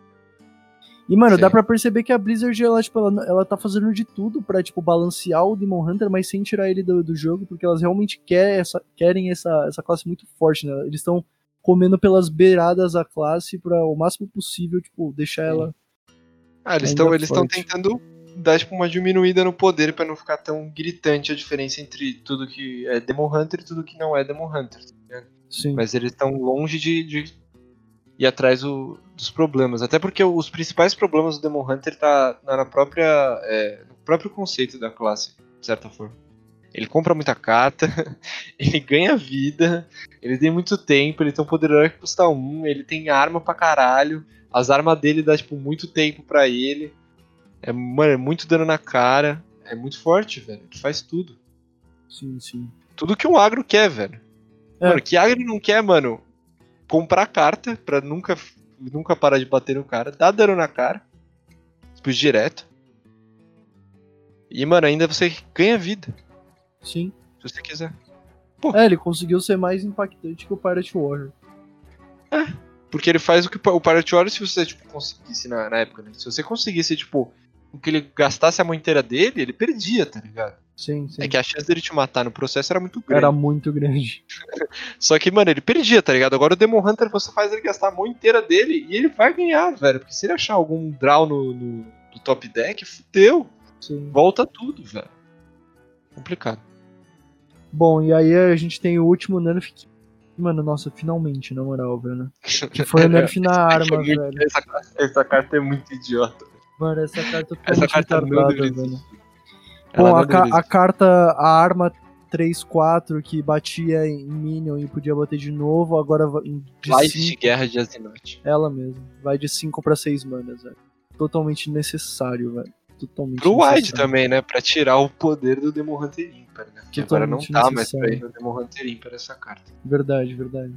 E, mano, dá pra perceber que a Blizzard, ela tá fazendo de tudo pra, tipo, balancear o Demon Hunter, mas sem tirar ele do jogo, porque elas realmente querem essa classe muito forte, né? Eles estão comendo pelas beiradas a classe pra o máximo possível, tipo, deixar ela... Eles estão tentando dar, tipo, uma diminuída no poder pra não ficar tão gritante a diferença entre tudo que é Demon Hunter e tudo que não é Demon Hunter. Tá? Sim. Mas eles estão longe de ir atrás dos problemas. Até porque os principais problemas do Demon Hunter tá no próprio conceito da classe, de certa forma. Ele compra muita carta, ele ganha vida, ele tem muito tempo, ele tem um poder heróico que custa 1, ele tem arma pra caralho, as armas dele dá, tipo, muito tempo pra ele. Mano, é muito dano na cara, é muito forte, velho, ele faz tudo. Sim, sim. Tudo que um agro quer, velho. Mano, que agro não quer, mano? Comprar carta pra nunca parar de bater no cara, dar dano na cara, tipo, direto. E, mano, ainda você ganha vida. Sim. Se você quiser. Ele conseguiu ser mais impactante que o Pirate Warrior. Porque ele faz o que o Pirate Warrior, se você, tipo, conseguisse na época, né? Se você conseguisse, tipo, que ele gastasse a mão inteira dele, ele perdia, tá ligado? Sim, sim. É que a chance dele te matar no processo era muito grande. Era muito grande. Só que, mano, ele perdia, tá ligado? Agora o Demon Hunter, você faz ele gastar a mão inteira dele e ele vai ganhar, velho. Porque se ele achar algum draw no top deck, fudeu. Sim. Volta tudo, velho. Complicado. Bom, e aí a gente tem o último nerf que... Mano, nossa, finalmente, na moral, velho. Que foi o nerf na arma, velho. Essa carta é muito idiota. Mano, essa carta é totalmente retardada, velho. Bom, a arma 3-4 que batia em Minion e podia bater de novo, agora de Guerra de Azinoth. Ela mesmo. Vai de 5 pra 6 manas, velho. Totalmente necessário, velho. Totalmente pro Wide também, né? Pra tirar o poder do Demon Hunter Ímpar, né? Porque agora não tá mais pra ir no Demon Hunter Ímpar essa carta. Verdade.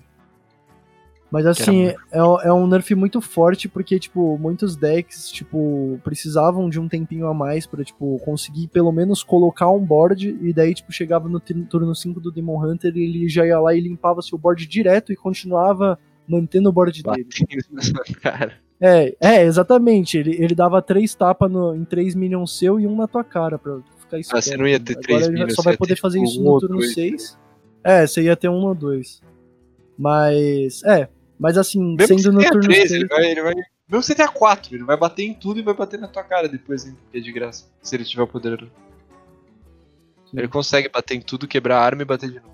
Mas assim, é um nerf muito forte, porque, tipo, muitos decks, tipo, precisavam de um tempinho a mais pra, tipo, conseguir pelo menos colocar um board, e daí, tipo, chegava no turno 5 do Demon Hunter e ele já ia lá e limpava seu board direto e continuava mantendo o board dele. Cara. Exatamente. Ele dava 3 tapas em 3 minions seu e 1 na tua cara pra ficar esperto. Você não ia ter 3 minions. Ele só vai poder fazer isso no turno 6. Você ia ter 1 ou 2. Mas assim, mesmo sendo no turno 3, 6... ele vai... Mesmo você tenha 4, ele vai bater em tudo e vai bater na tua cara depois, hein? Porque é de graça. Se ele tiver o poder. Sim. Ele consegue bater em tudo, quebrar a arma e bater de novo.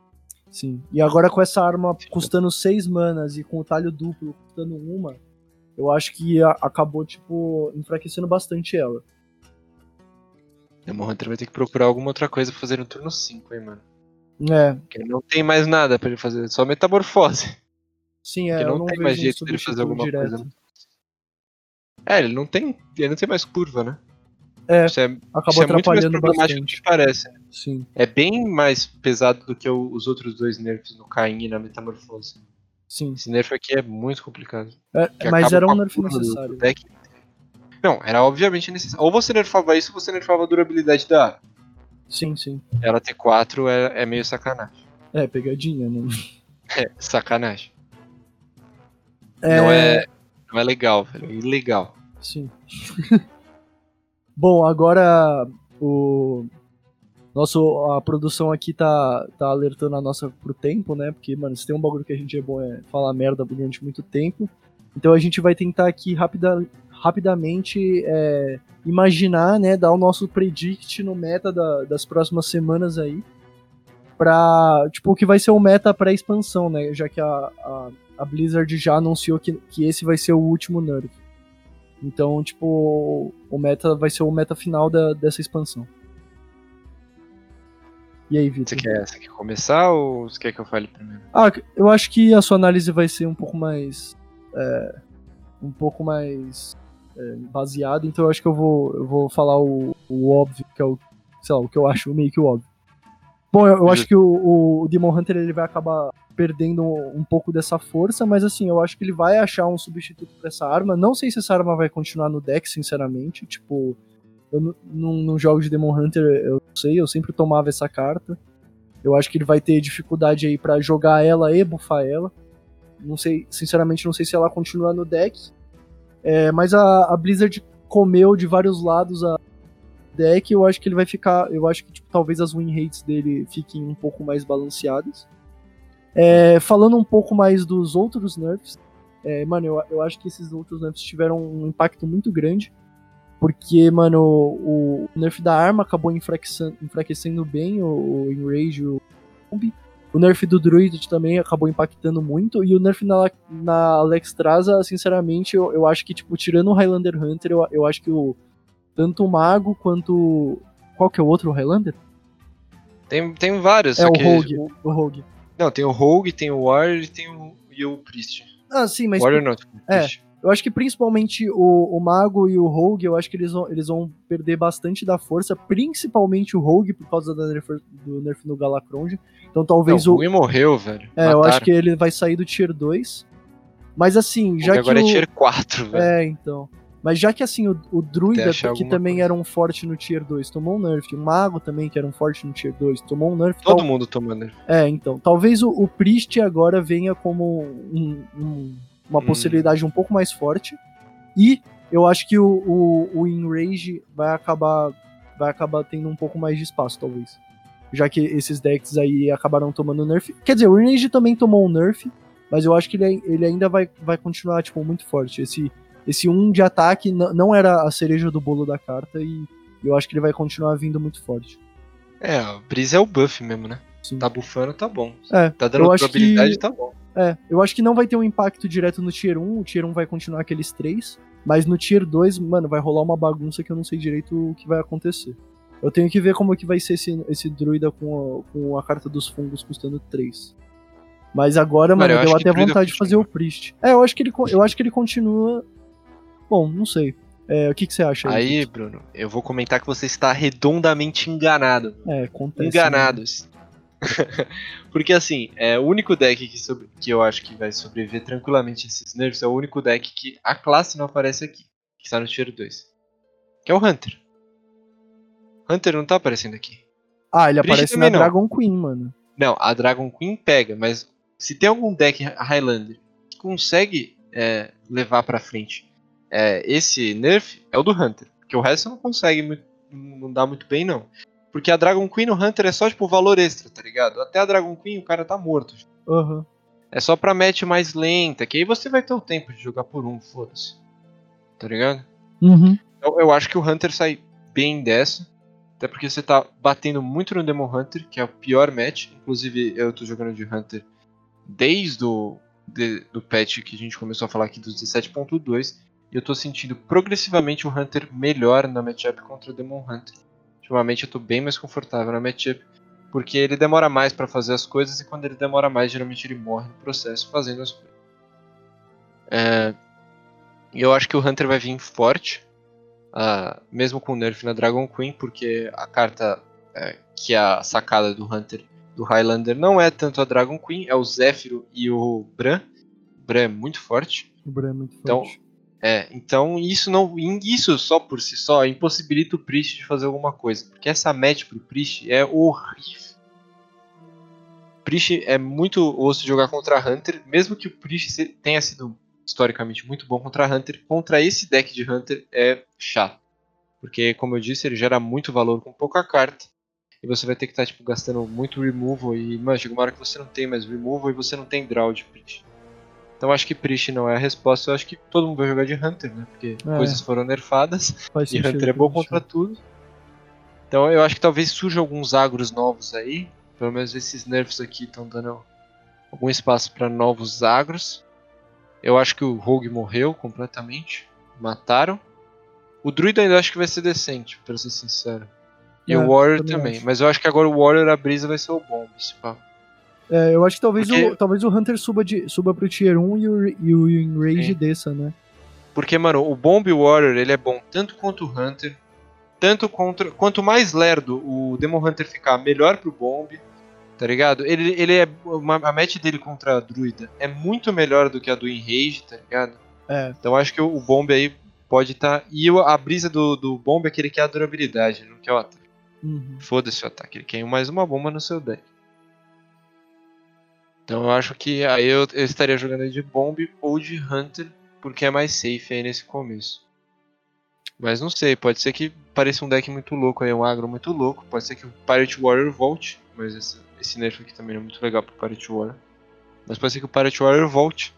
Sim. E agora com essa arma custando 6 manas e com o talho duplo custando 1, eu acho que acabou, tipo, enfraquecendo bastante ela. Demon Hunter vai ter que procurar alguma outra coisa pra fazer no turno 5, hein, mano. É, Porque não tem mais nada pra ele fazer, só metamorfose. sim, Porque eu não não tem mais vejo um jeito dele fazer substituto alguma coisa. direto. Ele não tem mais curva, né? É, Isso é, acabou isso é muito mais atrapalhando problemático do bastante. que parece. Né? Sim, É bem mais pesado do que os outros dois nerfs no Caim e na metamorfose. sim. Esse nerf aqui é muito complicado. Que Mas acaba era com um a nerf curva do necessário. deck. Não, era obviamente necessário. Ou você nerfava isso ou você nerfava a durabilidade da arma. Sim, sim. Ela ter 4 é meio sacanagem. É, pegadinha, né? É, sacanagem. Não É, é, não é legal, velho. É ilegal. sim. Bom, agora o a produção aqui tá alertando a nossa pro tempo, né? Porque, mano, se tem um bagulho que a gente é bom é falar merda durante muito tempo. Então a gente vai tentar aqui rapidamente imaginar, né? Dar o nosso predict no meta das próximas semanas aí. Pra, tipo, o que vai ser o meta pré-expansão, né? Já que a Blizzard já anunciou que esse vai ser o último nerf. Então, tipo, o meta vai ser o meta final dessa expansão. E aí, Vitor? Você quer começar ou você quer que eu fale primeiro? Eu acho que a sua análise vai ser um pouco mais baseada, então eu acho que eu vou falar o óbvio, que é o, sei lá, o que eu acho meio que o óbvio. Bom, eu acho que o Demon Hunter ele vai acabar perdendo um pouco dessa força, mas assim, eu acho que ele vai achar um substituto pra essa arma. Não sei se essa arma vai continuar no deck, sinceramente. Tipo, eu não jogo de Demon Hunter, eu sei, eu sempre tomava essa carta. Eu acho que ele vai ter dificuldade aí pra jogar ela e buffar ela. Não sei, sinceramente, não sei se ela continua no deck. Mas a Blizzard comeu de vários lados a deck. Eu acho que ele vai ficar. Eu acho que tipo, talvez as win rates dele fiquem um pouco mais balanceadas. Falando um pouco mais dos outros nerfs, mano, eu acho que esses outros nerfs tiveram um impacto muito grande. Porque, mano, o nerf da arma acabou enfraquecendo bem o Enrage e o Zombie. O nerf do Druid também acabou impactando muito. E o nerf na Alexstrasza, sinceramente, eu acho que, tipo, tirando o Highlander Hunter, eu acho que tanto o Mago quanto. Qual que é o outro Highlander? Tem vários, É só o que. Rogue. O Rogue. Não, tem o Rogue, tem o Warrior e o Priest. Ah, sim, mas. Warrior não, o Priest. Eu acho que principalmente o Mago e o Rogue, eu acho que eles vão perder bastante da força, principalmente o Rogue, por causa do nerf no Galacronge. Então talvez não, o Rogue morreu, velho. eu acho que ele vai sair do Tier 2. Mas assim, já que agora é Tier 4, velho. então. Mas já que assim, o Druida, que também coisa. era um forte no Tier 2, tomou um nerf. O Mago também, que era um forte no Tier 2, tomou um nerf. Todo mundo tomou nerf. Então. Talvez o Priest agora venha como uma possibilidade um pouco mais forte. E eu acho que o Enrage vai acabar tendo um pouco mais de espaço, talvez. Já que esses decks aí acabaram tomando nerf. Quer dizer, o Enrage também tomou um nerf, mas eu acho que ele ainda vai continuar, tipo, muito forte. Esse 1 de ataque não era a cereja do bolo da carta e eu acho que ele vai continuar vindo muito forte. A Breeze é o buff mesmo, né? Sim. Tá buffando, tá bom. Tá dando probabilidade, tá bom. Eu acho que não vai ter um impacto direto no Tier 1, o Tier 1 vai continuar aqueles 3, mas no Tier 2, mano, vai rolar uma bagunça que eu não sei direito o que vai acontecer. Eu tenho que ver como que vai ser esse druida com a carta dos fungos custando 3. Mas agora, mano, deu até vontade de fazer o Priest. Eu acho que ele continua... Bom, não sei. O que você acha aí? Aí, Bruno, eu vou comentar que você está redondamente enganado. Acontece. Enganados. Porque assim, o único deck que eu acho que vai sobreviver tranquilamente a esses nerfs é o único deck que a classe não aparece aqui, que está no Tier 2. Que é o Hunter. Hunter não tá aparecendo aqui. Ele aparece na Dragon Queen, mano. Não, a Dragon Queen pega, mas se tem algum deck Highlander que consegue levar pra frente esse nerf, é o do Hunter. Porque o resto não consegue, não dá muito bem, não. Porque a Dragon Queen no Hunter é só, tipo, valor extra, tá ligado? Até a Dragon Queen o cara tá morto. Uhum. É só pra match mais lenta, que aí você vai ter o tempo de jogar por foda-se. Tá ligado? Uhum. Então eu acho que o Hunter sai bem dessa. Até porque você tá batendo muito no Demon Hunter, que é o pior match. Inclusive, eu tô jogando de Hunter desde o do patch que a gente começou a falar aqui dos 17.2, e eu tô sentindo progressivamente o Hunter melhor na matchup contra o Demon Hunter. Ultimamente eu tô bem mais confortável na matchup, porque ele demora mais pra fazer as coisas, e quando ele demora mais, geralmente ele morre no processo fazendo as coisas. E eu acho que o Hunter vai vir forte, mesmo com o nerf na Dragon Queen, porque a carta que é a sacada do Hunter do Highlander não é tanto a Dragon Queen, é o Zephyro e o Bran. O Bran é muito forte. O Bran é muito forte. Então isso só por si só impossibilita o Priest de fazer alguma coisa, porque essa match pro Priest é horrível. Priest é muito osso de jogar contra Hunter, mesmo que o Priest tenha sido historicamente muito bom contra Hunter, contra esse deck de Hunter é chato. Porque, como eu disse, ele gera muito valor com pouca carta, e você vai ter que estar gastando muito removal, e chega uma hora que você não tem mais removal e você não tem draw de Priest. Então acho que Priest não é a resposta, eu acho que todo mundo vai jogar de Hunter, né? Porque coisas foram nerfadas, e Hunter é bom contra tudo. Então eu acho que talvez surjam alguns agros novos aí, pelo menos esses nerfs aqui estão dando algum espaço para novos agros. Eu acho que o Rogue morreu completamente, mataram. O Druid ainda acho que vai ser decente, pra ser sincero. E o Warrior também, mas eu acho que agora o Warrior, a brisa vai ser o Bomb, se pá. Eu acho que talvez o Hunter suba pro Tier 1 e o Enrage desça, né? Porque, mano, o Bomb Warrior, ele é bom tanto quanto o Hunter, quanto mais lerdo o Demon Hunter ficar, melhor pro Bomb, tá ligado? A match dele contra a Druida é muito melhor do que a do Enrage, tá ligado? Então acho que o Bomb aí pode estar... E a brisa do Bomb é que ele quer a durabilidade, ele não quer o ataque. Foda-se o ataque, ele quer mais uma bomba no seu deck. Então eu acho que aí eu estaria jogando de Bomb ou de Hunter, porque é mais safe aí nesse começo. Mas não sei, pode ser que pareça um deck muito louco aí, um agro muito louco. Pode ser que o Pirate Warrior volte, mas esse nerf aqui também não é muito legal pro Pirate Warrior. Mas pode ser que o Pirate Warrior volte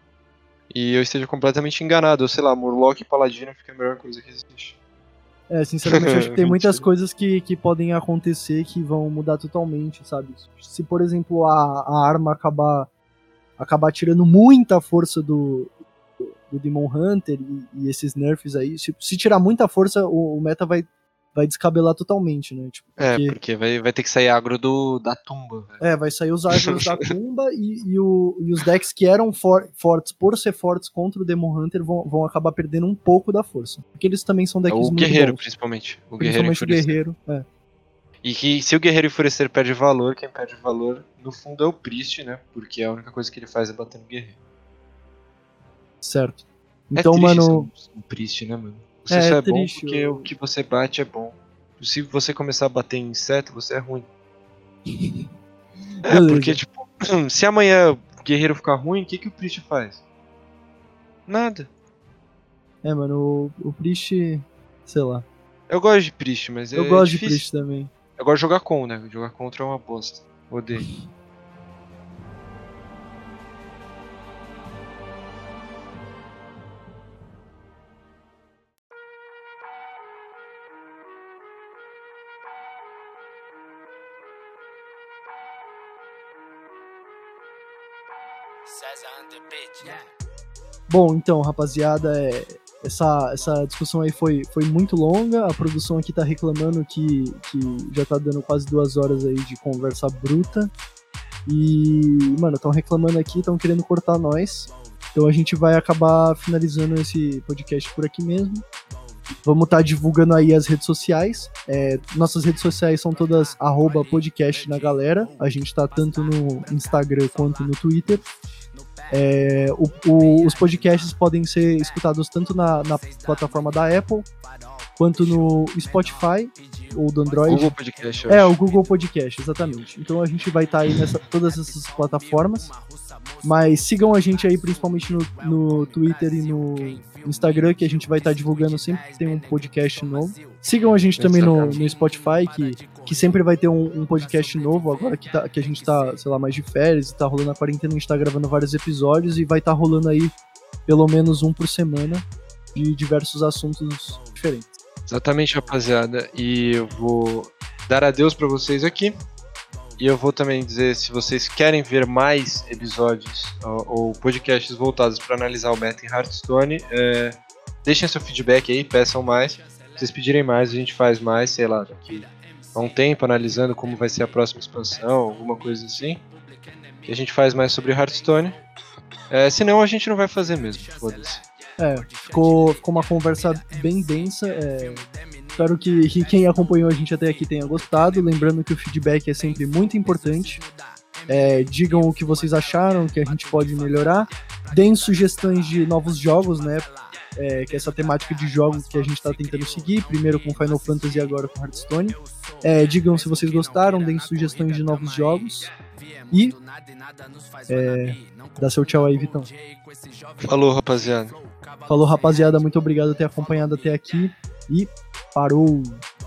e eu esteja completamente enganado. Ou sei lá, Murloc e Paladino fica a melhor coisa que existe. Sinceramente, acho que tem muitas coisas que podem acontecer que vão mudar totalmente, sabe? Se, por exemplo, a arma acabar tirando muita força do Demon Hunter e esses nerfs aí, se tirar muita força, o meta vai descabelar totalmente, né? Porque vai ter que sair agro da tumba. Velho. Vai sair os agros da tumba e os decks que eram fortes por ser fortes contra o Demon Hunter vão acabar perdendo um pouco da força. Porque eles também são decks muito guerreiro, bons. Principalmente o guerreiro. E que se o Guerreiro Enfurecer perde valor, quem perde valor no fundo é o Priest, né? Porque a única coisa que ele faz é bater no Guerreiro. Certo. Então, mano... O Priest, né, mano? Você só é bom porque o que você bate é bom. Se você começar a bater em inseto, você é ruim. Porque, tipo, se amanhã o Guerreiro ficar ruim, o que o Priest faz? Nada. Mano, o Priest... Sei lá. Eu gosto de Priest, mas eu gosto difícil. De Priest também. Eu gosto de jogar com, né? Jogar contra é uma bosta. Odeio. Bom, então, rapaziada, essa discussão aí foi muito longa. A produção aqui tá reclamando que já tá dando quase 2 horas aí de conversa bruta. E, mano, estão reclamando aqui, estão querendo cortar nós. Então a gente vai acabar finalizando esse podcast por aqui mesmo. Vamos estar divulgando aí as redes sociais. Nossas redes sociais são todas @podcast na galera. A gente tá tanto no Instagram quanto no Twitter. Os podcasts podem ser escutados tanto na plataforma da Apple quanto no Spotify ou do Android. Google Podcast. O Google Podcast, exatamente. Então a gente vai estar aí todas essas plataformas. Mas sigam a gente aí, principalmente no Twitter e no Instagram, que a gente vai estar divulgando sempre que tem um podcast novo. Sigam a gente também no Spotify, que sempre vai ter um podcast novo, agora que a gente tá, sei lá, mais de férias e tá rolando a quarentena, a gente tá gravando vários episódios e vai estar rolando aí pelo menos um por semana de diversos assuntos diferentes. Exatamente, rapaziada. E eu vou dar adeus pra vocês aqui. E eu vou também dizer, se vocês querem ver mais episódios ou podcasts voltados para analisar o meta em Hearthstone, deixem seu feedback aí, peçam mais. Se vocês pedirem mais, a gente faz mais, sei lá, daqui a um tempo, analisando como vai ser a próxima expansão, alguma coisa assim. E a gente faz mais sobre Hearthstone. Senão a gente não vai fazer mesmo, foda-se. Ficou uma conversa bem densa. Espero que quem acompanhou a gente até aqui tenha gostado. Lembrando que o feedback é sempre muito importante. Digam o que vocês acharam, que a gente pode melhorar. Deem sugestões de novos jogos, né? Que é essa temática de jogos que a gente está tentando seguir. Primeiro com Final Fantasy e agora com Hearthstone. Digam se vocês gostaram, deem sugestões de novos jogos. E dá seu tchau aí, Vitão. Falou, rapaziada. Falou, rapaziada. Muito obrigado por ter acompanhado até aqui. E parou!